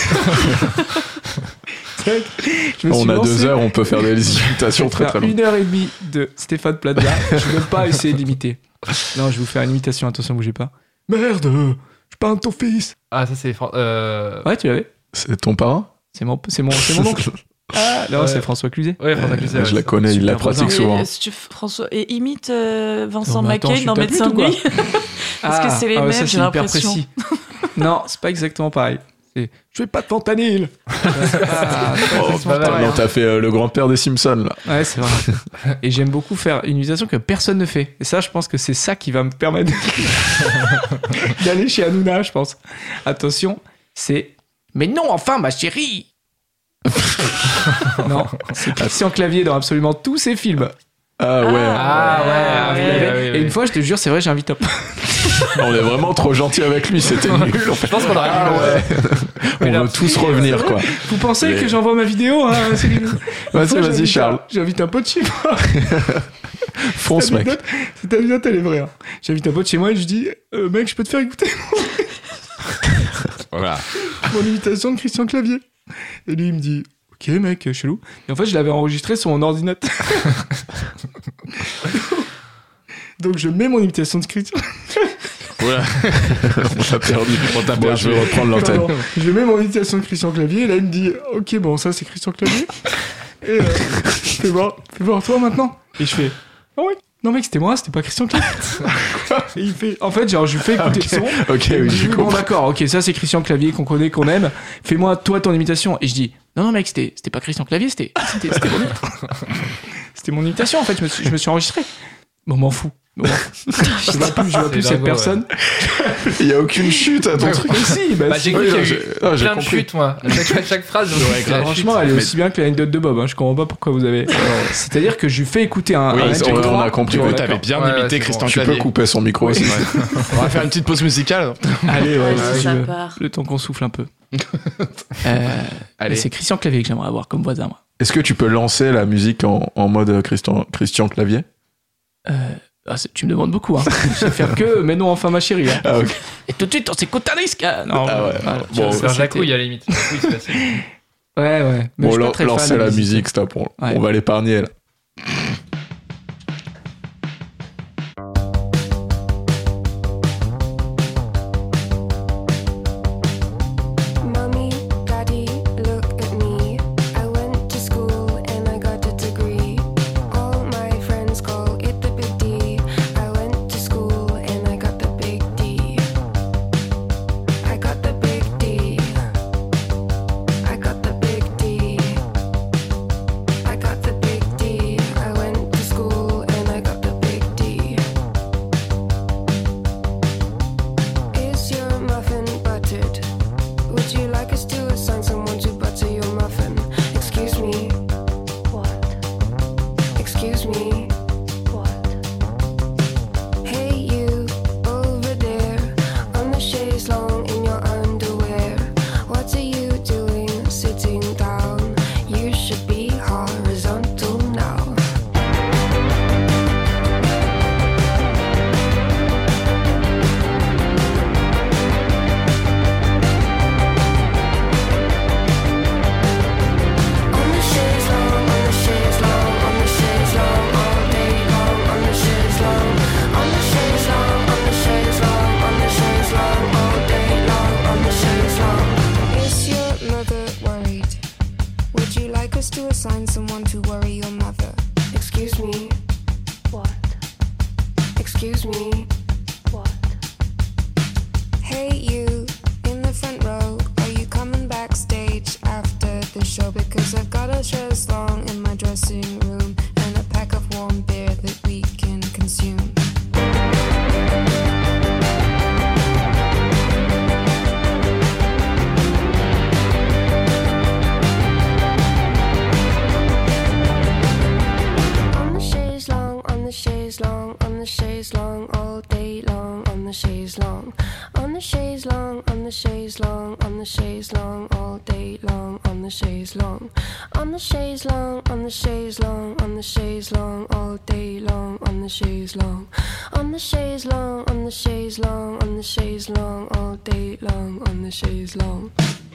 c'était- Je me suis On a lancé. deux heures, on peut faire des imitations très Faire très longues. une heure et demie de Stéphane Plaza. Je vais même pas essayer d'imiter. Non, je vais vous faire une imitation. Attention, bougez pas. Merde, je parle de ton fils. Ah, ça c'est. Fran- Euh... Ouais, tu l'avais. C'est ton parrain? C'est mon, c'est mon, c'est mon oncle. Ah, non, Ouais. c'est François Cluzet. Ouais, François Cluzet, Ouais, ouais, je la c'est connais, il la Super pratique voisin. souvent. Et, si tu- François, et imite euh, Vincent Non, mais attends, McCain je suis dans ta Médecin pute de ou quoi nuit. Parce que c'est les ah ouais, mêmes, ça, j'ai c'est hyper l'impression. précis. Non, c'est pas exactement pareil. C'est je fais pas de fentanyl. Ah, c'est pas Oh, exactement pas mal, pareil, non, hein. t'as fait euh, le grand-père des Simpsons, là. Ouais, c'est vrai. Et j'aime beaucoup faire une imitation que personne ne fait. Et ça, je pense que c'est ça qui va me permettre d'aller chez Hanouna, je pense. Attention, c'est mais non, enfin, ma chérie. Non, c'est Christian Clavier dans absolument tous ses films. Ah ouais. Ah ouais, Ah, oui, ouais. oui, oui, Et oui. une fois, je te jure, c'est vrai, j'invite un On est vraiment trop gentil avec lui, c'était nul. En fait. Je pense qu'on aurait Ah dû. ouais. Mais On là, veut tous revenir, quoi. Vous pensez Mais- que j'envoie ma vidéo hein, Céline Une Vas-y, fois, vas-y, j'invite Charles. un- J'invite un pote chez moi. Fonce, mec. Anecdote- Cette anecdote, elle est vraie. hein. J'invite un pote chez moi et je dis euh, mec, je peux te faire écouter Voilà. mon imitation de Christian Clavier. Et lui, il me dit ok, mec, chelou. Et en fait, je l'avais enregistré sur mon ordinateur. Donc, je mets mon imitation de Christian. Voilà. On t'a perdu. On t'a Bon, perdu. je vais reprendre l'antenne. Pardon. Je mets mon imitation de Christian Clavier. Et là, il me dit ok, bon, ça, c'est Christian Clavier. Et euh, fais voir, fais voir toi maintenant. Et je fais ah ouais. Non mec, c'était moi, c'était pas Christian Clavier. Et il fait en fait, genre je lui fais écouter le son. Ok, Et il me oui, dit, j'ai bon compris. d'accord, ok, ça c'est Christian Clavier qu'on connaît, qu'on aime. Fais-moi toi ton imitation. Et je dis non non mec, c'était c'était pas Christian Clavier, c'était c'était c'était mon, c'était mon imitation en fait. Je me suis, je me suis enregistré. Bon, m'en fous. Bon, je vois plus, je vois plus C'est cette dingo, personne. Il y a aucune chute à ton truc. Mais si, bah, Bah, si. j'ai cru Oui, qu'il y a non, eu j'ai- ah, j'ai plein de compris. chutes, moi. À chaque, à chaque phrase, donc, c'est la Franchement, chute. elle est Mais- aussi bien que l'anecdote de Bob. Hein. Je comprends pas pourquoi vous avez. C'est-à-dire que je lui fais écouter un. Oui, un ça, M P trois. on a compris. Du coup, Ouais, t'avais d'accord. bien Ouais, ouais, imité c'est Christian bon. Tu peux Clavier. couper son micro aussi. On va faire une petite pause musicale. Allez, ouais, Ouais, si ça tu veux. part. Le temps qu'on souffle un peu. Euh, Allez. C'est Christian Clavier que j'aimerais avoir comme voisin, moi. Est-ce que tu peux lancer la musique en, en mode Christian, Christian Clavier? Euh, ah, c'est- tu me demandes beaucoup. Hein. Je sais faire que, mais non, enfin ma chérie. Hein. Ah, ok. Et tout de suite, on s'écoute un disque. Ah, non, Ah ouais. voilà, tu Bon, vois, Faire ça, c'était- Jacouille à la limite. Jacouille, c'est facile. Ouais, ouais. Mais je Bon, suis pas lan- très fan lancez de la musique, stop. On, Ouais. on va l'épargner, là. Mommy, Daddy, look at me. I went to school and I got a degree. All my friends call it the big D. I went to school and I got the big D. I got the big D. I got the big D. I got the big D. someone to worry your mother. Excuse me. What? Excuse me. What? Hey you, in the front row, are you coming backstage after the show? Because I've got a chaise longue in my dressing room and a pack of warm beer that we can consume. On the chaise longue, on the chaise longue, on the chaise longue, all day long, on the chaise longue. On the chaise longue, on the chaise longue, on the chaise longue, all day long, on the chaise longue. On the chaise longue, on the chaise longue, on the chaise longue, all day long, on the chaise longue. On the chaise longue, on the chaise longue, on the chaise longue, all day long, on the chaise longue.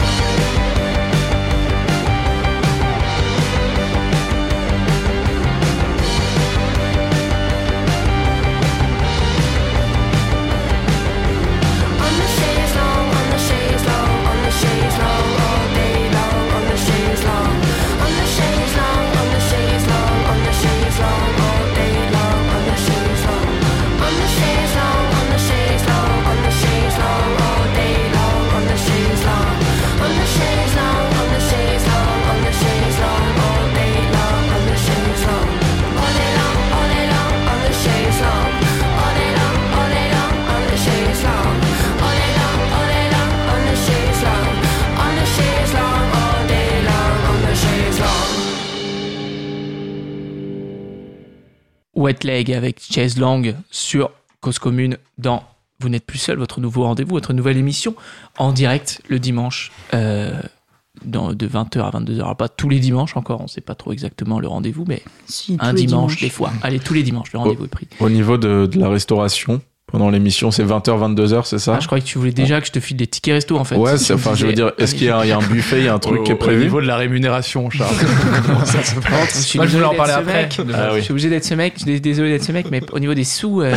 On the chaise longue, on the chaise longue, on the chaise longue, all day long, on the chaise longue. On the chaise longue, on the chaise longue, on the chaise longue, all day long, on the chaise longue. On the chaise longue, on the chaise longue, on the chaise longue, all day long, on the chaise longue. On the chaise longue, on the chaise longue, on the chaise longue, all day long, on the chaise longue. All day long, all day long, on the chaise longue. All day long, all day long, on the chaise longue. All day long, all day long, on the chaise longue. On the chaise longue, all day long, on the chaise longue. Wet Leg avec Chaise Longue sur Cause Commune dans Vous n'êtes plus seul, votre nouveau rendez-vous, votre nouvelle émission en direct le dimanche euh, dans, de vingt heures à vingt-deux heures. Alors, pas tous les dimanches encore, on ne sait pas trop exactement le rendez-vous, mais Si, un tous les dimanche, dimanches. des fois. Allez, tous les dimanches, le rendez-vous est pris. Au niveau de, de la restauration, pendant l'émission, c'est vingt heures, vingt-deux heures, c'est ça? Ah, je croyais que tu voulais déjà que je te file des tickets resto en fait. Ouais, Si c'est, tu enfin, je veux disais- dire, est-ce qu'il y a, il y a un buffet, il y a un truc Au- qui est Au prévu? niveau de la rémunération, Charles. Comment ça se passe Je suis Moi, je voulais désolé en parler d'être ce après. mec. Ah oui. Je suis obligé d'être ce mec, je suis désolé d'être ce mec, mais au niveau des sous, euh,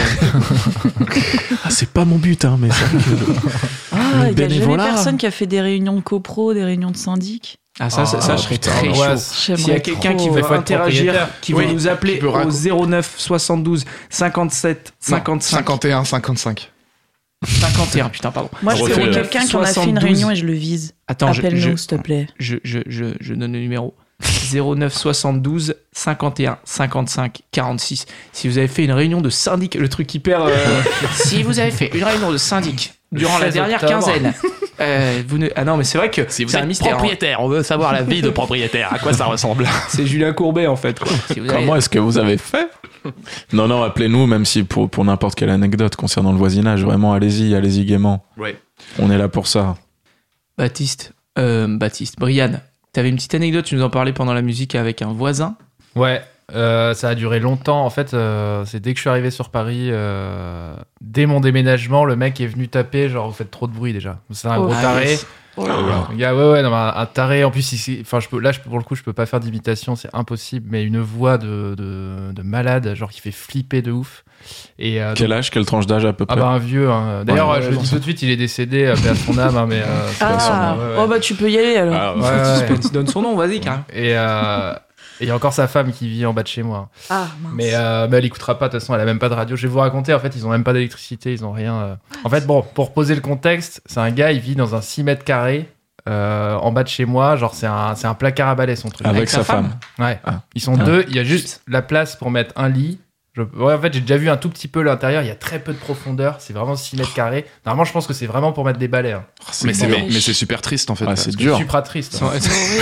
Ah, c'est pas mon but, hein, mais c'est vrai que- Ah, il y a jamais bénévolat. personne qui a fait des réunions de copro, des réunions de syndic. ah ça, ça, ça, Ah, je serais putain, très ouais, chaud. J'aimerais S'il y a quelqu'un trop. qui Mais veut faut être interagir, propriétaire. qui Oui, veut nous appeler qui peut au raconter. zéro neuf soixante-douze cinquante-sept cinquante-cinq cinquante et un, cinquante-cinq. cinquante et un, putain, pardon. Moi, je Refais connais le- quelqu'un qui en a fait une soixante-douze. réunion et je le vise. Attends, je, Appelle-nous, je, s'il te plaît. je, je, je, je donne le numéro. zéro neuf soixante-douze cinquante et un cinquante-cinq quarante-six. Si vous avez fait une réunion de syndic, le truc hyper. euh, si vous avez fait une réunion de syndic durant la seize dernière octobre. quinzaine, euh, vous ne... ah non, mais c'est vrai que c'est un mystère. hein. on veut savoir la vie de propriétaire, à quoi ça ressemble. C'est Julien Courbet en fait. Quoi. Si vous avez- Comment est-ce que vous avez fait? Non, non, appelez-nous, même si pour, pour n'importe quelle anecdote concernant le voisinage, vraiment, allez-y, allez-y gaiement. Ouais. On est là pour ça. Baptiste, euh, Baptiste, Brian, t'avais une petite anecdote, tu nous en parlais pendant la musique avec un voisin. Ouais, euh, ça a duré longtemps. En fait, euh, c'est dès que je suis arrivé sur Paris, euh, dès mon déménagement, le mec est venu taper, genre, vous faites trop de bruit déjà. C'est un Oh, gros ah taré. yes. Oh là là. Le gars, ouais, ouais, non, mais un, un taré. En plus, il- enfin, je peux, là, je, peux- pour le coup, je peux pas faire d'imitation, c'est impossible. Mais une voix de, de, de malade, genre qui fait flipper de ouf. Et euh, Quel donc- âge, quelle tranche d'âge à peu ah près? bah un vieux. Hein. D'ailleurs, Ouais, euh, je ouais, le non, dis tout de suite, il est décédé, euh, paix à son âme. Hein, mais euh, c'est pas Ah, son- ouais, ouais. oh bah tu peux y aller alors. Ah, Ouais, ouais, ouais. Tu donnes son nom, vas-y, carrément. Et euh, et il y a encore sa femme qui vit en bas de chez moi. Ah, mince. Mais, euh, mais elle écoutera pas, de toute façon, elle a même pas de radio. Je vais vous raconter, en fait, ils ont même pas d'électricité, ils ont rien. euh. En fait, bon, pour poser le contexte, c'est un gars, il vit dans un six mètres carrés euh, en bas de chez moi. Genre, c'est un, c'est un placard à balai, son truc. Avec, Avec sa sa femme. Ouais. Ah. Ils sont Ah. deux, il y a juste la place pour mettre un lit. Je- ouais, en fait, j'ai déjà vu un tout petit peu l'intérieur, il y a très peu de profondeur, c'est vraiment six mètres carrés. Normalement, je pense que c'est vraiment pour mettre des balais. Hein. C'est Mais c'est, dur. mais, mais c'est super triste en fait. Ah, parce c'est que- dur. Supra triste. hein.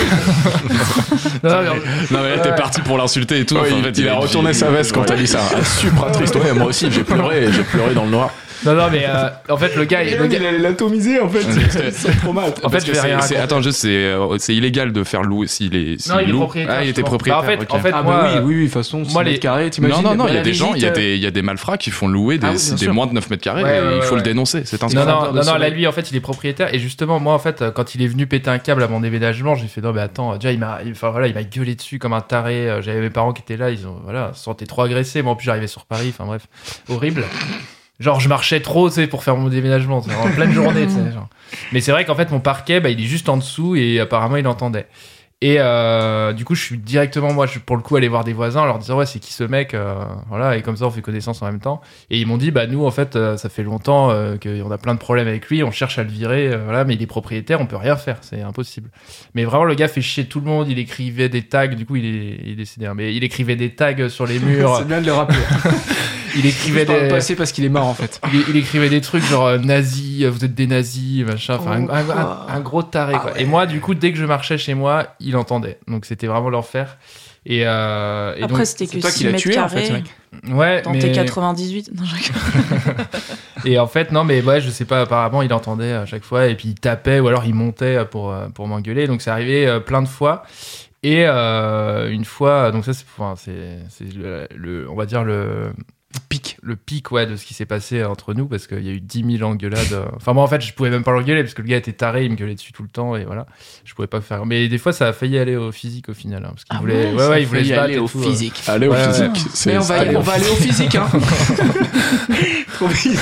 Non, Non, mais- Non mais t'es parti pour l'insulter et tout. Ouais, Enfin, en il, fait, il a retourné sa veste quand t'as dit ça. Ah, super triste. Ouais, moi aussi, j'ai pleuré, j'ai pleuré dans le noir. non, non, mais euh, en fait, le gars, le gars- allait l'atomiser en fait. C'est trop mal. en fait, Parce je que vais rien c'est, c'est- raconter. attends, juste, c'est, euh, c'est illégal de faire louer s'il est. s'il Non, il est loue. propriétaire. Ah, il était justement. propriétaire. Bah, en fait, ok. en fait, Ah moi, bah oui, euh, oui, oui, de toute façon, six moi, les- mètres carrés, Non, t'imagines. non, non, il y a la des gens, il y a visite, des, il y a des malfrats qui font louer des, Ah oui, bien des sûr. moins de neuf mètres carrés Ouais, et ouais, il faut ouais, le dénoncer. C'est un Non, scandale. non, de non, non, sommeil. là, lui, en fait, il est propriétaire. Et justement, moi, en fait, quand il est venu péter un câble à mon déménagement, j'ai fait, non, mais attends, déjà, il m'a, il- enfin, voilà, il m'a gueulé dessus comme un taré. Euh, J'avais mes parents qui étaient là, ils ont, voilà, se sentaient trop agressés. Moi, en plus, j'arrivais sur Paris, enfin, bref, horrible. Genre, je marchais trop, tu sais, pour faire mon déménagement, tu sais, en pleine journée, tu sais, genre. Mais c'est vrai qu'en fait, mon parquet, bah, il est juste en dessous et apparemment, il entendait. Et euh, du coup, je suis directement, moi, je, pour le coup, allé voir des voisins en leur disant, ouais, c'est qui ce mec euh, voilà, et comme ça, on fait connaissance en même temps. Et ils m'ont dit, bah, nous, en fait, euh, ça fait longtemps euh, qu'on a plein de problèmes avec lui, on cherche à le virer, euh, voilà, mais il est propriétaire, on peut rien faire, c'est impossible. Mais vraiment, le gars fait chier tout le monde, il écrivait des tags, du coup, il est, il est décédé, hein, mais il écrivait des tags sur les murs. C'est bien de le rappeler. Il écrivait des... des... passé parce qu'il est mort, en fait. Il, il écrivait des trucs genre euh, nazis, euh, vous êtes des nazis, machin, enfin, Oh, un, un, un, un gros taré, quoi. Ah ouais. Et moi, du coup, dès que je marchais chez moi, il entendait. Donc, c'était vraiment l'enfer. Et, euh, et Après, donc, c'était c'est que toi qui six l'as mètres tué, en fait, carrés ce mec. ouais, dans mais... tes quatre-vingt-dix-huit. Non, je rigole. Et en fait, non, mais ouais, je sais pas, apparemment, il entendait à chaque fois, et puis il tapait, ou alors il montait pour, euh, pour m'engueuler. Donc, c'est arrivé euh, plein de fois. Et euh, une fois, donc ça, c'est, enfin, c'est, c'est le, le, on va dire le... pic, le pic ouais, de ce qui s'est passé entre nous, parce qu'il y a eu dix mille engueulades. Enfin, moi, en fait, je pouvais même pas l'engueuler parce que le gars était taré, il me gueulait dessus tout le temps, et voilà, je pouvais pas faire. Mais des fois, ça a failli aller au physique au final, hein, parce qu'il Ah voulait, ouais, ouais, ça ouais, a il voulait failli se battre aller et au tout, physique. Aller au Ouais, physique. ouais. C'est- Mais on va, allez on au va aller au physique, hein. Trop vite.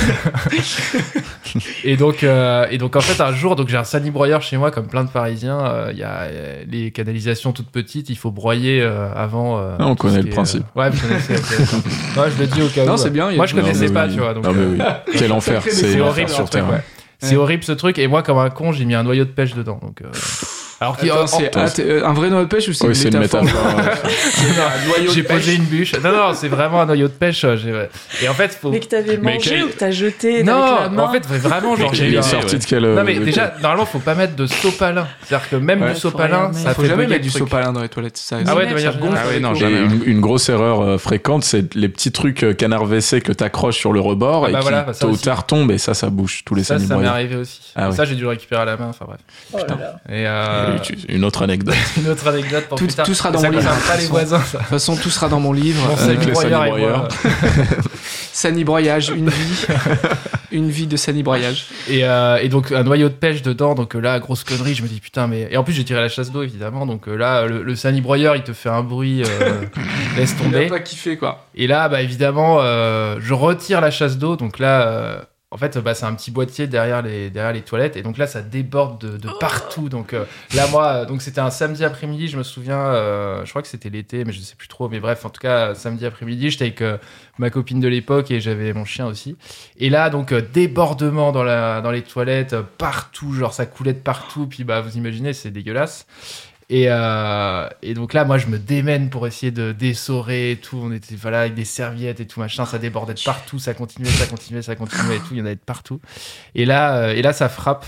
Et donc, euh, et donc, en fait, un jour, donc j'ai un sanibroyeur chez moi, comme plein de Parisiens. euh, Il y a euh, les canalisations toutes petites, il faut broyer euh, avant. euh, Ah, on tout connaît ce le qui est, principe. euh, Ouais, vous connaissez. ok, d'accord. Non, je le dis au cas où. Non, c'est bien, il y a Moi, je du- connaissais Non, pas, mais tu oui. vois. Donc, Ah, mais euh, oui. Quel enfer. C'est C'est c'est l'enfer horrible sur leur truc, Terre. ouais. C'est horrible ce truc. Et moi, comme un con, j'ai mis un noyau de pêche dedans. Donc, euh, alors qu'il Attends, c'est en- ah, t'es- euh, un vrai noyau de pêche ou c'est Oui, une c'est une métaphore métaphore. Un noyau j'ai de pêche. posé une bûche. Non, non, c'est vraiment un noyau de pêche. euh, j'ai- Et en fait, faut. Mais que t'avais Mais mangé quel- ou que t'as jeté Non, avec la main. en fait, vraiment, genre, j'ai Il eu est un- sorti de quel. Non, mais de déjà, normalement, faut pas mettre de sopalin. C'est-à-dire que même Ouais. du Faut sopalin, rien ça mettre. Faut fait jamais bugger mettre le du truc. sopalin dans les toilettes. Ça, Ah ouais, Mais de manière ça générale. Ah ouais, non, Et jamais. une, une grosse erreur euh, fréquente, c'est les petits trucs euh, canard W C que t'accroches sur le rebord Ah et bah qui voilà, bah ça tôt ou aussi. tard tombent et ça, ça bouge tous les Ça, ça m'est sanibroyeurs. arrivé aussi. Ah Et oui. ça, j'ai dû le récupérer à la main. Enfin bref. Oh là là. Et euh, Et tu- Une autre anecdote. une autre anecdote pour Tout- plus tard. tout sera Et dans ça mon livre, concerne pas de les toute voisins, ça. De toute façon, tout sera dans mon livre. Mon Euh, Avec les sanibroyeur et moi. sanibroyeurs. Sanibroyage, une vie. Une vie de sanibroyage. Et, euh, et donc un noyau de pêche dedans, donc euh, là grosse connerie, je me dis putain mais et en plus j'ai tiré la chasse d'eau évidemment, donc euh, là le, le sanibroyeur il te fait un bruit, euh, laisse Il a tomber. pas kiffé, quoi. Et là bah évidemment euh, je retire la chasse d'eau, donc là euh, en fait bah, c'est un petit boîtier derrière les derrière les toilettes et donc là ça déborde de, de partout, donc euh, là moi euh, donc c'était un samedi après-midi, je me souviens, euh, je crois que c'était l'été mais je sais plus trop, mais bref en tout cas samedi après-midi j'étais avec euh, ma copine de l'époque et j'avais mon chien aussi. Et là, donc, euh, débordement dans, la, dans les toilettes, euh, partout, genre ça coulait de partout. Puis, bah, vous imaginez, c'est dégueulasse. Et, euh, et donc là, moi, je me démène pour essayer de dessorer et tout. On était voilà, avec des serviettes et tout, machin. Ça débordait de partout. Ça continuait, ça continuait, ça continuait et tout. Il y en avait de partout. Et là, euh, et là ça frappe.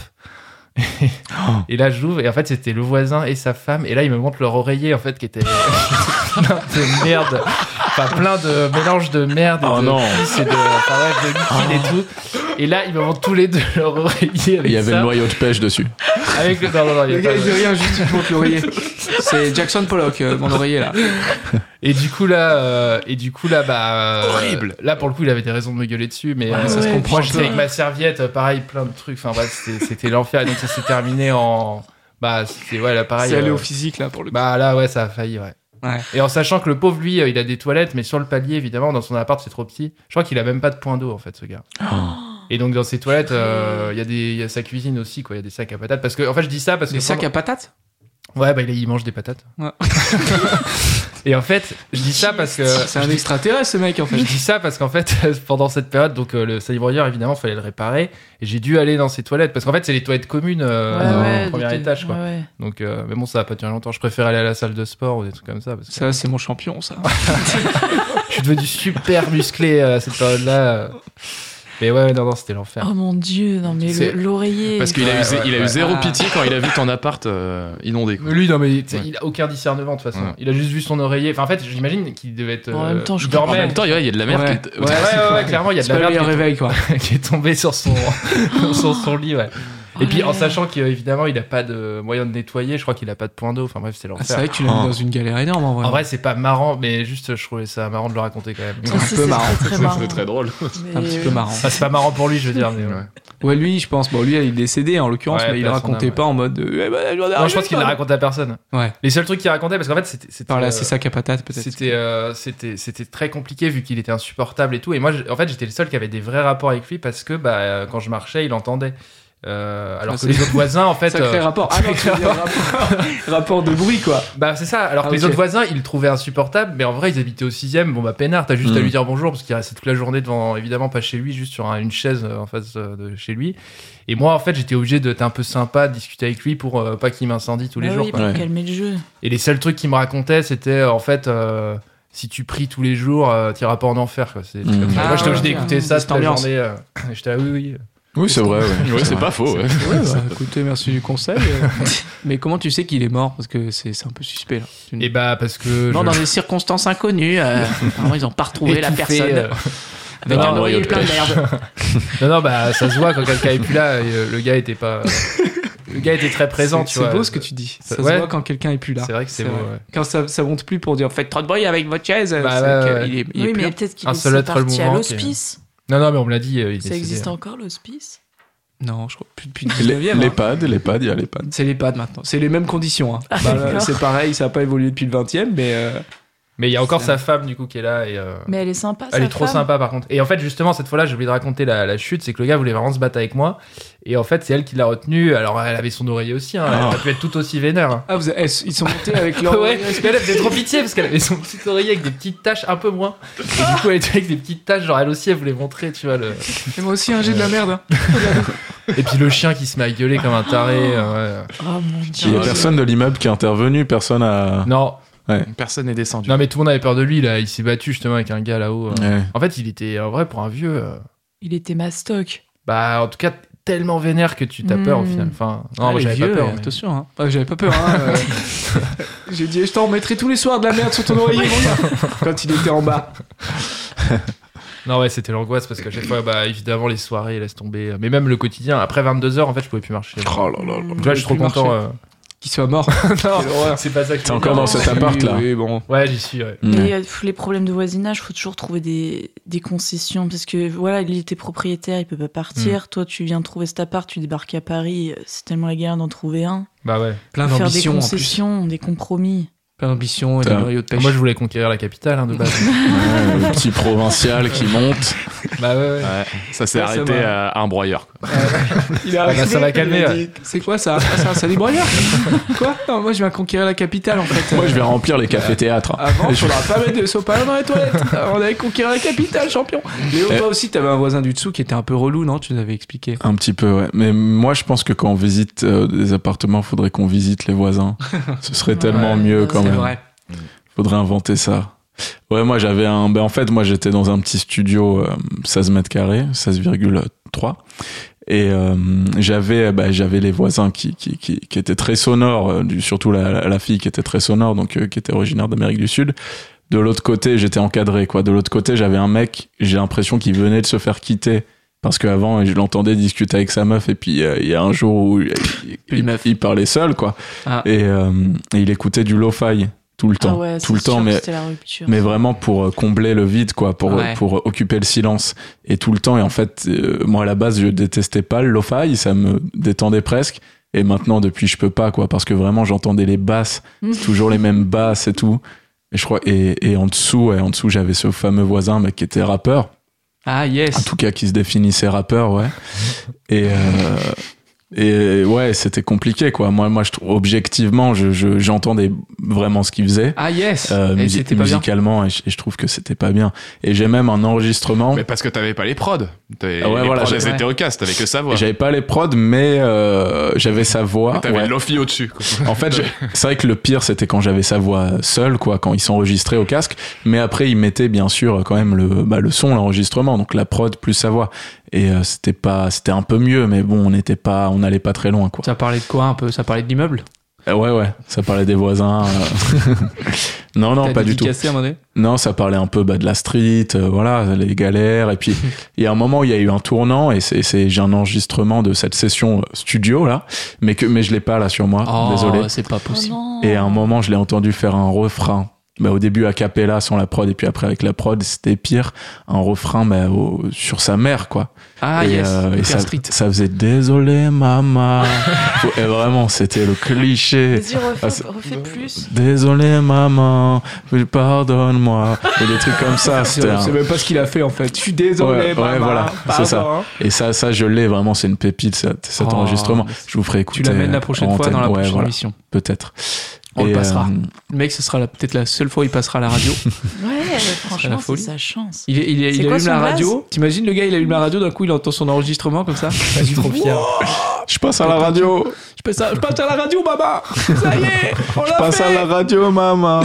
Et là, j'ouvre. Et en fait, c'était le voisin et sa femme. Et là, ils me montrent leur oreiller, en fait, qui était plein de merde. Enfin, plein de mélange de merde et Oh de non. pisse et de, enfin, bref, de liquide et tout. Et là, ils me montrent tous les deux leur oreiller avec Il y avait ça. le noyau de pêche dessus. Avec le... Non, non, non, il y Le a gars, pas il de- dit rien, juste il monte l'oreiller. C'est Jackson Pollock, euh, mon oreiller, là. Et du coup, là, euh, et du coup, là, bah. euh, Horrible. Là, pour le coup, il avait des raisons de me gueuler dessus, mais Ouais, euh, ça se ouais, comprend. moi, j'étais avec ma serviette, euh, pareil, plein de trucs. Enfin, bref, c'était, c'était l'enfer. Et donc, ça s'est terminé en. Bah, c'était, ouais, là, pareil. C'est allé euh, au physique, là, pour le coup. Bah, là, ouais, ça a failli, ouais. Ouais. Et en sachant que le pauvre, lui, euh, il a des toilettes, mais sur le palier, évidemment, dans son appart, c'est trop petit. Je crois qu'il a même pas de point d'eau, en fait, ce gars. Et donc, dans ses toilettes, euh, il y a des, il y a sa cuisine aussi, quoi. Il y a des sacs à patates. Parce que, en fait, je dis ça parce que. Des sacs pendant- à patates Ouais, bah, il, il mange des patates. Ouais. Et en fait, je dis ça parce que. C'est un extraterrestre, ce mec, en fait. Je dis ça parce qu'en fait, pendant cette période, donc euh, le sanibroyeur, évidemment, fallait le réparer. Et j'ai dû aller dans ses toilettes. Parce qu'en fait, c'est les toilettes communes euh, Ouais, ouais, au premier des- étage, quoi. ouais, ouais. Donc, euh, mais bon, ça va pas durer longtemps. Je préfère aller à la salle de sport ou des trucs comme ça. Parce que Ça, c'est mon champion, ça. je suis devenu super musclé à cette période-là. euh. Mais ouais, non, non, c'était l'enfer. Oh mon dieu, non mais C'est- le- l'oreiller. Parce qu'il a, Ouais, eu, zé- ouais, il a eu ouais. zéro Ah. pitié quand il a vu ton appart euh, inondé. Quoi. Mais lui, non, mais tu sais, Ouais. il a aucun discernement de toute façon. Ouais. Il a juste vu son oreiller. Enfin, en fait, j'imagine qu'il devait être. En euh, même temps, je il comprends. En dormait. même temps, il y a il y a de la merde Ouais. qui est- Ouais, ouais, ouais, ouais, clairement, il y a de C'est la pas le merde meilleur qui est, réveil, quoi. qui est tombée sur son, sur son lit, ouais. Et puis, en Ouais. sachant qu'évidemment, il a pas de moyen de nettoyer, je crois qu'il a pas de point d'eau. Enfin, bref, c'est Ah, l'enfer. c'est vrai que tu l'as mis dans une galère énorme, en vrai. En vrai, c'est pas marrant, mais juste, je trouvais ça marrant de le raconter quand même. Ça, un c'est- peu c'est marrant. très, très marrant. C'est très drôle. Mais- un petit peu marrant. Enfin, c'est pas marrant pour lui, je veux dire. Mais, ouais. Ouais. Ouais, lui, je pense. Bon, lui, il est décédé, en l'occurrence, Ouais, mais il paix à son racontait âme, pas en mode. euh, Eh ben, la journée Non, je pense arrive, qu'il l'a quoi. raconté à personne. Ouais. Les seuls trucs qu'il racontait, parce qu'en fait, c'était. c'était Par là, euh, c'est sac à patates, peut-être. C'était, euh, c'était, c'était très compliqué vu qu'il était insupportable et tout. Et moi, je- en fait, j'étais le seul qui avait des vrais rapports avec lui parce que bah, euh, quand je marchais, il entendait. Euh, alors Ah, que c'est- les autres voisins, en fait, Sacré euh, rapport. Ah non, tu veux dire rapport, rapport de bruit, quoi. bah c'est ça. Alors Ah, que les ok. autres voisins, ils le trouvaient insupportable, mais en vrai, ils habitaient au sixième. Bon bah peinard, t'as juste Mm. à lui dire bonjour parce qu'il restait toute la journée devant, évidemment pas chez lui, juste sur un- une chaise euh, en face euh, de chez lui. Et moi, en fait, j'étais obligé d'être un peu sympa, de discuter avec lui pour euh, pas qu'il m'incendie tous les Ah jours. oui, quoi. pour Ouais. calmer le jeu. Et les seuls trucs qu'il me racontait, c'était euh, en fait. euh, Si tu pries tous les jours, euh, t'iras pas en enfer. Quoi. C'est, c'est Mm. comme ça. Ah, Moi, j'étais obligé ouais. d'écouter ça Cette toute la ambiance. journée. euh, et j'étais là, oui, oui. Oui, c'est vrai. Ouais, Ouais, c'est pas faux. Ouais. Ouais, bah, écoutez, merci du conseil. euh. Mais comment tu sais qu'il est mort? Parce que c'est c'est un peu suspect, là. Tu- Et bah, parce que. Non, je- dans des circonstances inconnues. euh, apparemment, ils n'ont pas retrouvé la étouffé, personne. euh, Avec non, un non, oreiller de plein de pêche. merde. Non, non, bah, ça se voit quand quelqu'un est plus là. Et, euh, le gars était pas. Le gars était très présent, C'est tu vois. c'est beau ce que tu dis. Ça Ouais. se voit quand quelqu'un est plus là. C'est vrai que c'est, beau, vrai. ouais. Quand ça, ça monte plus pour dire faites trop de bruit avec votre chaise. Bah, c'est ouais, que ouais. il est, il est Oui, plus mais là. peut-être qu'il Un est seul être parti à mouvant l'hospice. Non, non, mais on me l'a dit. euh, il est Ça décédé, existe hein. encore, l'hospice? Non, je crois plus depuis le Les- dix-neuvième. hein. L'EHPAD, l'EHPAD, il y a l'EHPAD. C'est l'EHPAD maintenant. C'est les mêmes conditions. hein. Ah, Bah, là, d'accord. c'est pareil, ça n'a pas évolué depuis le vingtième, mais. euh, Mais il y a encore C'est sa femme, du coup, qui est là. Et, euh, Mais elle est sympa, Elle sa est trop femme. sympa par contre. Et en fait, justement, cette fois-là, j'ai oublié de raconter la, la chute, c'est que le gars voulait vraiment se battre avec moi. Et en fait, c'est elle qui l'a retenu. Alors, elle avait son oreiller aussi. Hein. Elle aurait pu être tout aussi vénère. Hein. Ah, vous avez- elles- ils sont montés avec leur. Ouais, parce qu'elle faisait trop pitié parce qu'elle avait son petit oreiller avec des petites taches un peu moins. Et du coup, elle était avec des petites taches, genre elle aussi, elle voulait montrer, tu vois. Le... Et moi aussi, un jet de la merde. hein. Et puis le chien qui se met à gueuler comme un taré. euh, ouais. Oh mon Il y dieu. a personne de l'immeuble qui est intervenu, personne a. Non, Personne n'est descendu. non, mais tout le monde avait peur de lui. Là, il s'est battu justement avec un gars là-haut. euh. Ouais. En fait, il était en vrai pour un vieux. euh, Il était mastoc. Bah, en tout cas, tellement vénère que tu t'as peur au Mm. final. Enfin, non, Ah, moi les j'avais vieux, pas peur. euh, mais- Attention, hein. Ah, j'avais pas peur. Hein, euh. J'ai dit, je t'en remettrai tous les soirs de la merde sur ton oreiller, mon gars. Quand il était en bas. Non, ouais, c'était l'angoisse parce qu'à chaque fois, bah, évidemment, les soirées, laisse tomber. Mais même le quotidien, après vingt-deux heures, en fait, je pouvais plus marcher. Oh là là là. Tu vois, je suis trop plus content. marcher. euh. Qu'il soit mort. Non, c'est pas ça que T'es je veux encore dire. dans cet appart là. Oui, bon. Ouais, j'y suis, ouais. Mm. Mais euh, les problèmes de voisinage, faut toujours trouver des, des concessions. Parce que voilà, il était propriétaire, il peut pas partir. Toi, tu viens de trouver cet appart, tu débarques à Paris. C'est tellement la galère d'en trouver un. Bah ouais. Plein Faire des d'ambitions en plus. concessions, des compromis. Plein d'ambitions et des Putain. noyaux de pêche. Moi, je voulais conquérir la capitale, hein, de base. Ouais, le petit provincial qui monte. bah ouais, ouais. Ouais, ça s'est Ouais, ça arrêté va. à un broyeur. quoi. Il a Ah bah, ça va arrivé, calmer, il a ouais. dit, c'est quoi ça Ah, ça, ça débrouillard Quoi Non, moi je viens conquérir la capitale en fait. Moi, je vais remplir les cafés-théâtres. Avant, il faudra pas mettre de sopalin dans les toilettes. On avait conquérir la capitale, champion. Léo, Eh. toi aussi, t'avais un voisin du dessous qui était un peu relou, non Tu nous avais expliqué. Un petit peu, ouais. Mais moi, je pense que quand on visite euh, des appartements, faudrait qu'on visite les voisins. Ce serait tellement Ouais, mieux c'est quand C'est même. vrai. Faudrait inventer ça. Ouais, moi j'avais un. Ben, en fait, moi j'étais dans un petit studio, euh, seize mètres carrés, seize virgule trois. Et euh, j'avais, bah, j'avais les voisins qui, qui, qui, qui étaient très sonores, euh, du, surtout la, la, la fille qui était très sonore, donc euh, qui était originaire d'Amérique du Sud. De l'autre côté, j'étais encadré, quoi. De l'autre côté, j'avais un mec, j'ai l'impression qu'il venait de se faire quitter. Parce qu'avant, je l'entendais discuter avec sa meuf, et puis euh, il y a un jour où il, Une il, meuf. il parlait seul, quoi. Ah. Et, euh, et il écoutait du lo-fi tout le temps. Ah ouais, tout le c'est temps, sûr que mais c'était la rupture. mais vraiment pour euh, combler le vide, quoi, pour Ouais. euh, pour euh, occuper le silence, et tout le temps. Et en fait, euh, moi à la base, je détestais pas le lo-fi, ça me détendait presque. Et maintenant, depuis, je peux pas, quoi, parce que vraiment, j'entendais les basses, toujours les mêmes basses et tout. Et je crois, et, et en dessous, ouais, en dessous, j'avais ce fameux voisin, mec, qui était rappeur, Ah en yes. tout cas, qui se définissait rappeur, ouais. Et euh, et ouais, c'était compliqué, quoi. Moi, moi, je trouve objectivement, je, je j'entendais vraiment ce qu'il faisait. Ah yes. Euh, Et musi- c'était pas bien. musicalement, et je, et je trouve que c'était pas bien. Et j'ai même un enregistrement. Mais parce que t'avais pas les prods. T'avais- Ah ouais, les voilà, prods, elles j'avais- étaient au casse, t'avais que sa voix. J'avais pas les prods, mais euh, j'avais sa voix. T'avais Ouais. Lofi au-dessus. quoi. En fait, je- c'est vrai que le pire, c'était quand j'avais sa voix seule, quoi, quand il s'enregistrait au casque. Mais après, il mettait bien sûr quand même le, bah, le son, l'enregistrement, donc la prod plus sa voix. Et euh, c'était pas, c'était un peu mieux, mais bon, on n'était pas, on n'allait pas très loin, quoi. Ça parlait de quoi un peu Ça parlait de l'immeuble Euh, ouais, ouais, ça parlait des voisins. euh. non, non, T'as pas du tout. dédicacé à un moment donné Non, ça parlait un peu bah, de la street, euh, voilà, les galères. Et puis, il y a un moment où il y a eu un tournant, et c'est, c'est, j'ai un enregistrement de cette session euh, studio, là, mais, que, mais je l'ai pas là sur moi, Oh, désolé. c'est pas Oh possible. non. Et à un moment, je l'ai entendu faire un refrain bah, au début a cappella sans la prod et puis après avec la prod, c'était pire, un refrain bah, au, sur sa mère quoi. Ah et, yes, euh, et hyper ça, street. ça faisait désolé maman. Et vraiment c'était le cliché. Vas-y, refais, Ah, c'est- refais plus. Désolé maman, pardonne-moi. Et des trucs comme ça. C'est C'était un- c'est même pas ce qu'il a fait en fait. Je suis désolé, Ouais, ouais, maman, voilà, c'est ça. pardon. Et ça, ça je l'ai vraiment, c'est une pépite cet, cet Oh, enregistrement. Je vous ferai écouter. Tu l'amènes la prochaine en fois dans la antenne. prochaine Ouais, voilà, émission. peut-être. On le Et, passera. euh, Le mec, ce sera la- peut-être la seule fois où il passera à la radio. Ouais, la franchement, c'est folie. sa chance. Il, est- il, est- C'est il quoi allume son la blaze radio. T'imagines le gars, il allume la radio, d'un coup il entend son enregistrement comme ça. Je suis trop fier. je passe à la radio. Je passe à, je passe à la radio, maman. Ça y est, on Je l'a passe fait. à la radio, maman.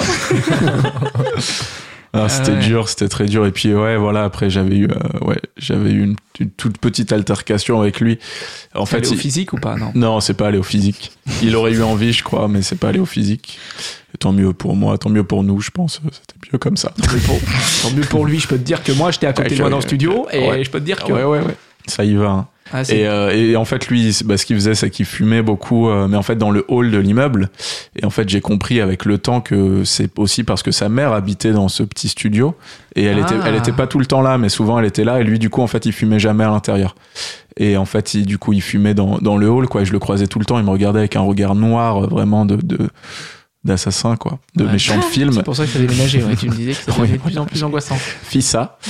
Ah, c'était ouais. dur, c'était très dur. Et puis ouais, voilà. Après, j'avais eu, euh, ouais, j'avais eu une, une toute petite altercation avec lui. En Fait, fait, au il- physique ou pas, non? non, c'est pas allé au physique. Il aurait eu envie, je crois, mais c'est pas allé au physique. Et tant mieux pour moi, tant mieux pour nous, je pense. C'était mieux comme ça. Mais bon, tant mieux pour lui. Je peux te dire que moi, j'étais à côté Ouais, de moi je- dans le studio et ouais. je peux te dire que. Ouais, ouais, ouais. Ça y va. Hein. Ah, c'est- Et, euh, et en fait, lui, bah, ce qu'il faisait, c'est qu'il fumait beaucoup, euh, mais en fait, dans le hall de l'immeuble. Et en fait, j'ai compris avec le temps que c'est aussi parce que sa mère habitait dans ce petit studio. Et elle, Ah. était, elle était pas tout le temps là, mais souvent, elle était là. Et lui, du coup, en fait, il fumait jamais à l'intérieur. Et en fait, il, du coup, il fumait dans, dans le hall, quoi. Et je le croisais tout le temps. Il me regardait avec un regard noir, euh, vraiment de, de, d'assassin, quoi. De Ouais. méchant de film. C'est pour ça que ça a déménagé. Ouais. Tu me disais que ça devenait Oui. de plus en plus angoissant. Fis ça.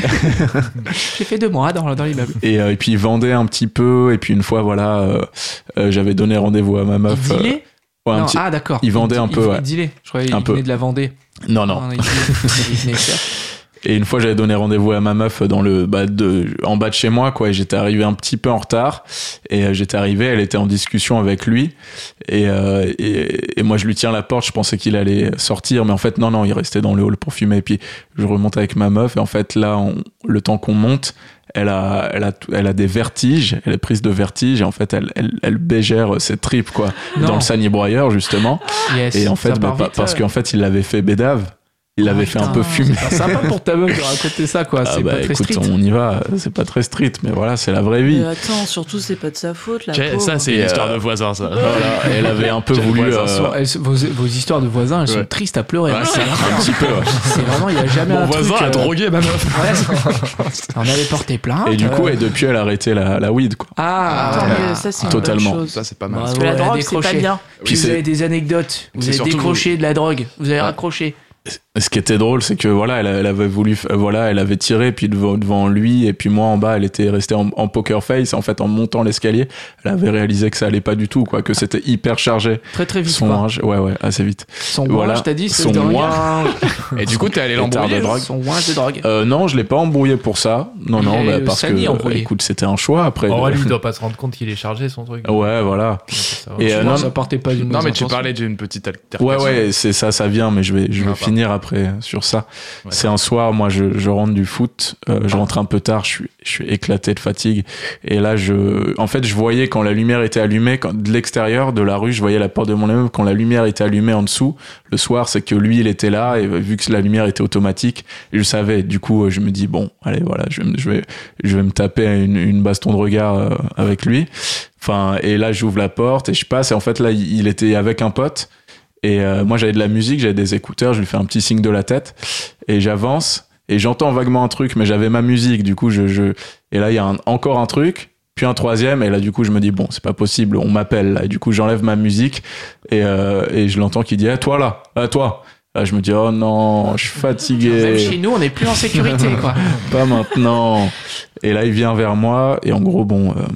J'ai fait deux mois dans, dans l'immeuble. Et, euh, et puis, il vendait un petit peu. Et puis, une fois, voilà, euh, euh, j'avais donné rendez-vous à ma meuf. Il euh, dealait ouais, un Non, petit- Ah, d'accord. il vendait un il, peu, il, ouais. Il dealait. Je croyais Un qu'il peu. venait de la Vendée. Non, non. il dealait. Il venait, certes. Et une fois, j'avais donné rendez-vous à ma meuf dans le, bah, de, en bas de chez moi, quoi. Et j'étais arrivé un petit peu en retard. Et euh, j'étais arrivé, elle était en discussion avec lui. Et, euh, et, et moi, je lui tiens la porte. Je pensais qu'il allait sortir. Mais en fait, non, non, il restait dans le hall pour fumer. Et puis, je remonte avec ma meuf. Et en fait, là, on- le temps qu'on monte, elle a, elle a, elle a des vertiges. Elle est prise de vertige. Et en fait, elle, elle, elle bégère ses tripes, quoi. Non. Dans le sanier-broyeur, justement. Yes, Et en ça fait, bah, part pa- vite, parce ça. qu'en fait, il l'avait fait bédave. Il l'avait fait un peu fumer. C'est pas sympa pour ta meuf de raconter ça, quoi. Ah C'est bah pas très écoute, strict. on y va, c'est pas très street, mais voilà, c'est la vraie vie. Mais attends, surtout, c'est pas de sa faute, la Ça, pauvre. c'est Et, une euh, histoire de voisin, ça. Voilà, elle avait un peu Quel voulu. voisin euh, Sont- elles- vos, vos histoires de voisins, elles sont Ouais. tristes à pleurer. ouais, hein. c'est un petit peu. ouais. C'est vraiment, il n'y a jamais Mon un voisin truc. a euh, drogué ma meuf. ouais, c'est- on avait porté plainte. Et du coup, euh, et depuis, elle a arrêté la, la weed, quoi. Ah, Tant ouais. mieux, ça, c'est une Totalement. bonne chose. Ça, c'est pas mal. Bravo. Parce que la Elle a drogue, c'est pas décroché. bien. Puis vous c'est- avez des anecdotes. Vous C'est avez surtout décroché de la drogue. Vous avez raccroché. Ce qui était drôle, c'est que voilà, elle, elle avait voulu, euh, voilà, elle avait tiré, puis devant, devant lui, et puis moi en bas, elle était restée en, en poker face. En fait, en montant l'escalier, elle avait réalisé que ça allait pas du tout, quoi, que c'était hyper chargé. Très très vite. Son quoi. linge, ouais, ouais, assez vite. Son Voilà. ouin, je t'ai dit, c'est Son de drogue. ouin. Et du coup, t'es allé Pétard de l'embrouiller. drogue. Son ouin de drogue. Euh, non, je l'ai pas embrouillé pour ça. Non, Il non, est, bah, euh, parce sali que, embrouillé. écoute, c'était un choix après. En vrai, de- lui, il doit pas se rendre compte qu'il est chargé son truc. Ouais, voilà. Il doit pas savoir. Et Tu euh, vois, non, ça partait pas d'une Non, mauvaise mais tu intention. parlais d'une petite altercation. Ouais, ouais, c'est ça, ça vient, mais je vais, je vais Ah, finir après sur ça. Ouais. C'est un soir, moi, je, je rentre du foot, euh, je rentre un peu tard, je suis, je suis éclaté de fatigue. Et là, je, en fait, je voyais quand la lumière était allumée, quand, de l'extérieur de la rue, je voyais la porte de mon immeuble, quand la lumière était allumée en dessous, le soir, c'est que lui, il était là, et vu que la lumière était automatique, je savais. Du coup, je me dis, bon, allez, voilà, je, vais me- je vais, je vais me taper une, une baston de regard euh, avec lui. Enfin, et là, j'ouvre la porte et je passe, et en fait, là, il, il était avec un pote. Et euh, moi, j'avais de la musique, j'avais des écouteurs, je lui fais un petit signe de la tête et j'avance et j'entends vaguement un truc, mais j'avais ma musique, du coup, je, je... et là, il y a un- encore un truc, puis un troisième, et là, du coup, je me dis, bon, c'est pas possible, on m'appelle, là, et du coup, j'enlève ma musique et, euh, et je l'entends qui dit, à toi, là, à toi. Là, je me dis, oh non, je suis Même fatigué, chez nous, on n'est plus en sécurité, quoi. pas maintenant. Et là, il vient vers moi, et en gros, bon, euh,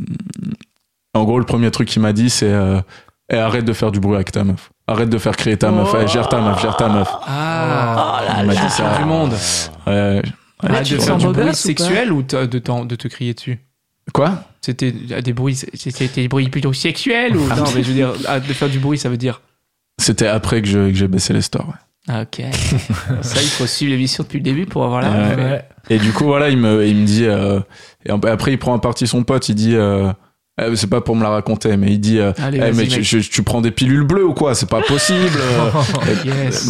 en gros, le premier truc qu'il m'a dit, c'est, euh, Eh, arrête de faire du bruit avec ta meuf. Arrête de faire crier ta meuf. Eh, gère ta meuf, gère ta meuf. Ah, Il m'a dit ça. du monde. Ouais. Arrête tu de te faire sens du beau bruit gosse ou pas sexuel ou te- de, t'en- de te crier dessus. Quoi? C'était des bruits, c'était des bruits plutôt sexuels ou non? Mais je veux dire, ah, de faire du bruit, ça veut dire. C'était après que je- que j'ai baissé les stores. Ouais. Ah, ok. Ça, il faut suivre l'émission depuis le début pour avoir la. Ouais. mais- Ouais. Et du coup, voilà, il me, il me dit. euh, et après, il prend en partie son pote. Il dit. Euh, euh, c'est pas pour me la raconter, mais il dit. Euh, Allez, Eh, vas-y, mais mec. tu, tu- tu prends des pilules bleues ou quoi? C'est pas possible. euh. Yes.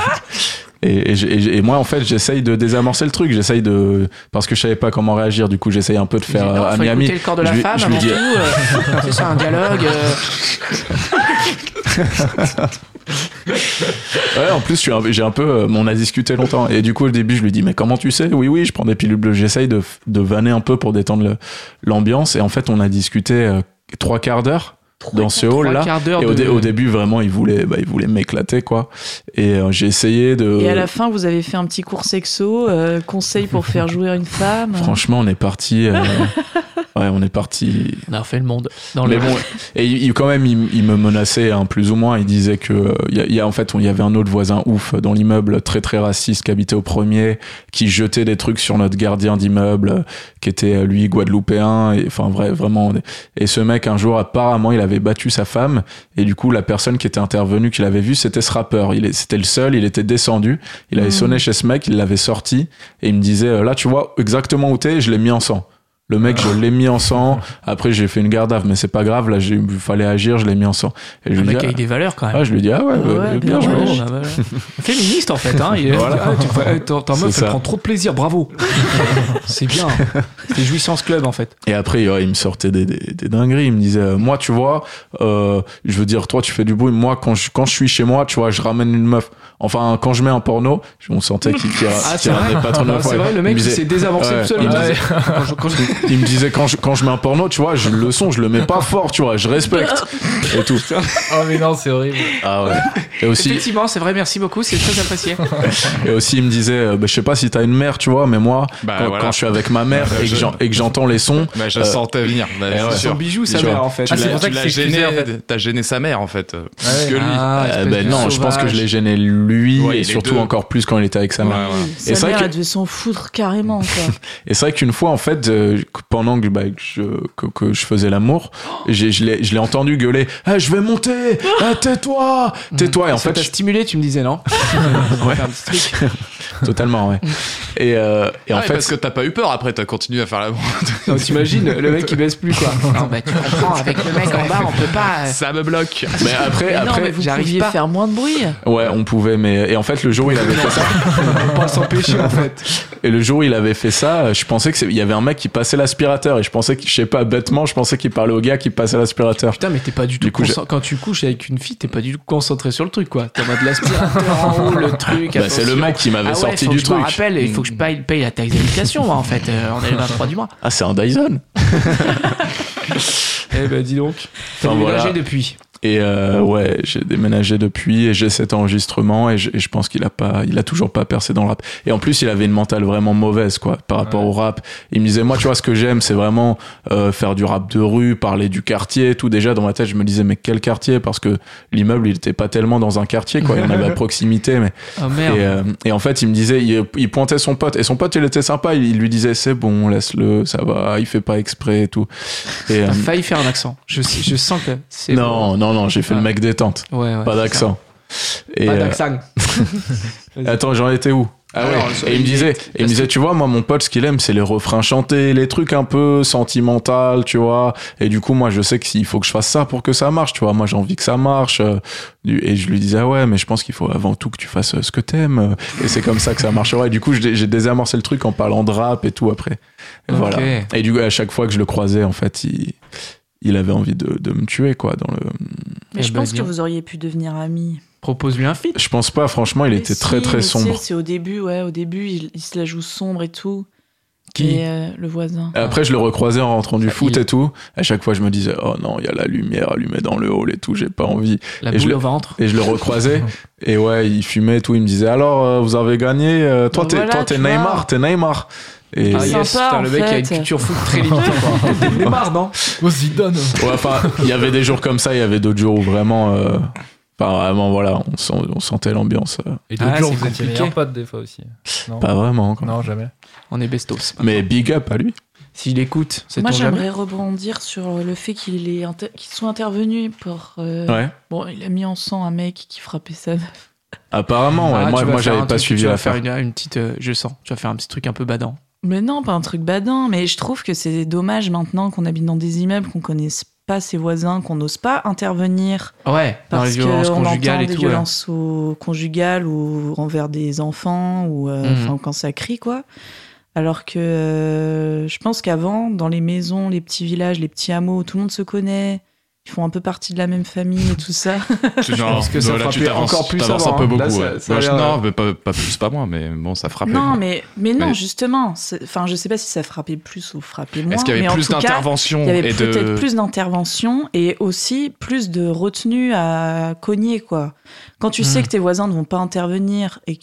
Et, et, j'ai- et moi, en fait, j'essaye de désamorcer le truc. J'essaye de. Parce que je savais pas comment réagir. Du coup, j'essaye un peu de faire Non, euh, à faut Miami. écouter le corps de la Je lui- femme je lui avant dis- tout. euh, c'est ça, un dialogue. euh. Ouais, en plus, je suis un- j'ai un peu. euh, On a discuté longtemps. Et du coup, au début, je lui dis, mais comment tu sais? Oui, oui, je prends des pilules bleues. J'essaye de, de vanner un peu pour détendre le- l'ambiance. Et en fait, on a discuté euh, trois quarts d'heure dans ce Trois hall-là. quarts d'heure Et au, de- dé- au début, vraiment, il voulait, bah, il voulait m'éclater, quoi. Et euh, j'ai essayé de. Et à la fin, vous avez fait un petit cours sexo, euh, conseil pour faire jouir une femme. Franchement, on est parti. euh, Ouais, on est parti. On a refait le monde. Dans Mais le... bon, et il, il- quand même, il, il me menaçait, hein, plus ou moins. Il disait que, euh, il y a, il y a- en fait, il y avait un autre voisin ouf dans l'immeuble, très très raciste, qui habitait au premier, qui jetait des trucs sur notre gardien d'immeuble, euh, qui était euh, lui guadeloupéen. Et, enfin, vrai, vraiment. Et ce mec, un jour, apparemment, il avait battu sa femme. Et du coup, la personne qui était intervenue, qui l'avait vu, c'était ce rappeur. Il est- c'était le seul. Il était descendu. Il avait Mm. sonné chez ce mec. Il l'avait sorti. Et il me disait, euh, là, tu vois exactement où t'es. Je l'ai mis en sang. Le mec, je l'ai mis en sang. Après, j'ai fait une garde à vue, mais c'est pas grave. Là, j'ai- il fallait agir, je l'ai mis en sang. Et je Un lui mec dis, avec des valeurs quand même. ah, je lui dis, ah ouais, Ah bah, ouais, bien bien joué. joué. Oh, bah, voilà. Féministe en fait. Hein. Il est- Voilà. Ah, tu fais- ton, ton meuf, C'est elle ça. prend trop de plaisir. Bravo. C'est bien. C'est Jouissance Club en fait. Et après, ouais, il me sortait des, des, des dingueries. Il me disait, euh, moi, tu vois, euh, je veux dire, toi, tu fais du bruit. Moi, quand je, quand je suis chez moi, tu vois, je ramène une meuf. Enfin, quand je mets un porno, on sentait qu'il qu'il Ah, qu'il c'est vrai. ramenait pas trop de meufs. C'est Ouais. vrai, le Il mec me il disait- s'est désavancé ouais, tout seul. il me Il me disait- disait- quand je- quand je- Il me disait, quand je, quand je mets un porno, tu vois, je, le son, je le mets pas fort, tu vois, je respecte. Et tout. Oh, mais non, c'est horrible. Ah ouais. Et aussi, Effectivement, c'est vrai, merci beaucoup, c'est très apprécié. et aussi, il me disait, euh, bah, je sais pas si t'as une mère, tu vois, mais moi, Bah, quand, voilà. quand je suis avec ma mère Bah, et que je- j'en- et que j'entends les sons, Bah, je Euh, sentais venir. Bah, eh ouais. c'est sûr. Son bijou, sa Tu mère vois. en fait. Ah, Tu c'est l'as pour ça tu qu'il l'as s'excusait, gêné, en fait. t'as gêné sa mère en fait. Ouais. Plus que lui. Ah, Euh, espèce ben de non, je pense que je sauvage. l'ai gêné lui Ouais, et les surtout deux. encore plus quand il était avec sa mère. Ouais, ouais. Sa Et c'est vrai mère, que- elle devait s'en foutre carrément, quoi. Et c'est vrai qu'une fois, en fait, euh, pendant que, bah, que, je, que, que je faisais l'amour, j'ai- je l'ai je l'ai entendu gueuler ah, je vais monter ah, tais-toi tais-toi. Et en Ça fait, t'a je- stimulé, tu me disais, non Ouais. Faire un petit truc. totalement, ouais. Et, euh, et Ah en ouais, fait, parce que t'as pas eu peur après, t'as continué à faire la Non, t'imagines, le mec il baisse plus quoi. Non, bah tu comprends, avec le mec en bas, on peut pas. euh, Ça me bloque. mais après, Mais non, après mais vous j'arrive pouviez pas. faire moins de bruit. ouais, on pouvait, mais et en fait, le jour où il avait fait ça, On peut pas s'empêcher en fait. et le jour où il avait fait ça, je pensais que c'est- il y avait un mec qui passait l'aspirateur et je pensais que, je sais pas, bêtement, je pensais qu'il parlait au gars qui passait l'aspirateur. Putain, mais t'es pas du tout. Du coup, concent- Quand tu couches avec une fille, t'es pas du tout concentré sur le truc quoi. T'es en mode l'aspirateur en haut, le truc. Bah, c'est le attention. mec qui m'avait Ah ouais, sorti faut du que je me truc. rappelle, il faut que je paye, paye la taxe d'habitation moi, en fait. Euh, on est le vingt-trois du mois. Ah, c'est un Dyson. Eh ben dis donc. T'as Enfin, déménagé voilà. depuis. Et euh, ouais, j'ai déménagé depuis et j'ai cet enregistrement et je, et je pense qu'il a pas, il a toujours pas percé dans le rap. Et en plus, il avait une mentale vraiment mauvaise quoi par rapport Ouais. au rap. Il me disait moi, tu vois, ce que j'aime, c'est vraiment euh, faire du rap de rue, parler du quartier, et tout. Déjà dans ma tête, je me disais mais quel quartier parce que l'immeuble, il était pas tellement dans un quartier quoi. Il y en avait à proximité, mais Oh merde. et, euh, et en fait, il me disait, il, il pointait son pote et son pote, il était sympa. Il, il lui disait c'est bon, laisse-le, ça va, il fait pas exprès et tout. Et euh, T'as failli faire un accent. Je, je sens que c'est. non, non, non, j'ai fait Ah. le mec détente. Ouais, ouais, Pas c'est d'accent. Et, ça. Pas euh, d'accent. attends, j'en étais où? Ah ouais. Alors, Et il me il- disait, et il me disait, tu vois, moi, mon pote, ce qu'il aime, c'est les refrains chantés, les trucs un peu sentimentaux, tu vois. Et du coup, moi, je sais qu'il faut que je fasse ça pour que ça marche, tu vois. Moi, j'ai envie que ça marche. euh, du- Et je lui disais, ah ouais, mais je pense qu'il faut avant tout que tu fasses euh, ce que t'aimes. euh, Et c'est comme ça que ça marchera. Et du coup, j'ai j'ai désamorcé le truc en parlant de rap et tout après. Et Ok. voilà. Et du coup, à chaque fois que je le croisais, en fait, il, il avait envie de, de me tuer, quoi, dans le, Mais Eh je ben, pense dis que donc. vous auriez pu devenir amis. Propose-lui un feat. je pense pas, franchement, il Mais était si, très très mais tu sais, sombre. C'est au début, ouais, au début, il, il se la joue sombre et tout. Qui Et euh, le voisin. Et après, je le recroisais en rentrant du Ah, foot il- et tout. À chaque fois, je me disais, oh non, il y a la lumière allumée dans le hall et tout, j'ai pas envie. La Et je boule le- au ventre. Et je le recroisais. Et ouais, il fumait et tout. Il me disait, alors, euh, vous avez gagné. euh, toi, Bah t'es voilà, toi, t'es tu vois. Neymar, t'es Neymar. Et Ah C'est yes, sympa, putain, en le mec a une fait. culture foot très limitée quoi. T'es Neymar, non Oh, Zidane. ouais, enfin, il y avait des jours comme ça, il y avait d'autres jours où vraiment. euh, Enfin, vraiment, voilà, on, sent- on sentait l'ambiance. euh, Et d'autres Ah, jours, c'est vous étiez compliqué. meilleurs potes des fois aussi. Non, Pas vraiment. quoi. non jamais. On est bestos. Mais big up à lui. S'il écoute, c'est Moi, ton jamais. j'aimerais rebondir sur le fait qu'il est inter- qu'ils soient intervenus pour. euh, Ouais. Bon, il a mis en sang un mec qui frappait sa meuf. Apparemment, ouais. Ah, moi, tu vas moi faire j'avais un pas truc- suivi tu vas l'affaire. faire une, une petite. euh, je sens. Tu vas faire un petit truc un peu badant. Mais non, pas un truc badin. Mais je trouve que c'est dommage maintenant qu'on habite dans des immeubles, qu'on connaisse pas ses voisins, qu'on n'ose pas intervenir Ouais. Dans les parce violences qu'on conjugales entend et des tout. ouais. violences au- conjugales ou envers des enfants ou euh, Mhm. enfin, quand ça crie quoi. Alors que euh, je pense qu'avant, dans les maisons, les petits villages, les petits hameaux, tout le monde se connaît. ils font un peu partie de la même famille et tout ça. Non, pense que ça non, là, frappait tu t'avances- encore plus t'avances avant, un peu hein. beaucoup. Là, ça- ouais. ça a Moi, je- l'air- non, mais pas, pas plus, pas moi, mais bon, ça frappait. Non, mais, mais non, Mais- justement. c'est- Enfin, je sais pas si ça frappait plus ou frappait moins. Est-ce qu'il y avait mais en plus tout cas, d'interventions il y avait et peut-être de... plus d'interventions et aussi plus de retenue à cogner, quoi. Quand tu Hmm. sais que tes voisins ne vont pas intervenir et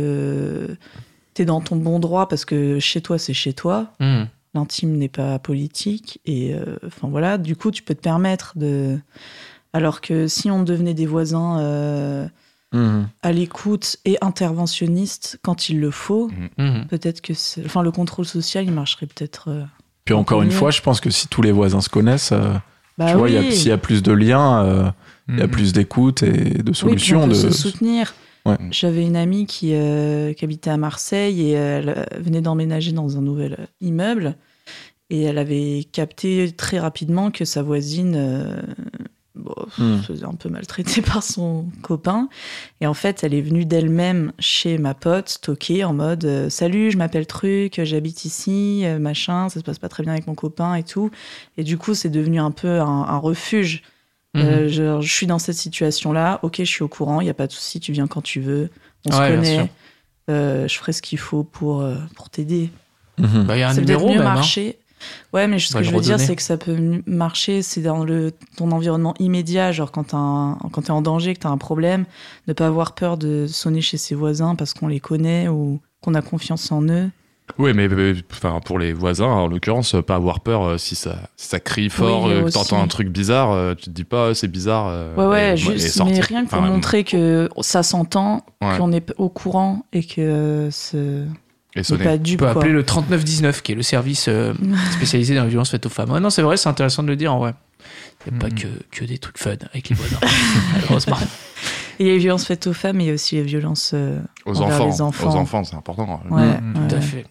que t'es dans ton bon droit parce que chez toi, c'est chez toi. Mmh. L'intime n'est pas politique et euh, enfin voilà, du coup, tu peux te permettre de. Alors que si on devenait des voisins euh, Mhm. à l'écoute et interventionnistes quand il le faut, Mmh. peut-être que c'est... enfin le contrôle social, il marcherait peut-être. euh, Puis Un encore peu une mieux. fois, je pense que si tous les voisins se connaissent, euh, Bah tu vois, il y a- oui. s'il y a plus de liens, euh, il y a Mhm. plus d'écoute et de Oui, puis solutions. on peut de... se soutenir. Ouais. J'avais une amie qui, euh, qui habitait à Marseille et elle euh, venait d'emménager dans un nouvel euh, immeuble. Et elle avait capté très rapidement que sa voisine euh, bon, Hmm. se faisait un peu maltraiter par son copain. Et en fait, elle est venue d'elle-même chez ma pote, toquer en mode euh, Salut, je m'appelle Truc, j'habite ici, euh, machin, ça se passe pas très bien avec mon copain et tout. Et du coup, c'est devenu un peu un, un refuge. Mmh. Euh, genre, je suis dans cette situation-là, ok, je suis au courant, il n'y a pas de souci, tu viens quand tu veux, on Ouais, se bien sûr. connaît, euh, je ferai ce qu'il faut pour, euh, pour t'aider. Mhm. Bah, il y a un Ça peut peut-être numéro mieux même. hein. marcher. Ouais, mais ce On va que je le veux dire, redonner. c'est que ça peut m- marcher, c'est dans le, ton environnement immédiat, genre quand t'as un- quand t'es en danger, que t'as un problème, ne pas avoir peur de sonner chez ses voisins parce qu'on les connaît ou qu'on a confiance en eux. Oui, mais euh, enfin, pour les voisins, en l'occurrence, euh, pas avoir peur euh, si ça, si ça crie fort, Oui, euh, que aussi. t'entends un truc bizarre, euh, tu te dis pas, euh, c'est bizarre. euh, Ouais, ouais, et- et juste, sortir. mais rien que pour Enfin, montrer que ça s'entend, Ouais. qu'on est p- au courant et que euh, ce Et n'est sonner. pas Tu dupe, peux quoi. appeler le trente-neuf dix-neuf, qui est le service euh, spécialisé dans les violences faites aux femmes. Ouais, non, c'est vrai, c'est intéressant de le dire en vrai. Il n'y a pas Mhm. que, que des trucs fun avec les voisins, malheureusement. Et il y a les violences faites aux femmes et aussi les violences euh, Aux envers enfants, les enfants. aux enfants, c'est important. Ouais, Mhm. Tout à ouais. fait.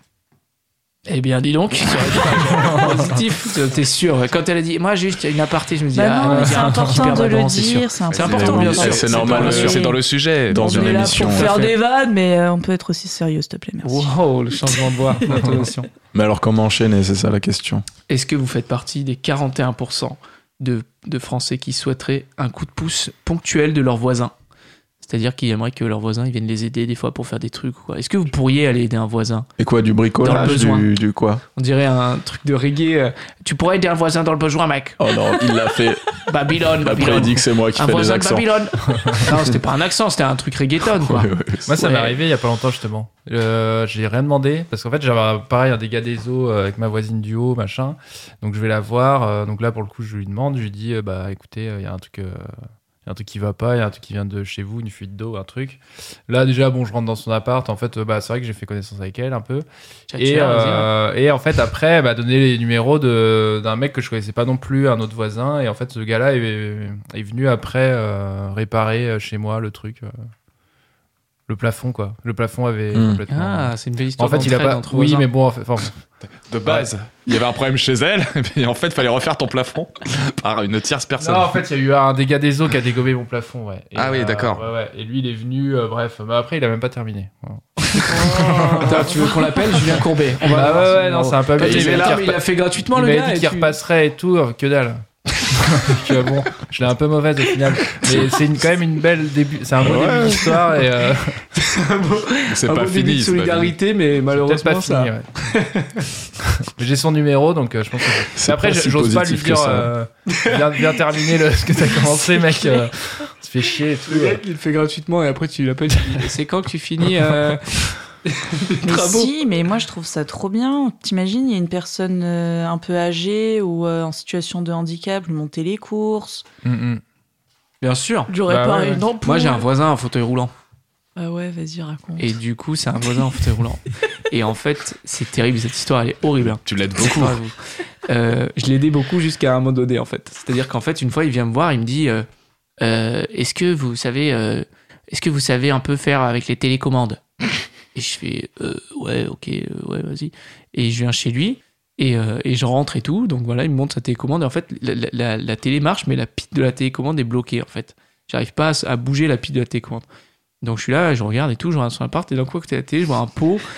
Eh bien, dis donc, tu aurais dû pas- positif, t'es sûr. Quand elle a dit, moi, juste une aparté, je me dis, Bah ah, non, mais il y c'est a un truc important hyper de le badant, c'est sûr. dire, c'est C'est important, important, bien oui, sûr. c'est C'est normal, dans le- euh, C'est dans le sujet. Dans On une est là émission. pour tout à faire fait. des vannes, mais euh, on peut être aussi sérieux, s'il te plaît, merci. Wow, le changement de voix, l'intonation. Mais alors, comment enchaîner? C'est ça la question. Est-ce que vous faites partie des quarante et un pour cent de, de Français qui souhaiteraient un coup de pouce ponctuel de leurs voisins? C'est-à-dire qu'ils aimeraient que leurs voisins ils viennent les aider des fois pour faire des trucs. Quoi. Est-ce que vous pourriez aller aider un voisin? Et quoi, du Dans bricolage, le besoin. du, du quoi? On dirait un truc de reggae. euh, Tu pourrais aider un voisin dans le besoin, mec. Oh non, il l'a fait. Babylone, Après, il Babylone. dit que c'est moi qui Un fais les voisin de accents. Babylone. Non, c'était pas un accent, c'était un truc reggaeton, quoi. Ouais, ouais. Moi, ça Ouais. m'est arrivé il y a pas longtemps, justement. Euh, j'ai rien demandé, parce qu'en fait, j'avais pareil un dégât des eaux euh, avec ma voisine du haut, machin. Donc, je vais la voir. euh, donc là, pour le coup, je lui demande. Je lui dis, euh, bah, écoutez, il y a un truc. euh, Il y a un truc qui va pas, il y a un truc qui vient de chez vous, une fuite d'eau, un truc. Là, déjà, bon, je rentre dans son appart. En fait, euh, bah, c'est vrai que j'ai fait connaissance avec elle un peu. Tcha, Et, tcha, vas-y, hein. euh, et en fait, après, elle m'a donné les numéros de, d'un mec que je connaissais pas non plus, un autre voisin. Et en fait, ce gars-là est, est venu après euh, réparer euh, chez moi le truc. euh, le plafond, quoi. Le plafond avait Mm. complètement. Ah, c'est une belle histoire. en fait, il a d'entraide pas. entre Oui, voisins. mais bon, en fait, enfin, De base, il y avait un problème chez elle, et en fait, il fallait refaire ton plafond par une tierce personne. non, en fait, il y a eu un dégât des eaux qui a dégommé mon plafond, ouais. Et, Ah oui, d'accord. Ouais, ouais. Et lui, il est venu, euh, bref. Mais après, il a même pas terminé. Voilà. Attends, tu veux qu'on l'appelle Julien Courbet? On Bah voir ouais, son ouais, non, numéro. c'est un peu Quand abusé. il Il est m'a là, dit mais qu'il il a fait gratuitement, Il le m'a gars. dit et qu'il tu- repasserait et tout, euh, que dalle. Donc, euh, bon, je l'ai un peu mauvaise au final. Mais c'est une, quand même une belle début. C'est un beau Ouais. début d'histoire et euh, C'est un pas bon début fini. de c'est pas solidarité, mais peut-être malheureusement, pas ça. fini. Ouais. Mais j'ai son numéro, donc euh, je pense que. C'est Mais après, pas je- si j'ose pas lui positif que dire. ça. Euh, viens, viens terminer le, ce que t'as commencé, mec. Euh, se fait chier et tout. Le gars, il le fait gratuitement et après tu l'appelles. tu lui dis, c'est quand que tu finis euh, les Mais travaux? si, mais moi je trouve ça trop bien. T'imagines, il y a une personne euh, un peu âgée ou euh, en situation de handicap, lui monter les courses, Mm, mm. Bien sûr. lui Bah réparer ouais, une ampoule. Moi, j'ai un voisin en fauteuil roulant. Ah ouais, vas-y, raconte. Et du coup, c'est un voisin en fauteuil roulant. Et en fait, c'est terrible, cette histoire, elle est horrible. hein. Tu l'aides C'est beaucoup. pas vous. Euh, je l'ai aidé beaucoup jusqu'à un moment donné, en fait. C'est-à-dire qu'en fait, une fois, il vient me voir, il me dit euh, euh, Est-ce que vous savez, euh, est-ce que vous savez un peu faire avec les télécommandes? Et je fais euh, Ouais, ok, euh, ouais, vas-y. Et je viens chez lui. Et, euh, et je rentre et tout, donc voilà, il me montre sa télécommande. Et en fait, la, la- la- la télé marche, mais la pile de la télécommande est bloquée, en fait. J'arrive pas à, à bouger la pile de la télécommande. Donc je suis là, je regarde et tout, je regarde sur l'appart, et d'un coup, à côté de la télé, je vois un pot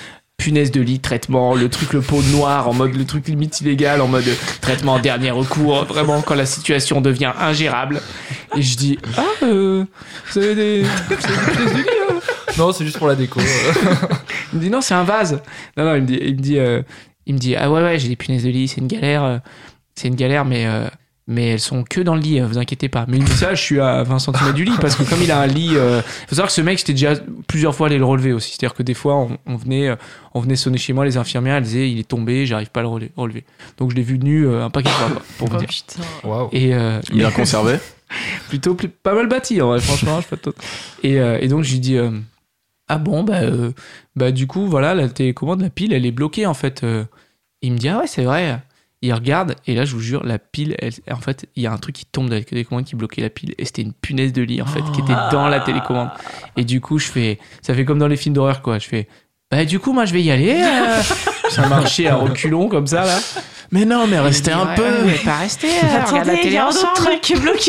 punaise de lit, traitement, le truc, le pot noir, en mode le truc limite illégal, en mode traitement dernier recours, vraiment quand la situation devient ingérable. Et je dis, ah, euh, vous avez des, vous avez des punaises de lit hein Non, c'est juste pour la déco. Il me dit, non, c'est un vase. Non, non, il me dit, il me dit, euh, il me dit ah ouais, ouais, j'ai des punaises de lit, c'est une galère, euh, c'est une galère, mais. Euh, mais elles sont que dans le lit, vous inquiétez pas. Mais il me dit ça, je suis à vingt centimètres du lit, parce que comme il a un lit, euh, faut savoir que ce mec, j'étais déjà plusieurs fois allé le relever aussi. C'est-à-dire que des fois, on, on venait, on venait sonner chez moi, les infirmières, elles disaient, il est tombé, j'arrive pas à le rele- relever. Donc je l'ai vu nu euh, un paquet de fois, quoi, pour vous Oh dire. putain. Waouh. Et euh, Il est bien conservé. plutôt plus- pas mal bâti, en vrai, franchement, je sais pas tout. Et, euh, et donc je lui dis, euh, ah bon, bah, euh, bah du coup, voilà, la télécommande, la pile, elle est bloquée en fait. Euh, il me dit, ah ouais, c'est vrai. Il regarde, et là, je vous jure, la pile, elle, en fait, il y a un truc qui tombe de la télécommande qui bloquait la pile, et c'était une punaise de lit, en fait, qui était dans la télécommande. Et du coup, je fais, ça fait comme dans les films d'horreur, quoi. Je fais, bah, du coup, moi, je vais y aller. Euh... Ça marchait à reculons, comme ça, là. Mais non, mais restez un Ouais, peu. ouais, mais pas rester. Euh, regarde la Attendez, il y télé a un autre ensemble. truc qui est bloqué.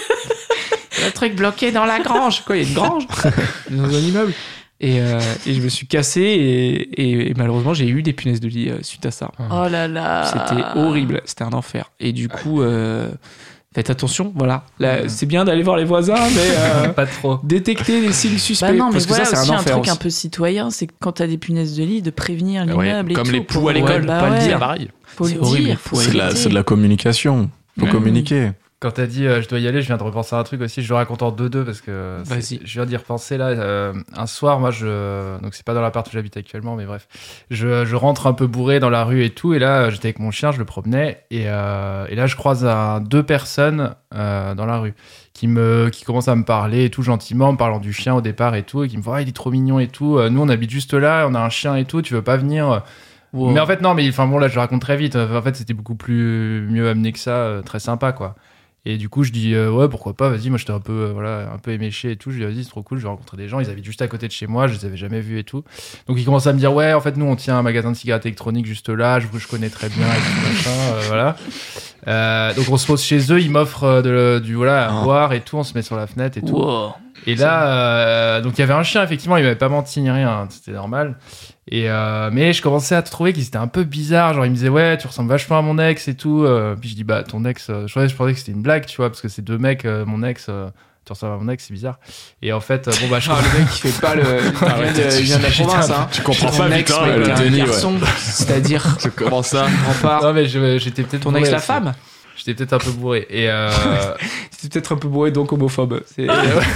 Le truc bloqué dans la grange. Quoi, il y a une grange dans un immeuble. Et, euh, et je me suis cassé, et, et, et malheureusement, j'ai eu des punaises de lit euh, suite à ça. Oh là là. C'était horrible, c'était un enfer. Et du coup, euh, faites attention, voilà. Là, c'est bien d'aller voir les voisins, mais euh, Pas trop. détecter les signes suspects. Bah non, mais parce que voilà ça, c'est aussi un un, enfer truc aussi. un peu citoyen, c'est que quand t'as des punaises de lit, de prévenir Bah ouais, l'immeuble et comme tout. les poux pour- à l'école, ouais, bah pas le ouais, dire. pareil. Faut C'est le horrible, dire, faut faut C'est de, la, arrêter. c'est de la communication. Faut Ouais. communiquer. Quand t'as dit euh, je dois y aller, je viens de repenser à un truc aussi. Je le raconte en deux deux parce que c'est- Vas-y. je viens d'y repenser là. Euh, un soir, moi, je donc c'est pas dans l'appart où j'habite actuellement, mais bref, je, je rentre un peu bourré dans la rue et tout. Et là, j'étais avec mon chien, je le promenais et, euh, et là, je croise un, deux personnes euh, dans la rue qui me qui commencent à me parler et tout gentiment, en me parlant du chien au départ et tout, et qui me font ah, il est trop mignon et tout. Euh, nous, on habite juste là, on a un chien et tout. Tu veux pas venir? Wow. Mais en fait, non, mais enfin bon, là, je le raconte très vite. En fait, c'était beaucoup plus mieux amené que ça, euh, très sympa, quoi. Et du coup, je dis, euh, ouais, pourquoi pas, vas-y, moi, j'étais un peu, euh, voilà, un peu éméché et tout. Je dis, vas-y, c'est trop cool, je vais rencontrer des gens. Ils habitent juste à côté de chez moi, je les avais jamais vus et tout. Donc, ils commencent à me dire, ouais, en fait, nous, on tient un magasin de cigarettes électroniques juste là, je, je connais très bien et tout, machin, euh, voilà. Euh, donc, on se pose chez eux, ils m'offrent euh, de, du, voilà, à Ah. boire et tout, on se met sur la fenêtre et tout. Wow. Et là, euh, donc il y avait un chien, effectivement, il m'avait pas menti ni rien, c'était normal. Et euh, mais je commençais à trouver qu'ils étaient un peu bizarres, genre ils me disaient ouais, tu ressembles vachement à mon ex et tout. Euh, puis je dis bah ton ex, euh, je, je pensais que c'était une blague, tu vois, parce que c'est deux mecs, euh, mon ex, euh, tu ressembles à mon ex, c'est bizarre. Et en fait, euh, bon bah je Ah, le mec qui fait pas le. Il vient de, il vient de la province, hein. Tu comprends Ton pas, ex, putain, mec, le un déni, ouais. garçon, c'est-à-dire. Comment ça? Je comprends pas. non mais je- j'étais peut-être Ton bourré ex, la aussi. femme? J'étais peut-être un peu bourré. Et euh, C'est peut-être un peu bourré, donc homophobe. C'est...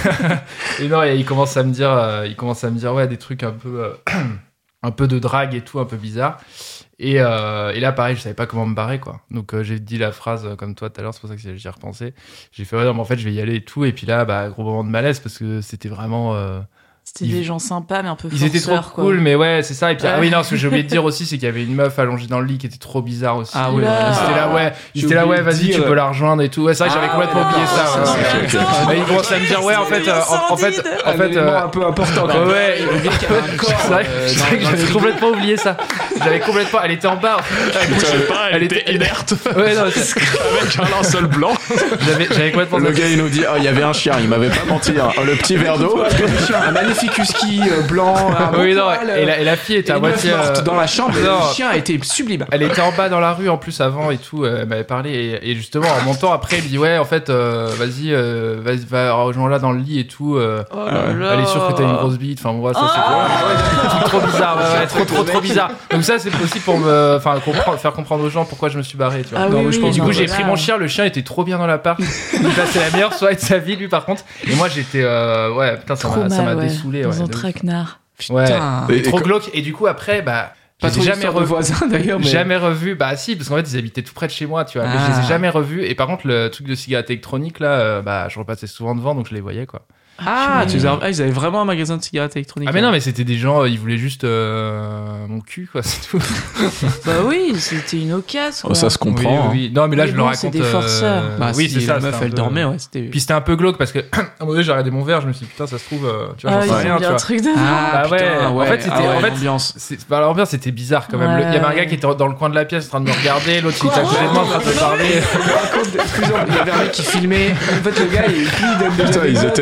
et non, et il commence à me dire, euh, il commence à me dire ouais des trucs un peu, euh, un peu de drague et tout, un peu bizarre. Et, euh, et là, pareil, je savais pas comment me barrer, quoi. Donc euh, j'ai dit la phrase euh, comme toi tout à l'heure, c'est pour ça que j'y ai repensé. J'ai fait ouais, non, mais en fait, je vais y aller et tout. Et puis là, bah gros moment de malaise parce que c'était vraiment. Euh, C'était Ils- des gens sympas, mais un peu Ils étaient trop forceurs, quoi. cool, mais ouais, c'est ça. Et puis, Ouais. ah oui, non, ce que j'ai oublié de dire aussi, c'est qu'il y avait une meuf allongée dans le lit qui était trop bizarre aussi. Ah ouais, Oula. Ils étaient là, ouais, ils J'ai étaient là, oublié ouais, de vas-y, dire. tu peux la rejoindre et tout. Ouais, c'est vrai que j'avais Ah complètement ouais, oublié ça. d'accord, ouais, ça, ouais. c'est ok. Ouais, ils commencent à me dire, ouais, en fait, euh, en, en fait, en Un fait, élément euh, un peu important, ouais, quand même. ouais, Le mec qui avait un corps. c'est vrai, euh, c'est dans- vrai que dans le j'avais frigo. complètement oublié ça. J'avais complètement, elle était en bas. Elle bougeait pas, elle, Elle était était- inerte. Ouais, non, c'est- Avec un linceul blanc. j'avais, j'avais complètement. Le gars, il nous dit, ah, il y avait un chien, il m'avait pas menti. Hein. Oh, le petit verre d'eau. Un magnifique husky euh, blanc. Un bon Oui, non, poil, et la, et la fille et était à une meuf moitié. morte euh, dans la chambre. et non. Le chien était sublime. Elle était en bas dans la rue en plus avant et tout, euh, elle m'avait parlé et, et justement en montant après elle me dit ouais en fait euh, vas-y euh, vas-y va rejoins-la dans le lit et tout euh, Oh là là. elle est sûre que t'as une grosse bite enfin bon ouais, ça c'est Ah. quoi un truc trop bizarre ouais, ouais, trop trop trop bizarre donc ça c'est aussi pour me enfin comprendre faire comprendre aux gens pourquoi je me suis barré tu vois. Ah Non, oui, mais je oui, pense Du non, coup, mais j'ai là- pris mon chien, le chien était trop bien dans l'appart. Il passait la meilleure soirée de sa vie, lui, par contre. Et moi, j'étais. euh, ouais, putain, ça Trop m'a, ça m'a mal, ouais. dessoulé. Dans Ouais, un de ouf. traquenard. Ouais. Putain. Et- Trop et- glauque. Et du coup, après, bah. Pas je trop les ai jamais jamais de revus. voisins d'ailleurs. Mais... Jamais revu, bah si, parce qu'en fait ils habitaient tout près de chez moi, tu vois. Mais je les Ah. ai jamais revus. Et par contre, le truc de cigarette électronique là, euh, bah je repassais souvent devant, donc je les voyais quoi. Ah, tu purée. les as- ah, ils avaient vraiment un magasin de cigarettes électroniques. Ah mais non, mais c'était des gens, euh, ils voulaient juste euh, mon cul quoi, c'est tout. Bah oui, c'était une occasion. Oh, ça se comprend. Oui, oui, oui. Non mais là Mais je bon, le c'est raconte. des forceurs. Bah, oui, si, c'est ça. La meuf, c'était un elle peu- dormait, ouais. C'était. Puis c'était un peu glauque parce que à un moment donné j'ai regardé mon verre, je me suis dit putain ça se trouve, euh, tu vois, Ah, j'en ils sais ont rien, mis tu un vois. truc dedans. Ah, Bah ouais, putain, en ouais. fait, c'était- Ah ouais, en fait, l'ambiance. C'est, bah, l'ambiance c'était bizarre quand même. Le- Il y avait un gars qui était dans le coin de la pièce en train de me regarder, l'autre il était à côté de moi en train de me parler. Il y avait un mec qui filmait. En fait, le gars, il il donne déjà Putain, des ils notes, étaient trente euh, en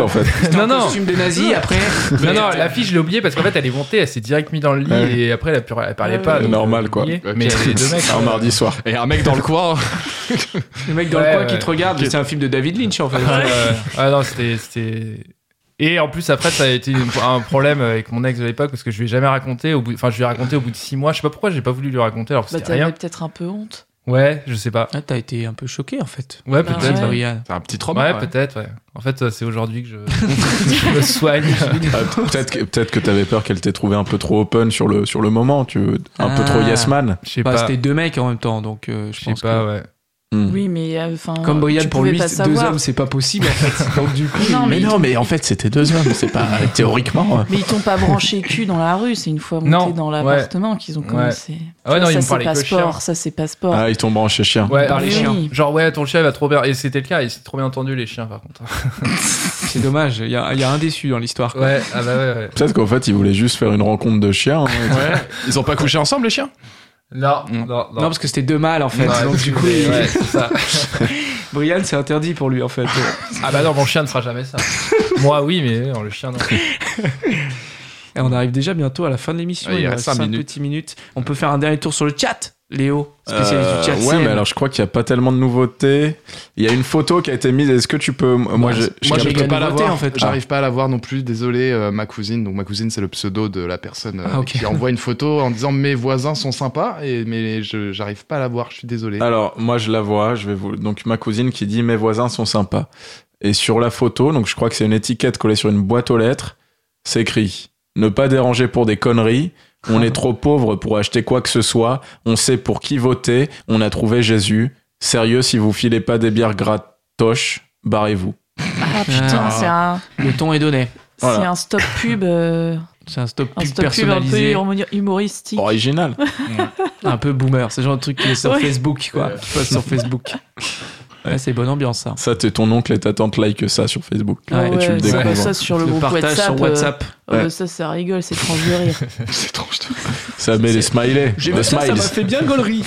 fait. Non, non. Costume de nazi après. Non, non, la fille, je l'ai oubliée parce qu'en fait, elle est montée, elle s'est direct mise dans le lit Ouais. et après, elle, a pu- elle parlait Ouais, pas. ouais. donc, Normal, euh, quoi. oublié. Ok. Mais les deux mecs. Un euh, mardi soir. Et un mec dans le coin. Le mec dans Ouais, le coin ouais. qui te regarde, c'est un film de David Lynch en fait. euh, ah non, c'était, c'était. Et en plus, après, ça a été une- un problème avec mon ex de l'époque parce que je lui ai jamais raconté. Au bout, enfin, je lui ai raconté au bout de six mois. Je sais pas pourquoi j'ai pas voulu lui raconter alors que Bah, c'était t'avais rien. peut-être un peu honte. Ouais, je sais pas. Ah, t'as été un peu choqué en fait. Ouais, Bah, peut-être. ouais. Brian. C'est un petit trauma. Ouais, ouais. peut-être, ouais. En fait, euh, c'est aujourd'hui que je, je me soigne. Ah, peut-être que, peut-être que t'avais peur qu'elle t'ait trouvé un peu trop open sur le, sur le moment, tu veux, un peu Ah. trop yes man. Je sais Bah, pas. c'était deux mecs en même temps, donc euh, je Je sais pense pas, que... ouais. Hmm. Oui, mais euh, enfin. Comme Brian, tu pour pouvais lui, pas deux savoir. hommes, c'est pas possible en fait. Donc du coup, Non, Mais mais, non, mais en fait, c'était deux hommes, c'est pas théoriquement. mais ils t'ont pas branché cul dans la rue, c'est une fois montés Non, dans l'appartement qu'ils ont commencé. Ah ouais, non, ça, ils me c'est parlaient que passeport, chien. ça c'est passeport. Ah, ils t'ont branché chien. Ouais, Par les Oui. chiens. genre, ouais, ton chien il va trop bien. Et c'était le cas, il s'est trop bien entendu, les chiens, par contre. c'est dommage. Il y a, il y a un déçu dans l'histoire. quoi. Ouais, ah bah ouais, ouais. Peut-être qu'en fait, ils voulaient juste faire une rencontre de chiens. hein. Ouais. Ils ont pas couché ensemble, les chiens? Non, Mm. non, non. Non, parce que c'était deux mâles en fait. Ouais, donc du coup, mais il- ouais, c'est ça. Brian, c'est interdit pour lui en fait. Ah bah non, mon chien ne fera jamais ça. Moi, oui, mais non, le chien, non. Et on arrive déjà bientôt à la fin de l'émission. Ouais, il il nous reste reste cinq cinq minutes. petites minutes. On peut faire un dernier tour sur le chat. Léo, spécialiste Euh, du chat. ouais, C M. mais alors je crois qu'il n'y a pas tellement de nouveautés. Il y a une photo qui a été mise. Est-ce que tu peux. Moi, Bah, je, c'est- je Moi, j'ai je capte- peux pas la la nouveauté, voir. en fait. J'arrive pas à la voir non plus. Désolé, euh, ma cousine. Donc, ma cousine, c'est le pseudo de la personne euh, Ah, ok. qui envoie une photo en disant mes voisins sont sympas. Et, mais je j'arrive pas à la voir. Je suis désolé. Alors, moi, je la vois. Je vais vous. Donc, ma cousine qui dit mes voisins sont sympas. Et sur la photo, donc je crois que c'est une étiquette collée sur une boîte aux lettres. C'est écrit ne pas déranger pour des conneries. On est trop pauvre pour acheter quoi que ce soit. On sait pour qui voter. On a trouvé Jésus. Sérieux, si vous filez pas des bières gratoches, barrez-vous. Ah putain, Ah. c'est un, Le ton est donné. c'est Voilà. un stop pub, euh, C'est un stop un pub stop pub un peu personnalisé. humo- humoristique. Original. Un peu boomer. C'est le genre de truc qui est sur Ouais. Facebook, quoi. Qui passe sur Facebook. Ouais, c'est bonne ambiance, ça. Ça, t'es ton oncle et ta tante like ça sur Facebook. Ah et tu le ouais, c'est découvres. pas ça sur le, Le groupe partage WhatsApp. sur euh, WhatsApp. oh, bah, Ouais. ça, ça rigole, c'est tranche de rire. C'est trop. je te- Ça met les smileys. J'ai les vu ça, ça smiles. m'a fait bien gaulerie.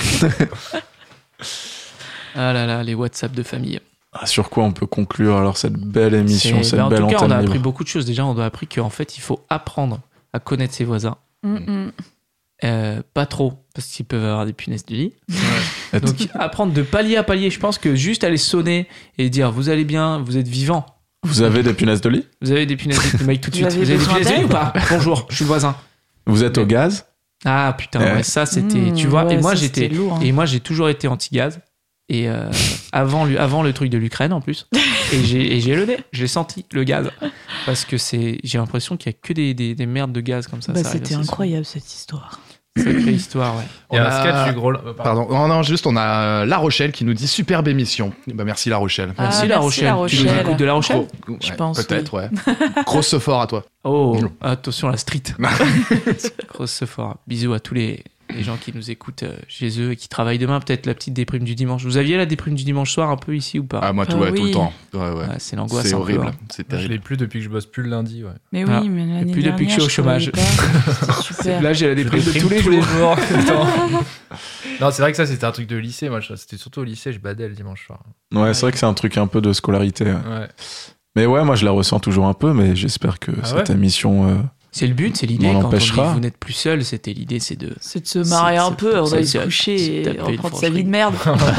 Ah là là, les WhatsApp de famille. Ah, sur quoi on peut conclure alors cette belle émission, C'est- cette bah, en belle tout cas, antenne on a libre. appris beaucoup de choses. Déjà, on a appris qu'en fait, il faut apprendre à connaître ses voisins. Mm, mm. Euh, pas trop, parce qu'ils peuvent avoir des punaises du lit. Et Donc, apprendre de palier à palier. Je pense que juste aller sonner et dire vous allez bien, vous êtes vivant. Vous avez des punaises de lit? Vous avez des punaises de lit, le mec tout de Vous suite. avez Vous avez des besoin punaises de lit ou d'aide pas? Bonjour, je suis le voisin. Vous êtes au gaz? Ah putain, Ouais. ouais, ça c'était. Mm, tu vois, ouais, et moi ça, j'étais. c'était lourd, hein. Et moi j'ai toujours été anti-gaz. Et euh, avant, lui- avant le truc de l'Ukraine en plus. Et j'ai et j'ai le nez, j'ai senti le gaz. Parce que c'est, j'ai l'impression qu'il y a que des, des, des merdes de gaz comme ça. Bah, ça arrive c'était assez incroyable cette histoire. souvent. Sacrée histoire, ouais. Il y a On un a- sketch du gros. euh, pardon. Pardon. Non, non, juste, on a euh, La Rochelle qui nous dit superbe émission. Bah, merci, La Rochelle. Ah, Merci, merci, La Rochelle. La Tu nous Rochelle. écoutes de La Rochelle? Gros- Je ouais, pense, Peut-être, ouais. Grosse fort à toi. Oh, attention la street. Grosse ce fort. Bisous à tous les, les gens qui nous écoutent euh, chez eux et qui travaillent demain. Peut-être la petite déprime du dimanche. Vous aviez la déprime du dimanche soir un peu ici ou pas? Ah, moi, tout, Ah ouais, tout oui. le temps. Ouais, ouais. Ouais, c'est l'angoisse. C'est un peu, horrible. hein. C'est Moi, je terrible. l'ai plus depuis que je bosse plus le lundi. Ouais. Mais Ah. oui, mais l'année Depuis depuis que je suis au chômage. C'est super. Là, j'ai la déprime de tous les tous les jours. jours. Putain. Non, c'est vrai que ça, c'était un truc de lycée. Moi, je- c'était surtout au lycée, je badais le dimanche soir. Ouais, c'est vrai que c'est un truc un peu de scolarité. ouais. Ouais. Mais ouais, moi je la ressens toujours un peu, mais j'espère que Ah cette ouais émission. euh, C'est le but, c'est l'idée. On Quand on dit l'empêchera. vous n'êtes plus seul, c'était l'idée, c'est de. C'est de se marrer C'est- un c'est peu, pour on ça, va aller c'est- se coucher c'est et taper une reprendre sa francherie. vie de merde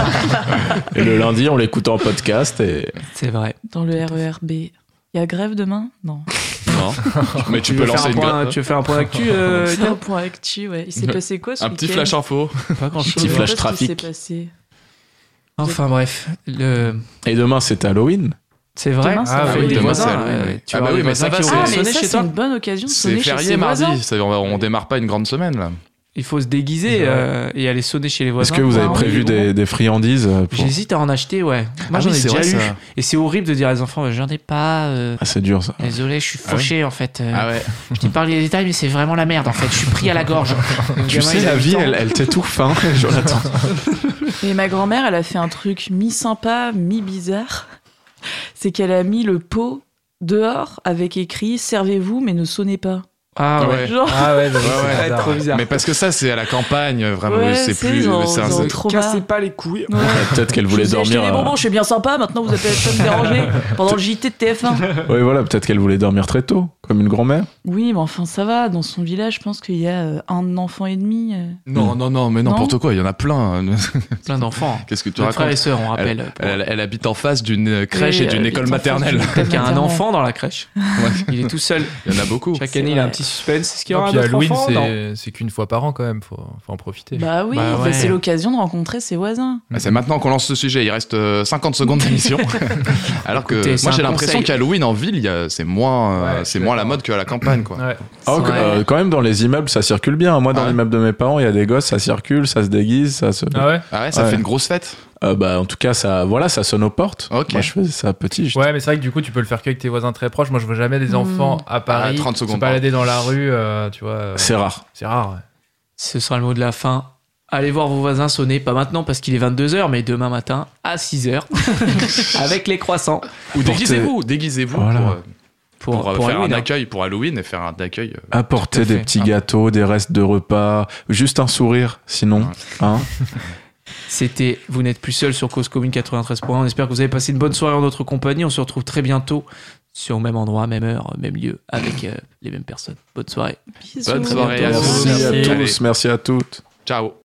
Et le lundi, on l'écoute en podcast. Et C'est vrai. dans le R E R B. Il y a grève demain? Non. Non. Mais tu, Tu peux veux faire lancer un une point, grappe. tu veux faire un point d'actu euh, C'est un Ethan point actu, ouais. Il s'est passé quoi ce Un petit week-end flash info. Pas grand Je chose. sais Petit pas flash ce qui trafic. s'est passé. Enfin bref, le... Et demain, c'est Halloween. c'est vrai. Demain, c'est Ah, Halloween. oui, les Demain, voisins. c'est Halloween, euh, oui. Tu Ah vois, bah oui, les mais voisins ça qui qui vont c'est- Ah, sonner mais ça, chez c'est toi. une bonne occasion de C'est sonner chez férié ses voisins. mardi. Ça, on, va- on démarre pas une grande semaine, là. Il faut se déguiser C'est vrai. euh, et aller sonner chez les Est-ce voisins. que vous avez Ah, oui, prévu oui. des, des friandises euh, pour... J'hésite à en acheter, ouais. Moi Ah j'en oui, ai c'est déjà vrai, eu. ça. Et c'est horrible de dire à les enfants, bah, j'en ai pas. euh, Ah, c'est dur ça. Désolé, je suis Ah ouais fauché en fait. euh, Ah ouais. Je t'ai parlé des détails, mais c'est vraiment la merde en fait. Je suis pris à la gorge. Le Tu gamin, sais, il a la huit vie, ans. elle, elle t'étouffe, hein, Jonathan. Et ma grand-mère, elle a fait un truc mi-sympa, mi-bizarre. C'est qu'elle a mis le pot dehors avec écrit « Servez-vous, mais ne sonnez pas Ah ouais. Genre, Ah ouais, j'avoue, Ouais, c'est ouais, bizarre. trop bizarre. Mais parce que ça, c'est à la campagne, vraiment. Ouais, c'est c'est, plus. ils ont- c'est un- ils ont c'est- trop Cassez bas. pas les couilles. Ouais. Peut-être qu'elle voulait Je vous ai acheté dormir. des euh, bonbons, je suis bien sympa, maintenant vous appelez pas me déranger pendant le J T de T F un. Oui, voilà, peut-être qu'elle voulait dormir très tôt, comme une grand-mère. Oui, mais enfin ça va, dans son village, je pense qu'il y a euh, un enfant et demi. euh. Non, non, non, mais Non n'importe quoi, il y en a plein. Plein d'enfants. Qu'est-ce que tu Notre frère et racontes sœur, on elle, rappelle. elle- elle habite en face d'une crèche Oui, et d'une elle école habite en face maternelle. d'une- Peut-être qu'il y a un maternelle. enfant dans la crèche. Il est tout seul. Il y en a beaucoup. Chaque C'est année, il a un vrai. petit suspense. Est-ce qu'il y Non, aura un puis autre Halloween, enfant Non. c'est, c'est qu'une fois par an quand même, faut, faut en profiter. Bah oui, Bah bah ouais. c'est l'occasion de rencontrer ses voisins. Ah, c'est maintenant qu'on lance ce sujet, il reste euh, cinquante secondes d'émission. Alors que Écoutez, c'est moi j'ai un l'impression conseil. qu'Halloween en ville, il y a- c'est moins, euh, Ouais, c'est je suis moins la d'accord. mode qu'à la campagne. Quoi. Ouais. Ah, C'est que- vrai. euh, quand même, dans les immeubles, ça circule bien. Moi, dans Ah ouais. l'immeuble de mes parents, il y a des gosses, ça circule, ça se déguise, ça se. Ah ouais Ah ouais, ça Ouais. fait une grosse fête. Euh, bah, en tout cas, ça, voilà, ça sonne aux portes. Ok. Moi, je faisais ça petit. je- Ouais, mais c'est vrai que du coup, tu peux le faire qu'avec tes voisins très proches. Moi, je vois jamais des Mmh. enfants à Paris Ah, trente secondes se balader dans la rue, euh, tu vois. euh, C'est rare. c'est rare. Ouais. Ce sera le mot de la fin. Allez voir vos voisins sonner, pas maintenant parce qu'il est vingt-deux heures, mais demain matin à six heures avec les croissants Ou Portez- déguisez-vous, déguisez-vous Voilà. pour, euh, pour, pour, euh, pour faire Halloween, un hein. accueil pour Halloween et faire un accueil. euh, Apporter Tout à des fait. petits Ah. gâteaux, des restes de repas, juste un sourire, sinon. Ouais. Hein. C'était Vous n'êtes plus seul sur Cause Commune quatre-vingt-treize point un. On espère que vous avez passé une bonne soirée en notre compagnie. On se retrouve très bientôt sur même endroit, même heure, même lieu, avec euh, les mêmes personnes. Bonne soirée. Bisous. Bonne soirée à bientôt. tous. Merci à Allez. tous, merci à toutes. Ciao.